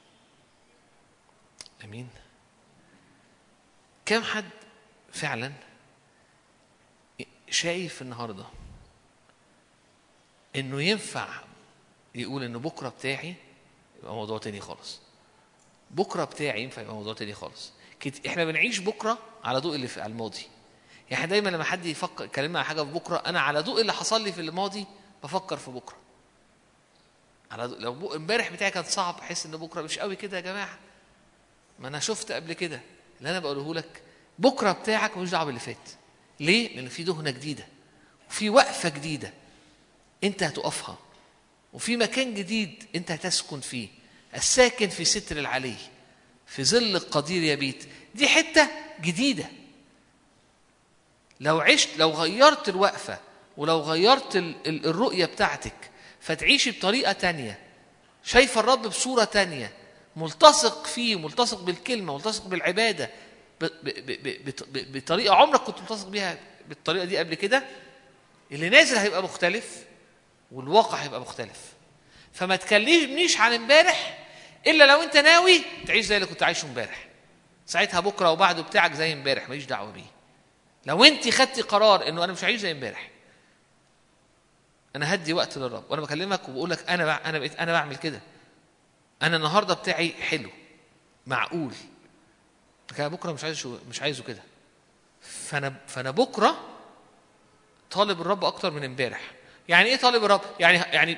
[SPEAKER 2] أمين. كم حد فعلا شايف النهاردة إنه ينفع يقول إنه بكرة بتاعي يبقى موضوع تاني خالص؟ بكرة بتاعي ينفع يبقى موضوع تاني خالص. إحنا بنعيش بكرة على ضوء اللي في الماضي. يعني دايما لما حد يفكر يكلمنا على حاجة في بكرة، أنا على ضوء اللي حصل لي في الماضي بفكر في بكرة. على ضوء لو امبارح بتاعي كان صعب، أحس إن بكرة مش قوي كده يا جماعة. ما أنا شفت قبل كده اللي أنا بقوله لك. بكرة بتاعك مش دعوة باللي فات. ليه؟ لأن في دهنة جديدة وفي وقفة جديدة أنت هتقفها، وفي مكان جديد أنت هتسكن فيه. الساكن في ستر العلي في ظل القدير يبيت. دي حتة جديدة. لو عشت، لو غيرت الوقفة، ولو غيرت الرؤية بتاعتك، فتعيشي بطريقة تانية، شايفة الرب بصورة تانية، ملتصق فيه، ملتصق بالكلمة، ملتصق بالعبادة بطريقة عمرك كنت ملتصق بيها بالطريقة دي قبل كده. اللي نازل هيبقى مختلف والواقع هيبقى مختلف. فما تكلمنيش عن امبارح إلا لو أنت ناوي تعيش زي اللي كنت عايشه امبارح. ساعتها بكرة وبعده بتاعك زي امبارح، ماليش دعوة بيه. لو أنت خدتي قرار إنه أنا مش هعيش زي امبارح، أنا هدي وقت للرب، وأنا بكلمك وبقول لك أنا بعمل كده. أنا النهاردة بتاعي حلو معقول، لكن بكرة مش عايزه كده. فأنا بكرة طالب الرب أكتر من امبارح. يعني إيه طالب الرب؟ يعني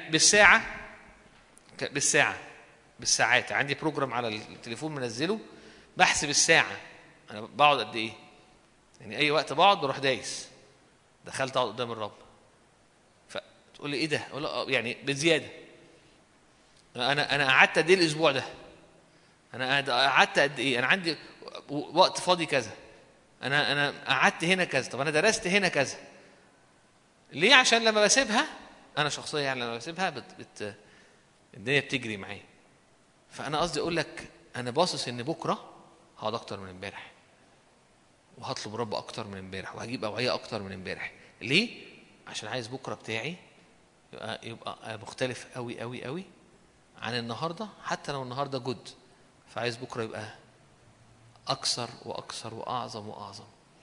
[SPEAKER 2] بالساعات. عندي بروجرام على التليفون منزله، بحسب الساعة أنا بقعد قد إيه. يعني أي وقت بقعد بروح دايس دخلت أقعد قدام الرب. فتقول لي إيه ده؟ أقول له يعني بزيادة. أنا قعدت قد إيه الأسبوع ده؟ أنا قعدت قد إيه؟ أنا عندي وقت فاضي كذا، أنا قعدت هنا كذا، طب أنا درست هنا كذا. ليه؟ عشان لما بسيبها أنا شخصيا، يعني لما بسيبها الدنيا بتجري معايا. فأنا قصدي أقول لك أنا باصص إن بكرة هقعد أكتر من امبارح، وهطلب رب أكتر من امبارح، وهجيب أوعية أكتر من امبارح. ليه؟ عشان عايز بكرة بتاعي يبقى مختلف قوي قوي قوي عن النهاردة، حتى لو النهاردة جد. فعايز بكرة يبقى أكثر وأكثر وأعظم وأعظم.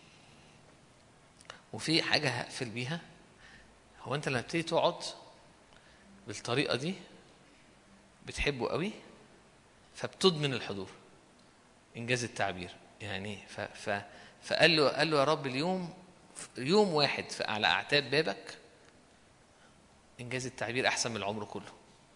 [SPEAKER 2] وفي حاجة هقفل بيها، هو أنت لما بتيجي تقعد بالطريقة دي بتحبه قوي، فبتدمن الحضور، إنجاز التعبير يعني. فقال له يا رب اليوم يوم واحد على أعتاب بابك، إنجاز التعبير أحسن من العمر كله.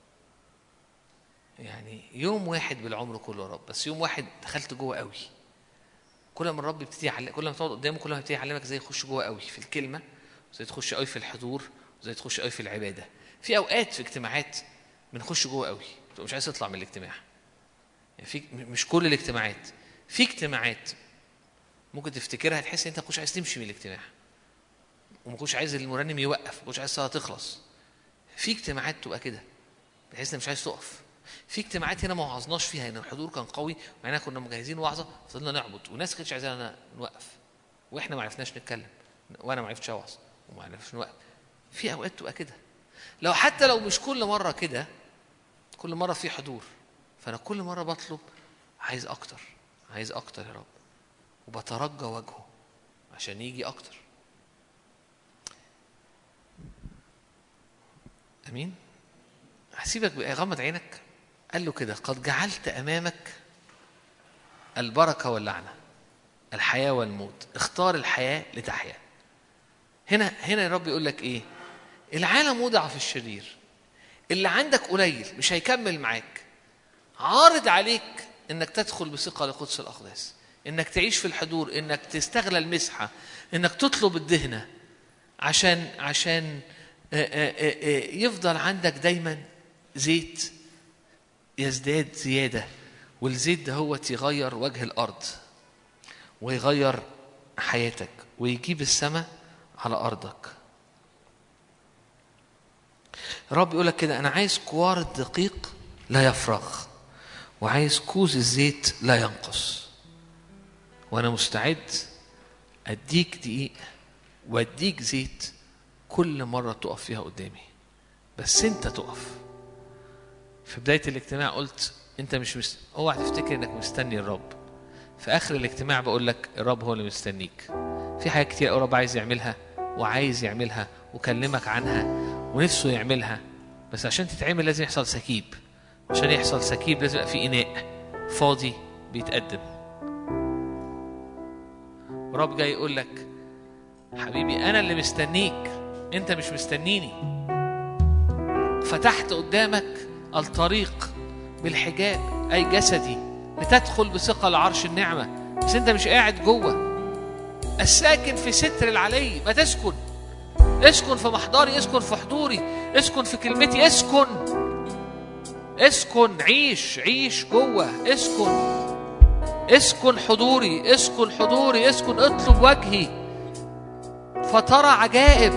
[SPEAKER 2] يعني يوم واحد بالعمر كله يا رب، بس يوم واحد دخلت جوه قوي. كل ما الرب يبتدي كل ما تقعد قدامه كل ما يبتدي يعلمك ازاي تخش جوه قوي في الكلمة، وازاي تخش قوي في الحضور، وازاي تخش قوي في العبادة. في أوقات في اجتماعات بنخش جوه قوي، مش عايز تطلع من الاجتماع. يعني في مش كل الاجتماعات، في اجتماعات ممكن تفتكرها تحس ان انت مش عايز تمشي من الاجتماع، ومش عايز المرنم يوقف، مش عايز الصلاة تخلص. في اجتماعات تبقى كده بحيث انك مش عايز تقف. في اجتماعات هنا ما وعظناش فيها ان الحضور كان قوي، مع اننا كنا مجهزين وعظه فضلنا نعبد، وناس كانتش عايزانا نوقف، واحنا ما عرفناش نتكلم، وانا ما عرفتش اوعظ وما عرفناش نوقف. في اوقات تبقى كده، حتى لو مش كل مره كده، كل مره في حضور. فانا كل مره بطلب عايز اكتر يا رب، وبترجى وجهه عشان يجي اكتر. امين. هسيبك بقى، غمض عينك. قال له كده قد جعلت امامك البركه واللعنه. الحياة والموت، اختار الحياة لتحيا. هنا الرب يقول لك ايه؟ العالم وضع في الشرير، اللي عندك قليل مش هيكمل معاك، عارض عليك انك تدخل بثقة لقدس الأقداس، انك تعيش في الحضور، انك تستغل المسحة، انك تطلب الدهنة عشان يفضل عندك دايما زيت يزداد زيادة. والزيت ده هو يغير وجه الأرض ويغير حياتك ويجيب السماء على أرضك. الرب يقولك كده: أنا عايز كوار الدقيق لا يفرغ، وعايز كوز الزيت لا ينقص، وأنا مستعد أديك دقيق وأديك زيت كل مرة تقف فيها قدامي، بس أنت تقف. في بداية الاجتماع قلت أنت مش اوعى تفتكر إنك مستني الرب. في آخر الاجتماع بقول لك الرب هو اللي مستنيك. في حاجات كتير الرب عايز يعملها وعايز يعملها وكلمك عنها ونفسه يعملها، بس عشان تتعمل لازم يحصل سكيب. عشان يحصل سكيب لازم يبقى في إناء فاضي بيتقدم. الرب جاي يقول لك حبيبي أنا اللي مستنيك، أنت مش مستنيني. فتحت قدامك الطريق بالحجاب أي جسدي لتدخل بثقة لعرش النعمة، بس أنت مش قاعد جوه. الساكن في ستر العلي ما تسكن. اسكن في محضري، اسكن في حضوري، اسكن في كلمتي، اسكن عيش جوه، اسكن حضوري، اسكن اطلب وجهي فترى عجائب.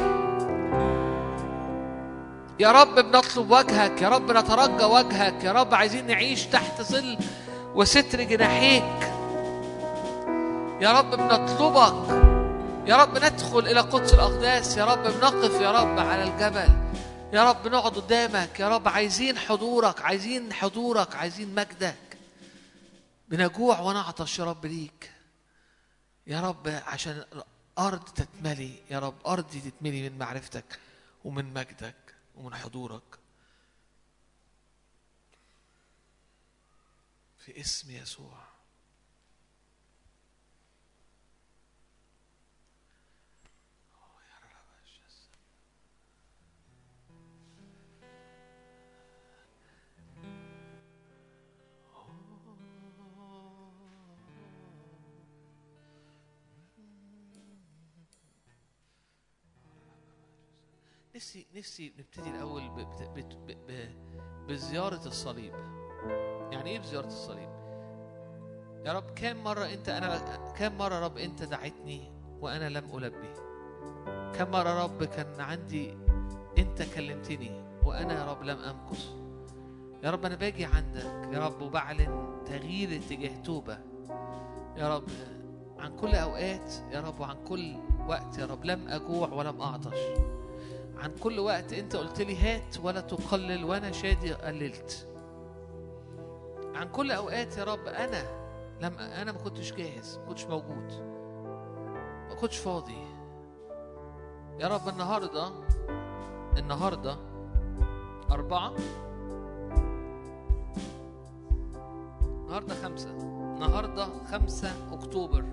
[SPEAKER 2] يا رب بنطلب وجهك، يا رب نترجى وجهك، يا رب عايزين نعيش تحت ظل وستر جناحيك، يا رب بنطلبك، يا رب ندخل إلى قدس الأقداس، يا رب بنقف يا رب على الجبل، يا رب نقعد قدامك، يا رب عايزين حضورك، عايزين مجدك. بنجوع ونعطش يا رب ليك يا رب، عشان الأرض تتملي يا رب، أرضي تتملي من معرفتك ومن مجدك ومن حضورك، في اسم يسوع. نفسي نبتدي الأول بزيارة الصليب. يعني إيه بزيارة الصليب؟ يا رب كم مرة رب أنت دعيتني وأنا لم ألبي؟ كم مرة رب كان عندي أنت كلمتني وأنا يا رب لم أمكث؟ يا رب أنا باجي عندك يا رب وبعلن تغيير اتجاه توبة يا رب عن كل أوقات يا رب، وعن كل وقت يا رب لم أجوع ولم أعطش، عن كل وقت أنت قلت لي هات ولا تقلل وأنا شادي قللت، عن كل أوقات يا رب أنا ما كنتش جاهز، ما كنتش موجود، ما كنتش فاضي. يا رب النهاردة 4 النهاردة 5 أكتوبر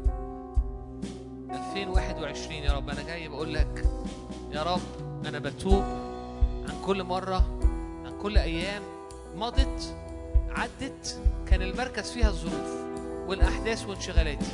[SPEAKER 2] 2021 يا رب، أنا جاي بقول لك يا رب أنا بتوب عن كل مرة، عن كل أيام مضت عدت كان المركز فيها الظروف والأحداث وانشغالاتي.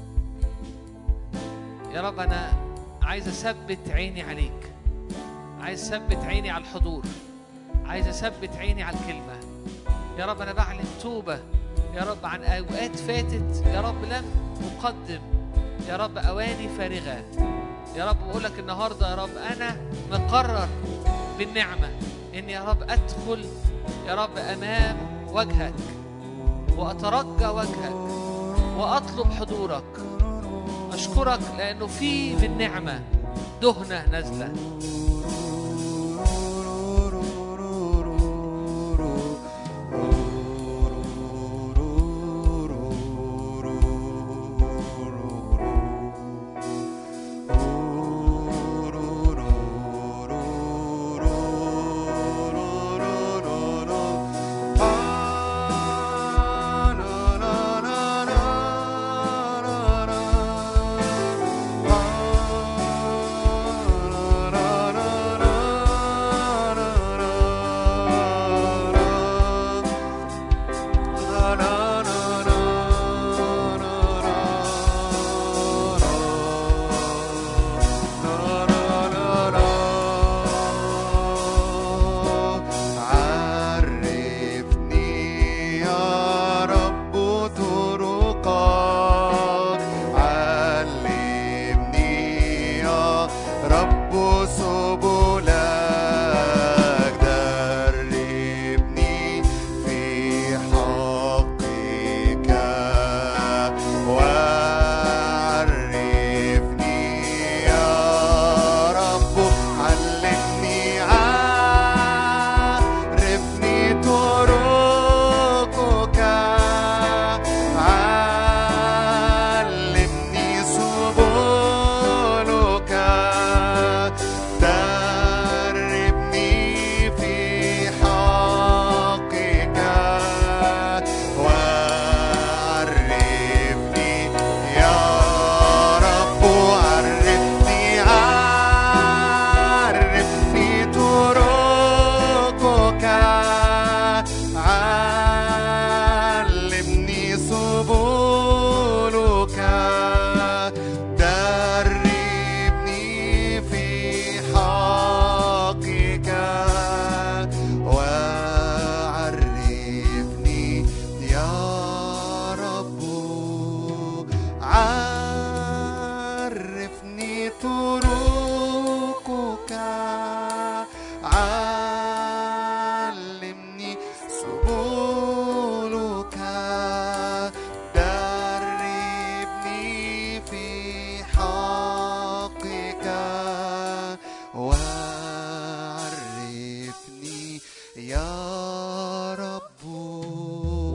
[SPEAKER 2] يا رب أنا عايز أثبت عيني عليك، عايز أثبت عيني على الحضور، عايز أثبت عيني على الكلمة. يا رب أنا بعلن توبة يا رب عن أوقات فاتت يا رب لم أقدم يا رب أواني فارغة. يا رب بقول لك النهاردة يا رب أنا مقرر بالنعمة إن يا رب أدخل يا رب أمام وجهك وأترجى وجهك وأطلب حضورك. أشكرك لأنه في بالنعمة دهنة نازلة.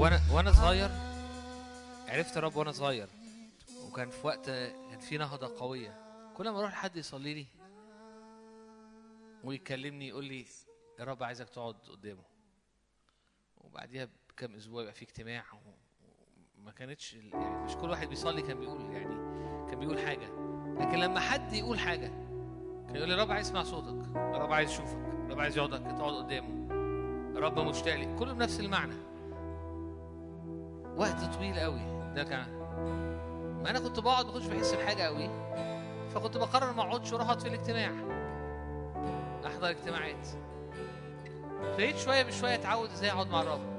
[SPEAKER 2] وانا صغير عرفت الرب وانا صغير، وكان في وقت كان في نهضة قوية. كل ما اروح لحد يصلي لي ويكلمني يقول لي الرب عايزك تقعد قدامه، وبعديها بكم اسبوع يبقى في اجتماع. ما كانتش يعني مش كل واحد بيصلي كان بيقول يعني كان بيقول حاجة، لكن لما حد يقول حاجة كان يقول لي الرب عايز يسمع صوتك، الرب عايز يشوفك، الرب عايز تقعد قدامه، الرب مشتاق لك. كله بنفس المعنى. وقت طويل قوي ده كان، ما انا كنت بقعد ما كنتش بحس بحاجه قوي، فكنت بقرر ما اقعدش واروح اقعد في الاجتماع، احضر اجتماعات. بقيت شويه بشويه اتعود ازاي اقعد مع الرب،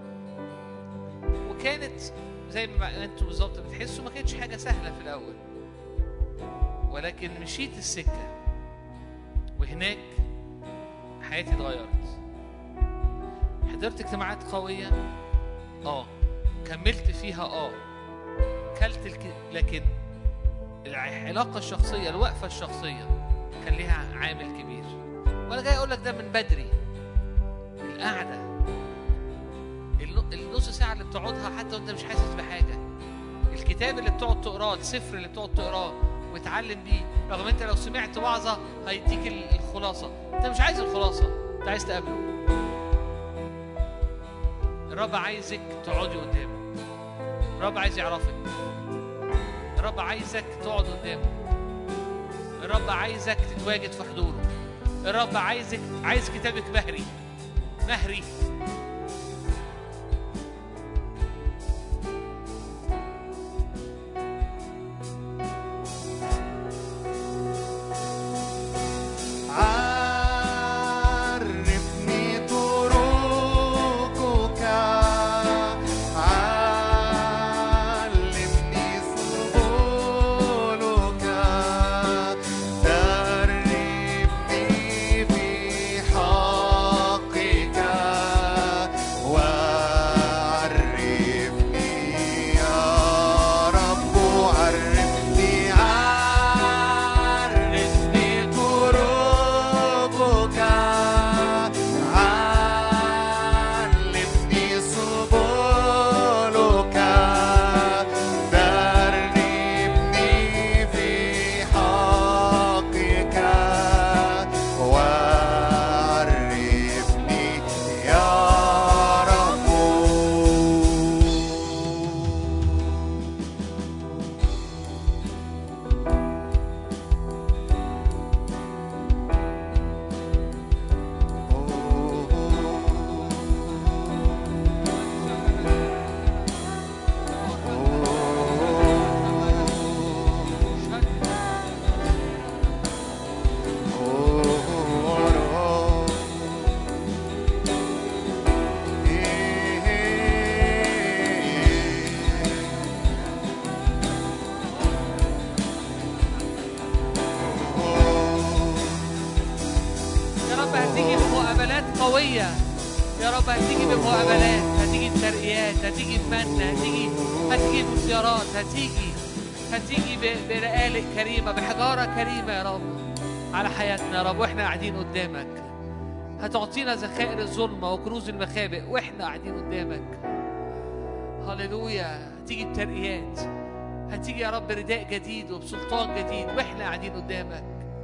[SPEAKER 2] وكانت زي ما انتوا بالظبط بتحسوا ما كانتش حاجه سهله في الاول، ولكن مشيت السكه وهناك حياتي اتغيرت. حضرت اجتماعات قويه، كملت فيها، كلت لكن العلاقة الشخصية، الوقفة الشخصية كان لها عامل كبير. وأنا جاي أقول لك ده من بدري. القعدة النص ساعة اللي بتقعدها حتى وأنت مش حاسس بحاجة، الكتاب اللي بتقعد تقراه، السفر اللي بتقعد تقراه وتعلم بيه، رغم أنت لو سمعت وعظة هيديك الخلاصة، أنت مش عايز الخلاصة، أنت عايز تقابله. الرب عايزك تقعدي قدامه، الرب عايز يعرفك، الرب عايزك تقعد قدامه، الرب عايزك تتواجد في حضوره، الرب عايز كتابك مهري. يا رب هتيجي بمقابلات، هتيجي بترقيات، هتيجي بمن، هتيجي بزيارات، هتيجي برقالق كريمة، بحجارة كريمة يا رب على حياتنا يا رب. واحنا قاعدين قدامك هتعطينا ذخائر الظلمة وكنوز المخابئ واحنا قاعدين قدامك. هللويا. هتيجي بترقيات، هتيجي يا رب رداء جديد وبسلطان جديد واحنا قاعدين قدامك.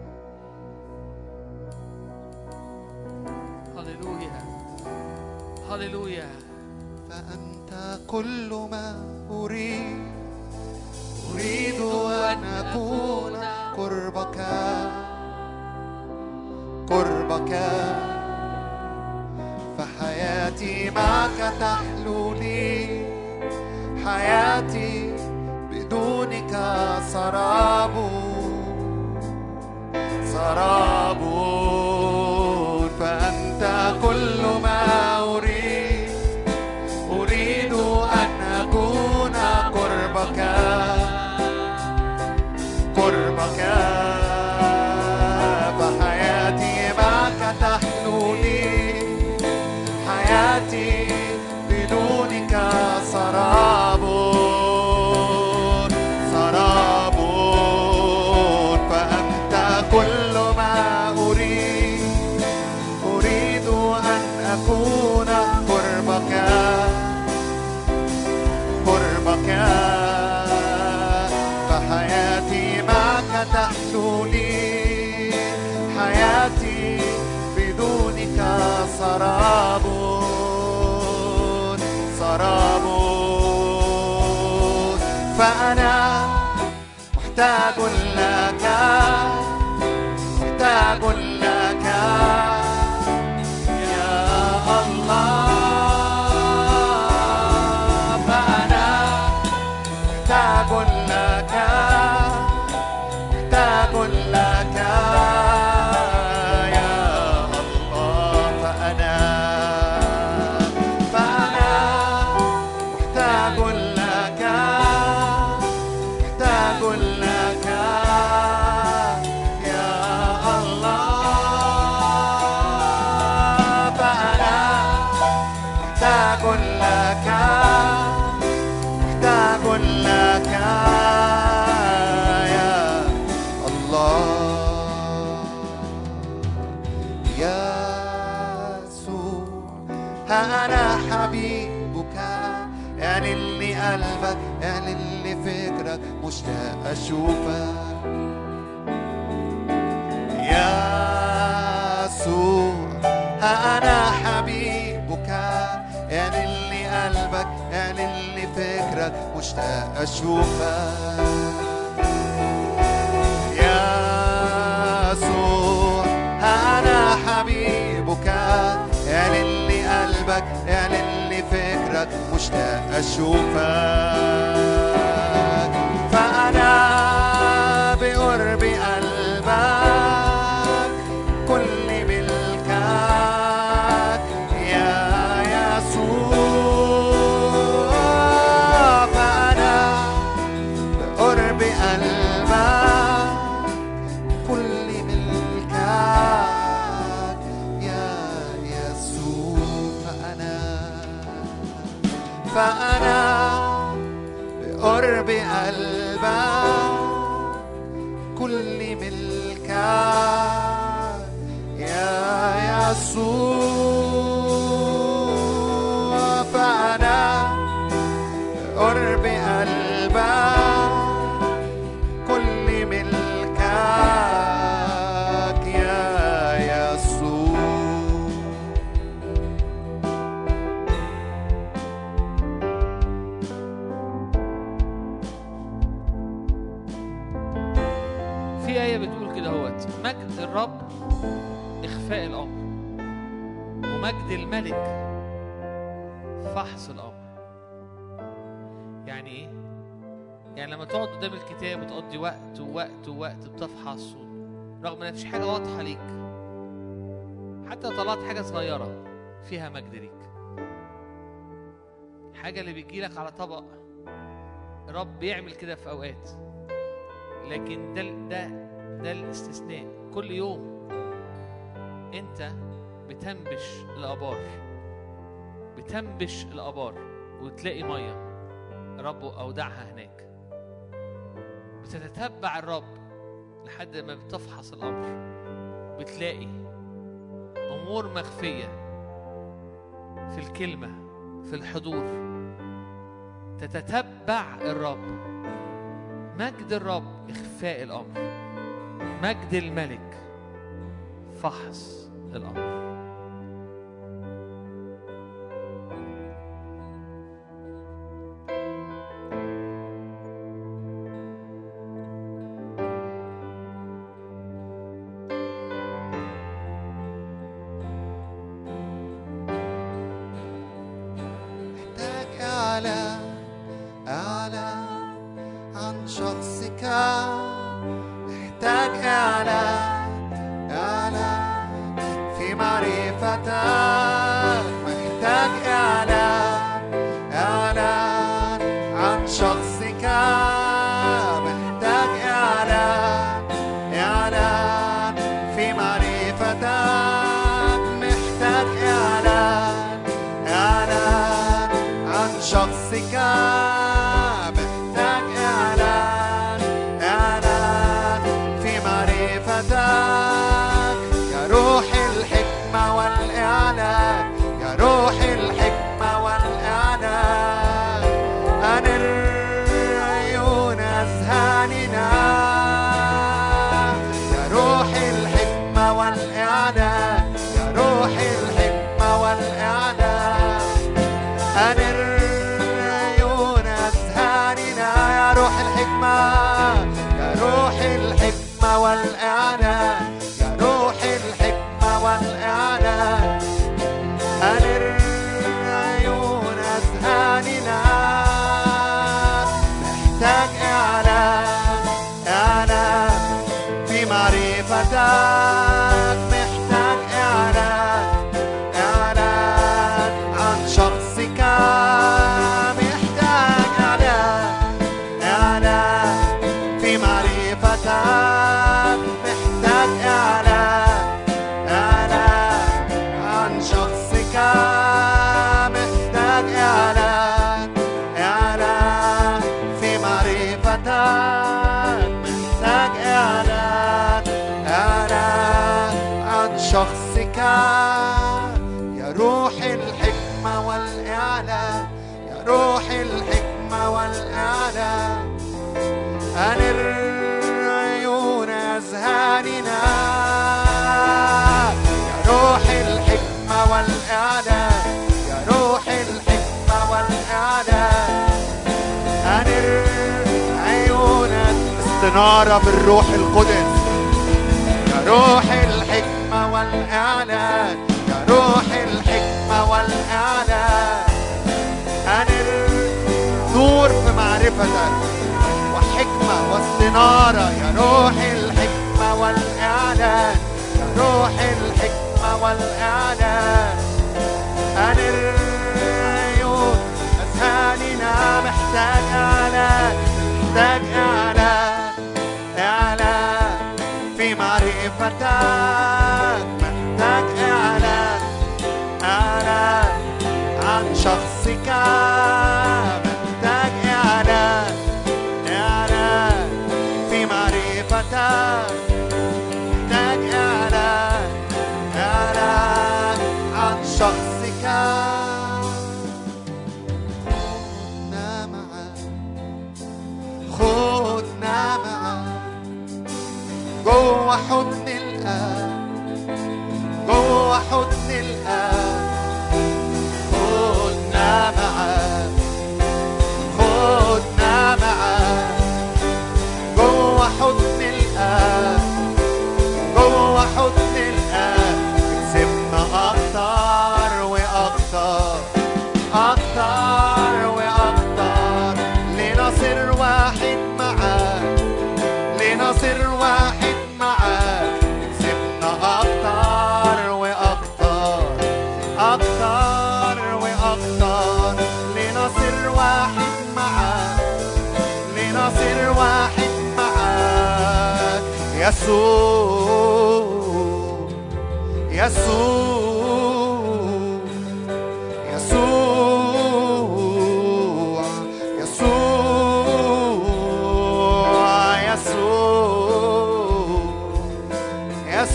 [SPEAKER 2] هللويا هللويا.
[SPEAKER 1] فأنت كل ما أريد أن أكون قربك فحياتي معك تحلو لي، حياتي بدونك سراب فأنت كل ما أريد أن أكون قربك فحياتي معك تحلو لي، حياتي بدونك سراب حياتي معك تحلو لي، حياتي بدونك سراب سراب، فأنا محتاج لك محتاج لك يا الله، فأنا محتاج لك محتاج لك يا الله، فأنا محتاج لك محتاج لك يا الله، فأنا محتاج لك محتاج لك يا الله. يسوع ها أنا حبيبك، اعلن لي قلبك، اعلن لي فكرك، مشتاق أشوفك. يسوع ها أنا حبيبك، اعلن لي قلبك، اعلن لي فكرك، مشتاق أشوفك. يسوع ها أنا حبيبك، اعلن لي قلبك، اعلن لي فكرك، مشتاق أشوفك. فأنا بقرب قلبك كل ملكك يا يسوع، فأنا بقرب قلبك كل ملكك يا يسوع، فأنا بقرب قلبك كل ملكك يا يسوع، فأنا بقرب قلبك كل ملكك يا يسوع.
[SPEAKER 2] في آية بتقول كده هوت: مجد الرب إخفاء الأمر، ومجد الملك فحص الأمر. يعني إيه؟ يعني لما تقعد قدام الكتاب وتقضي وقت ووقت ووقت بتفحص، رغم إن مفيش حاجة واضحة ليك، حتى طلعت حاجة صغيرة فيها مجد ليك، حاجة اللي بيجيلك على طبق، رب بيعمل كده في أوقات، لكن ده الاستثناء. كل يوم انت بتنبش الابار وتلاقي ميه رب اودعها هناك، بتتتبع الرب لحد ما بتفحص الامر، بتلاقي امور مخفيه في الكلمه في الحضور، تتتبع الرب. مجد الرب إخفاء الأمر، مجد الملك فحص الأمر.
[SPEAKER 1] محتاج أعلى عن شخصك، محتاج أعلى في معرفتك، محتاج أعلى عن شخصك، محتاج أعلى في معرفتك، محتاج أعلى عن شخصك، محتاج إعلان في معرفتك، يا روح الحكمة والإعلان، يا روح الحكمة والإعلان، أنر عيون أذهاني أنر عيون أذهاننا يا روح الحكمة والإعلان، يا روح الحكمة والإعلان. أنر عيون استنارة بالروح القدس، يا روح الحكمة والإعلان، يا روح الحكمة والإعلان. أنر نور في معرفتك وحكمة واستنارة، يا روح الحكمة والإعلان، يا روح الحكمة والإعلان. أنر عيون أذهاننا، محتاج إعلان، محتاج إعلان، إعلان في معرفتك، محتاج إعلان، إعلان عن شخصك، محتاج إعلان، إعلان في معرفتك، محتاج إعلان، إعلان عن شخصك. خدنا معاك، خدنا معاك جوه حضن الآب، جوه حضن الآب. خدنا معاك، خدنا معاك جوه حضن الآب، جوه حضن الآب. اكسبنا أكتر وأكتر، أكتر وأكتر، لنصير واحد معاك، لنصير واحد معاك. اكسبنا أكتر وأكتر، أكتر وأكتر، لنصير واحد معاك، لنصير واحد معاك. يسوع، يسوع، يسوع، يسوع، يسوع، يسوع،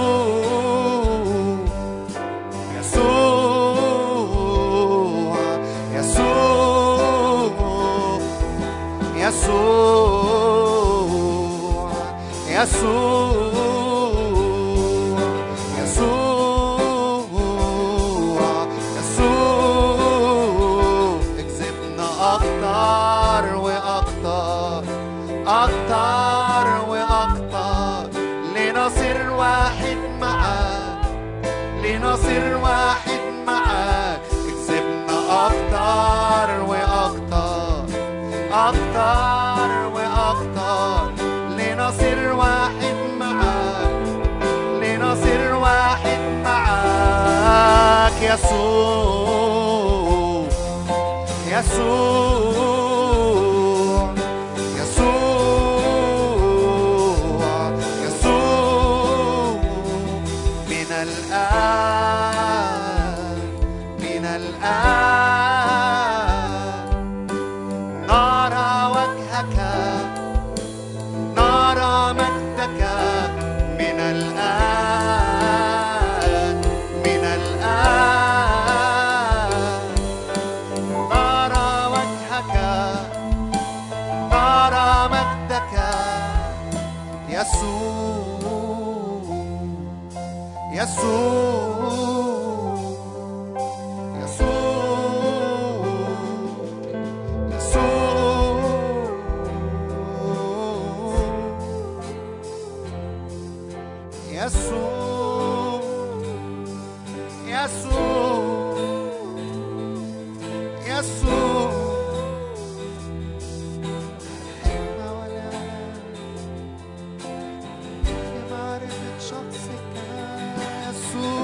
[SPEAKER 1] يسوع، يسوع، يسوع، يسوع. اكسبنا أكتر وأكتر، أكتر وأكتر، لنصير واحد معاك، لنصير واحد معاك. اكسبنا أكتر وأكتر، أكتر وأكتر، لنصير واحد معاك، لنصير واحد معاك. يسوع، يسوع، يسوع، يسوع. من الآن، من الآن نرى وجهك، نرى مجدك. من الآن، من الآن نرى وجهك، نرى مجدك. يسوع، يسوع، يسوع.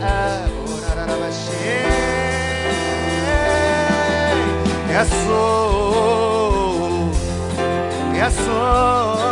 [SPEAKER 1] الآب يسوع يسوع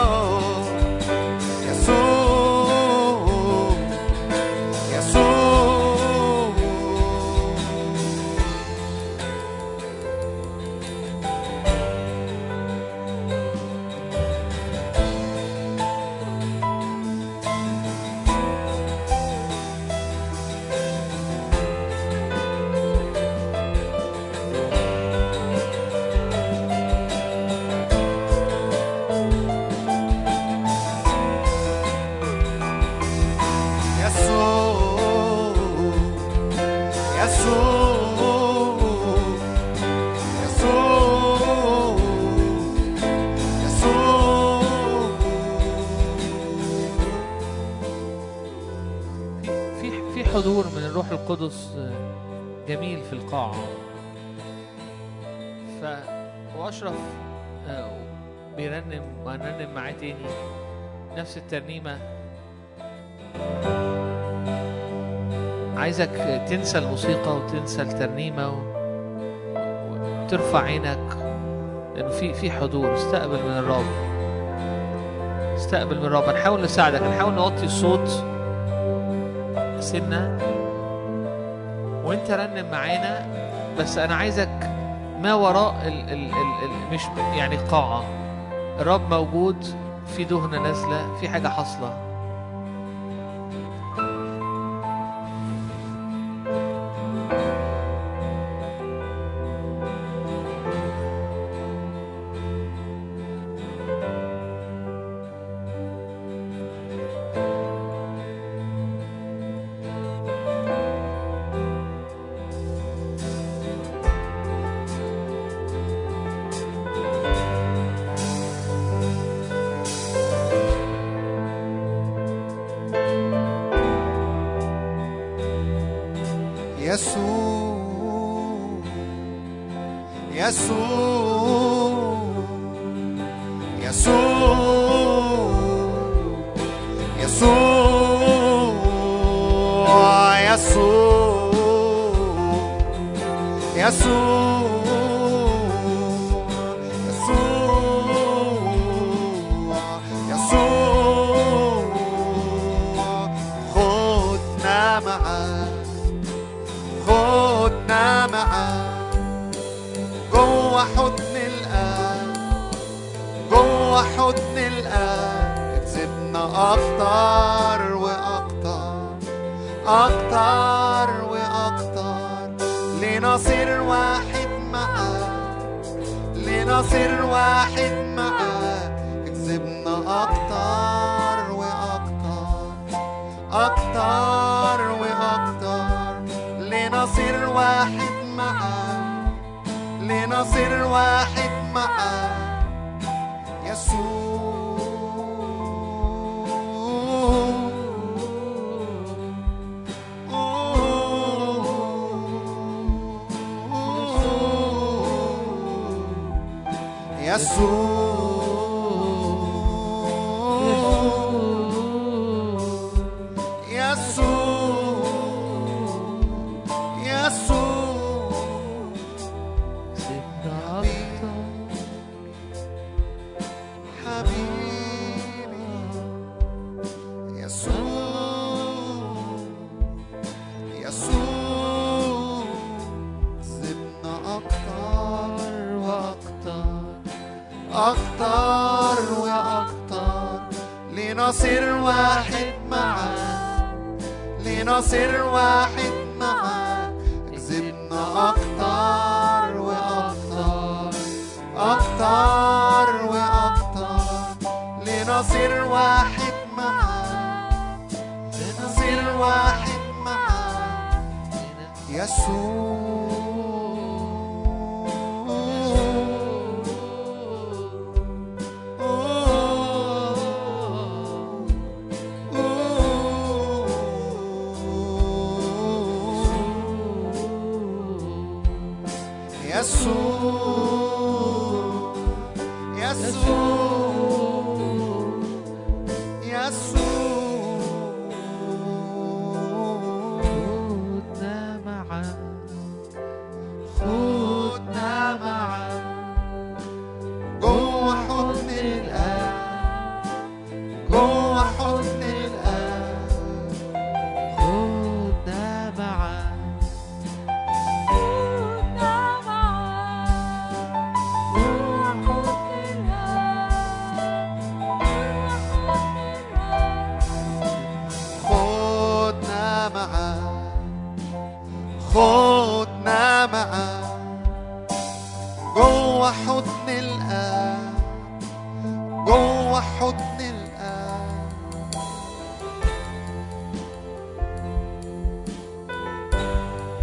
[SPEAKER 2] حضور من الروح القدس جميل في القاعة. وأشرف بيرنم وهنرنم معاه تاني نفس الترنيمة. عايزك تنسى الموسيقى وتنسى الترنيمة وترفع عينك، لأنه في حضور. استقبل من الرب، استقبل من الرب. هنحاول نساعدك، هنحاول نوطي الصوت سنة وانت رنم معانا، بس انا عايزك ما وراء مش يعني القاعة. الرب موجود، في دهنة نازلة، في حاجة حاصلة.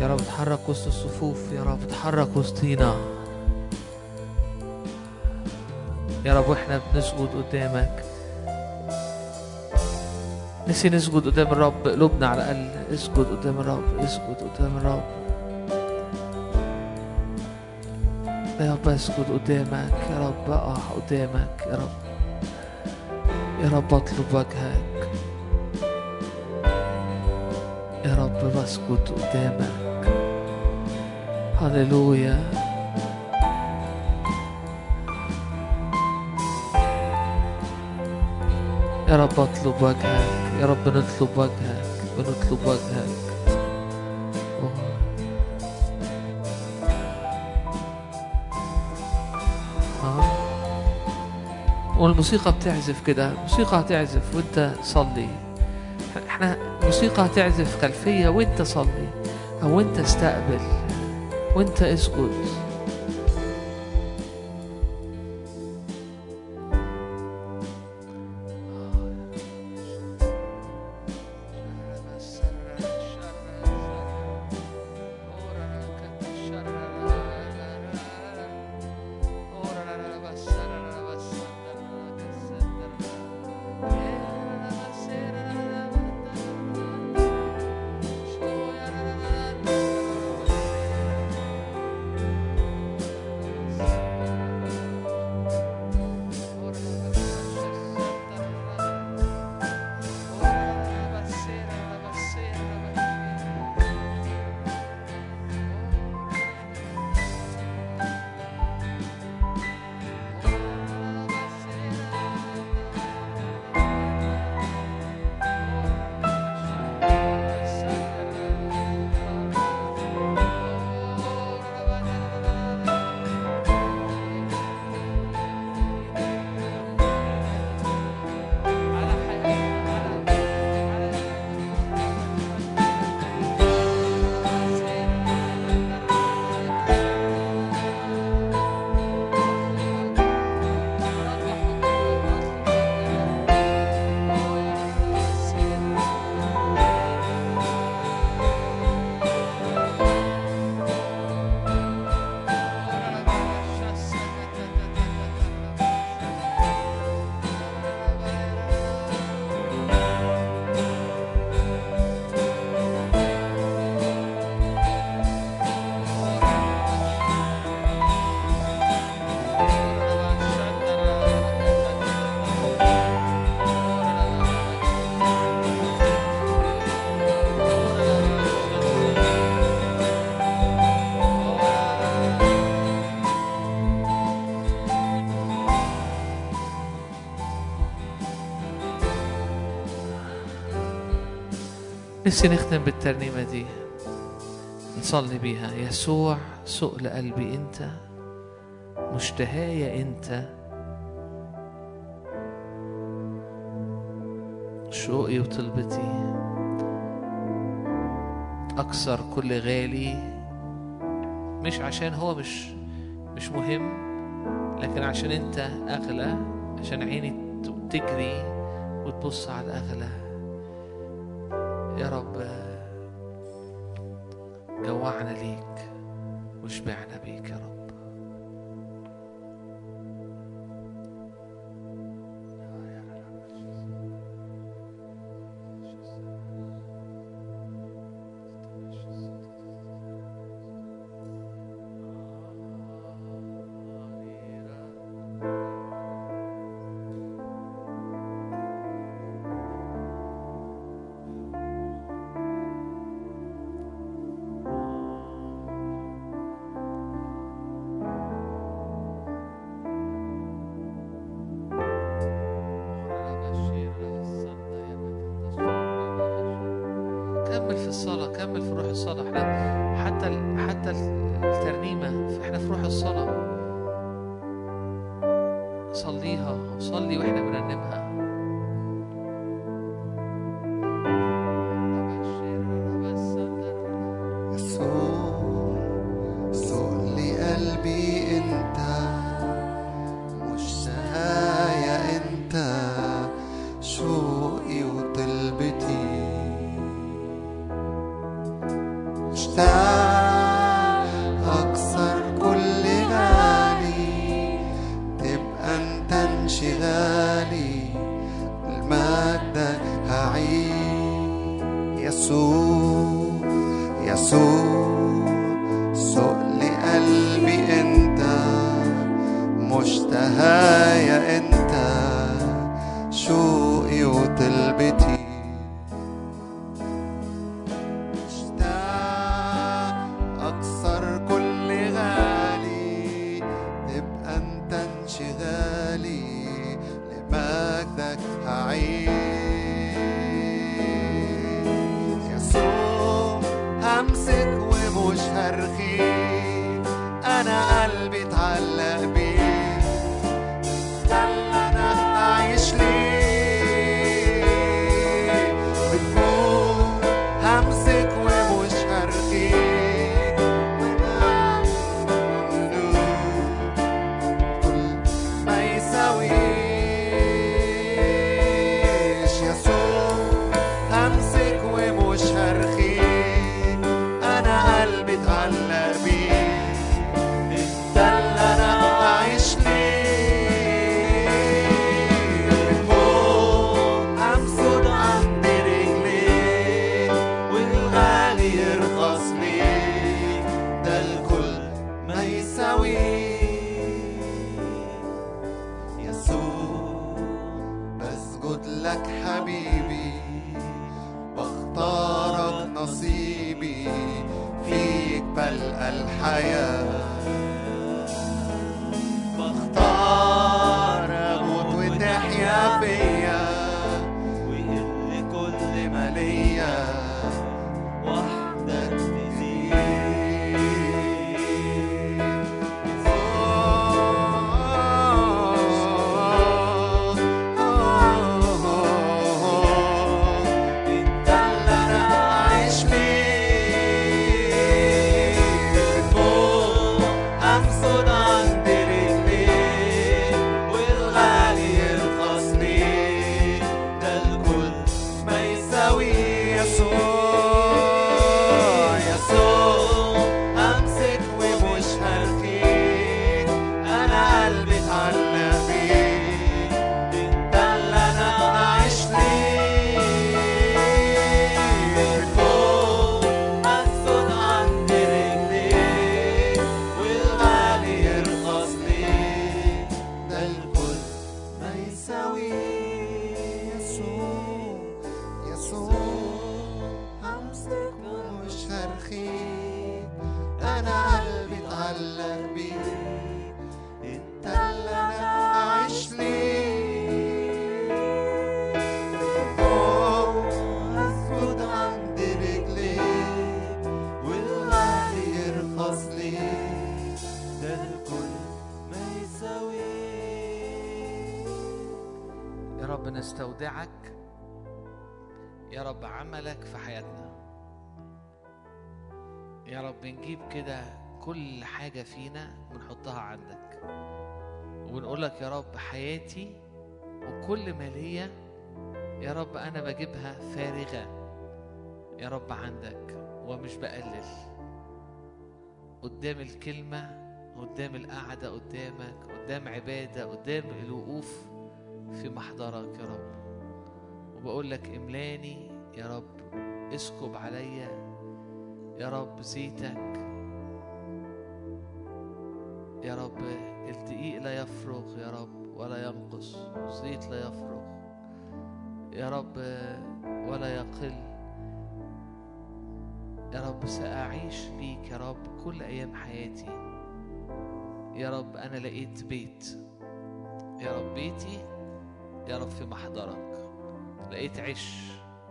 [SPEAKER 2] يا رب اتحرك وسط الصفوف، يا رب اتحرك وسطينا يا رب. واحنا بنسجد قدامك نسي نسجد قدام الرب، قلوبنا على الأقل اسجد قدام الرب، اسجد قدام الرب يا رب. اسجد قدامك يا رب، اقع قدامك يا رب، يا رب اطلب وجهك يا رب، بسجد قدامك. هللويا. يا رب اطلب وجهك يا رب، نطلب وجهك بنطلب وجهك. والموسيقى بتعزف كده، الموسيقى هتعزف وانت صلي، احنا موسيقى هتعزف خلفية وانت صلي او انت استقبل وانت اسجد. نفسي نختم بالترنيمة دي نصلي بيها. يسوع سؤل قلبي انت، مشتهايا انت، شوقي وطلبتي، اكثر كل غالي. مش عشان هو مش مهم، لكن عشان انت اغلى، عشان عيني تجري وتبص على الاغلى. يا رب جوعنا ليك وشبعنا بيك يا رب. كمل في الصلاة، كمل في روح الصلاة. احنا حتى الترنيمة احنا في روح الصلاة. صليها، صلي واحنا بنرنمها.
[SPEAKER 1] يسوع سؤل قلبي انت، مشتهايا انت، شوقي وطلبتي. مشتاق لمجدك هعيش. يسوع يسوع سؤل قلبي انت، مشتهايا انت، شوقي وطلبتي. مشتاق اكسر كل غالي، تبقى انت انشغالي، لمجدك هعيش. يسوع همسك ومش هرخي، انا قلبي اتعلق بيه، ده اللي انا عايش ليه. بتقول همسك ومش هرخي، وانا كل ما يساويش. يسوع همسك ومش هرخي، انا قلبي اتعلق بيه، ده اللي انا عايش ليه. بتقول امسك عند رجليك، والغالي يرخص ليك، ده الكل ما يساويك. يسوع بسجد لك حبيبي، بختارك نصيبي، فيك بلقى الحياة. بختار اموت وتحيا فيا، ويقل كل ما ليا، وحدك تزيد. انت اللي انا عايش ليه. بتقول امسك عند رجليك، والغالي يرخص ليك، ده الكل ما يساوي. يسوع يسوع امسك ومش هرخيك، انا قلبي اتعلق بيك، انت اللي انا عايش ليه. بتقول اسجد عند رجليك، والغالي يرخص ليك، ده الكل ما يساويه. يسوع يسوع همسك ومش هرخيك، انا قلبي اتعلق بيك، انت اللي انا عايش ليه. اسجد عند رجليك، والغالي يرخص ليك، ده الكل ما يساويك.
[SPEAKER 2] يا رب نستودعك يا رب عملك في حياتنا. يا رب نجيب كده كل حاجة فينا ونحطها عندك، وبنقولك يا رب حياتي وكل ما ليا يا رب أنا بجيبها فارغة يا رب عندك، ومش بقلل قدام الكلمة، قدام القعدة قدامك، قدام عبادة، قدام الوقوف في محضرك يا رب. وبقولك املاني يا رب، اسكب عليا يا رب زيتك يا رب. الدقيق لا يفرغ يا رب ولا ينقص، الزيت لا يفرغ يا رب ولا يقل يا رب. سأعيش ليك يا رب كل أيام حياتي يا رب. أنا لقيت بيت يا رب، بيتي يا رب في محضرك. لقيت عش،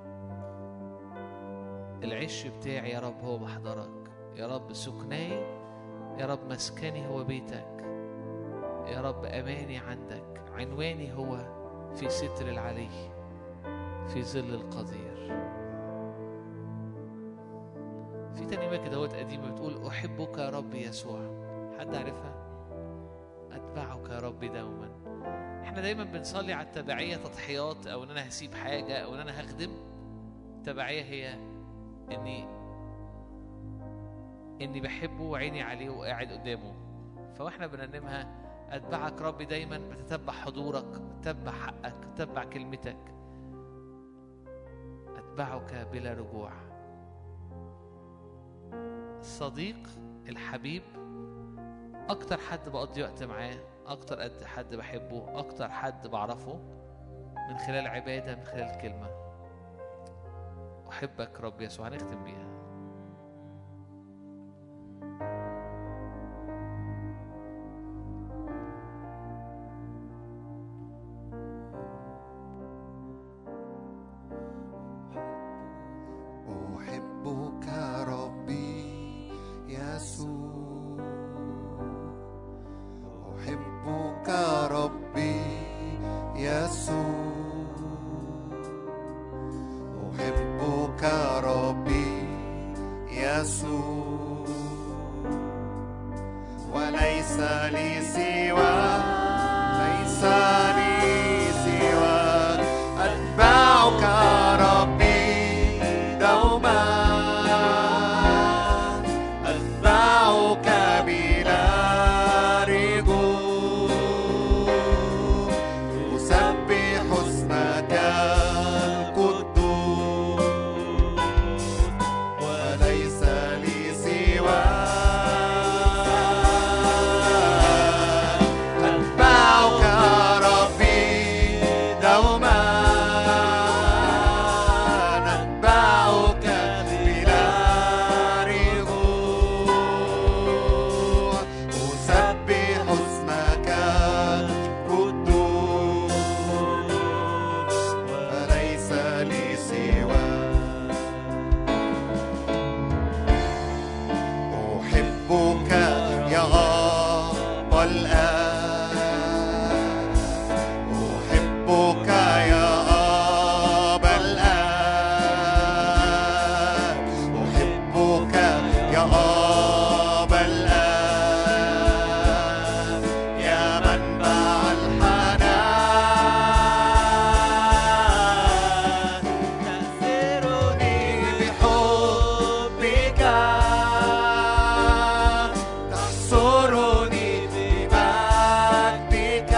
[SPEAKER 2] العش بتاعي يا رب هو محضرك يا رب. سكناي يا رب، مسكني هو بيتك يا رب. أماني عندك، عنواني هو في ستر العلي، في ظل القدير. في ترنيمة كده قديمة بتقول أحبك يا رب يسوع. حد عارفها؟ أتبعك يا رب دوما. احنا دايما بنصلي على التبعية تضحيات، او ان انا هسيب حاجة، او ان انا هخدم. التبعية هي اني بحبه وعيني عليه وقاعد قدامه. فاحنا بنرنمها أتبعك ربي دايما، بتتبع حضورك، بتتبع حقك، بتتبع كلمتك. أتبعك بلا رجوع. الصديق الحبيب أكتر حد بقضي وقت معاه، أكتر حد بحبه، أكتر حد بعرفه من خلال عبادة، من خلال كلمة. أحبك رب يسوع. هنختم بيها.
[SPEAKER 1] أحبك ربي يسوع، أحبك ربي يسوع، أحبك ربي يسوع، وليس لي سواك، ليس لي سواك، أتبعك ربي دوما، أتبعك بلا رجوع، أسبح اسمك القدوس، وليس لي سواك، أتبعك ربي دوما، أتبعك بلا رجوع، أسبح اسمك القدوس، وليس لي سواك. أحبك يا أبا الآب، أحبك يا أبا الآب، أحبك يا أبا الآب، يا منبع الحنان، تأثرني بحبك، تحصرني بمجدك،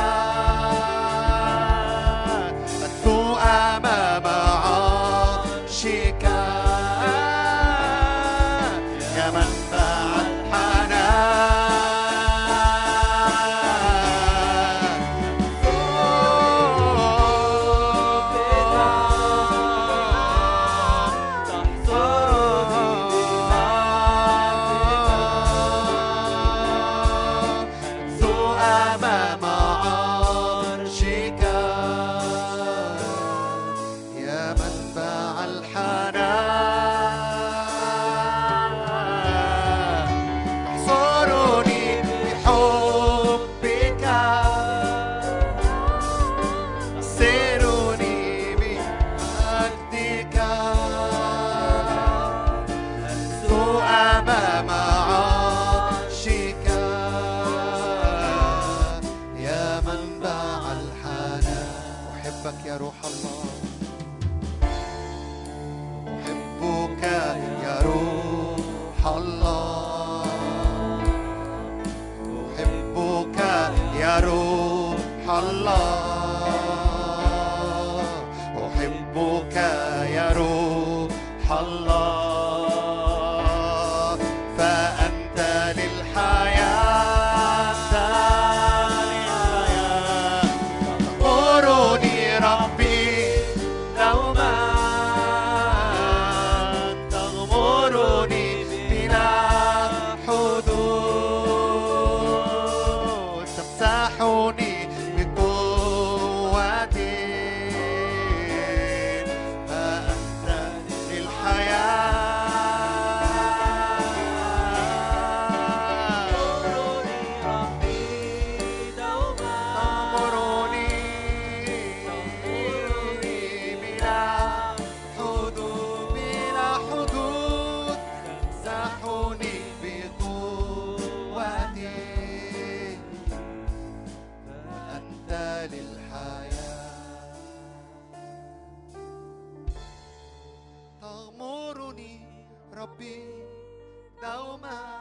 [SPEAKER 1] أتلو أمام عرشك، يا منبع الحنان، أتلو أمام عرشك، يا منبع الحنان، احصرني بحبك، سرني بمجدك، أتلو أمام عرشك، يا منبع الحنان. أحبك يا روح الله، أحبك يا روح الله، أحبك يا روح الله، أحبك يا روح الله، فأنت للحياة، تأمرني ربي دوما، تغمرني بلا حدود، تمسحني بقوة، فأنت ربي دوما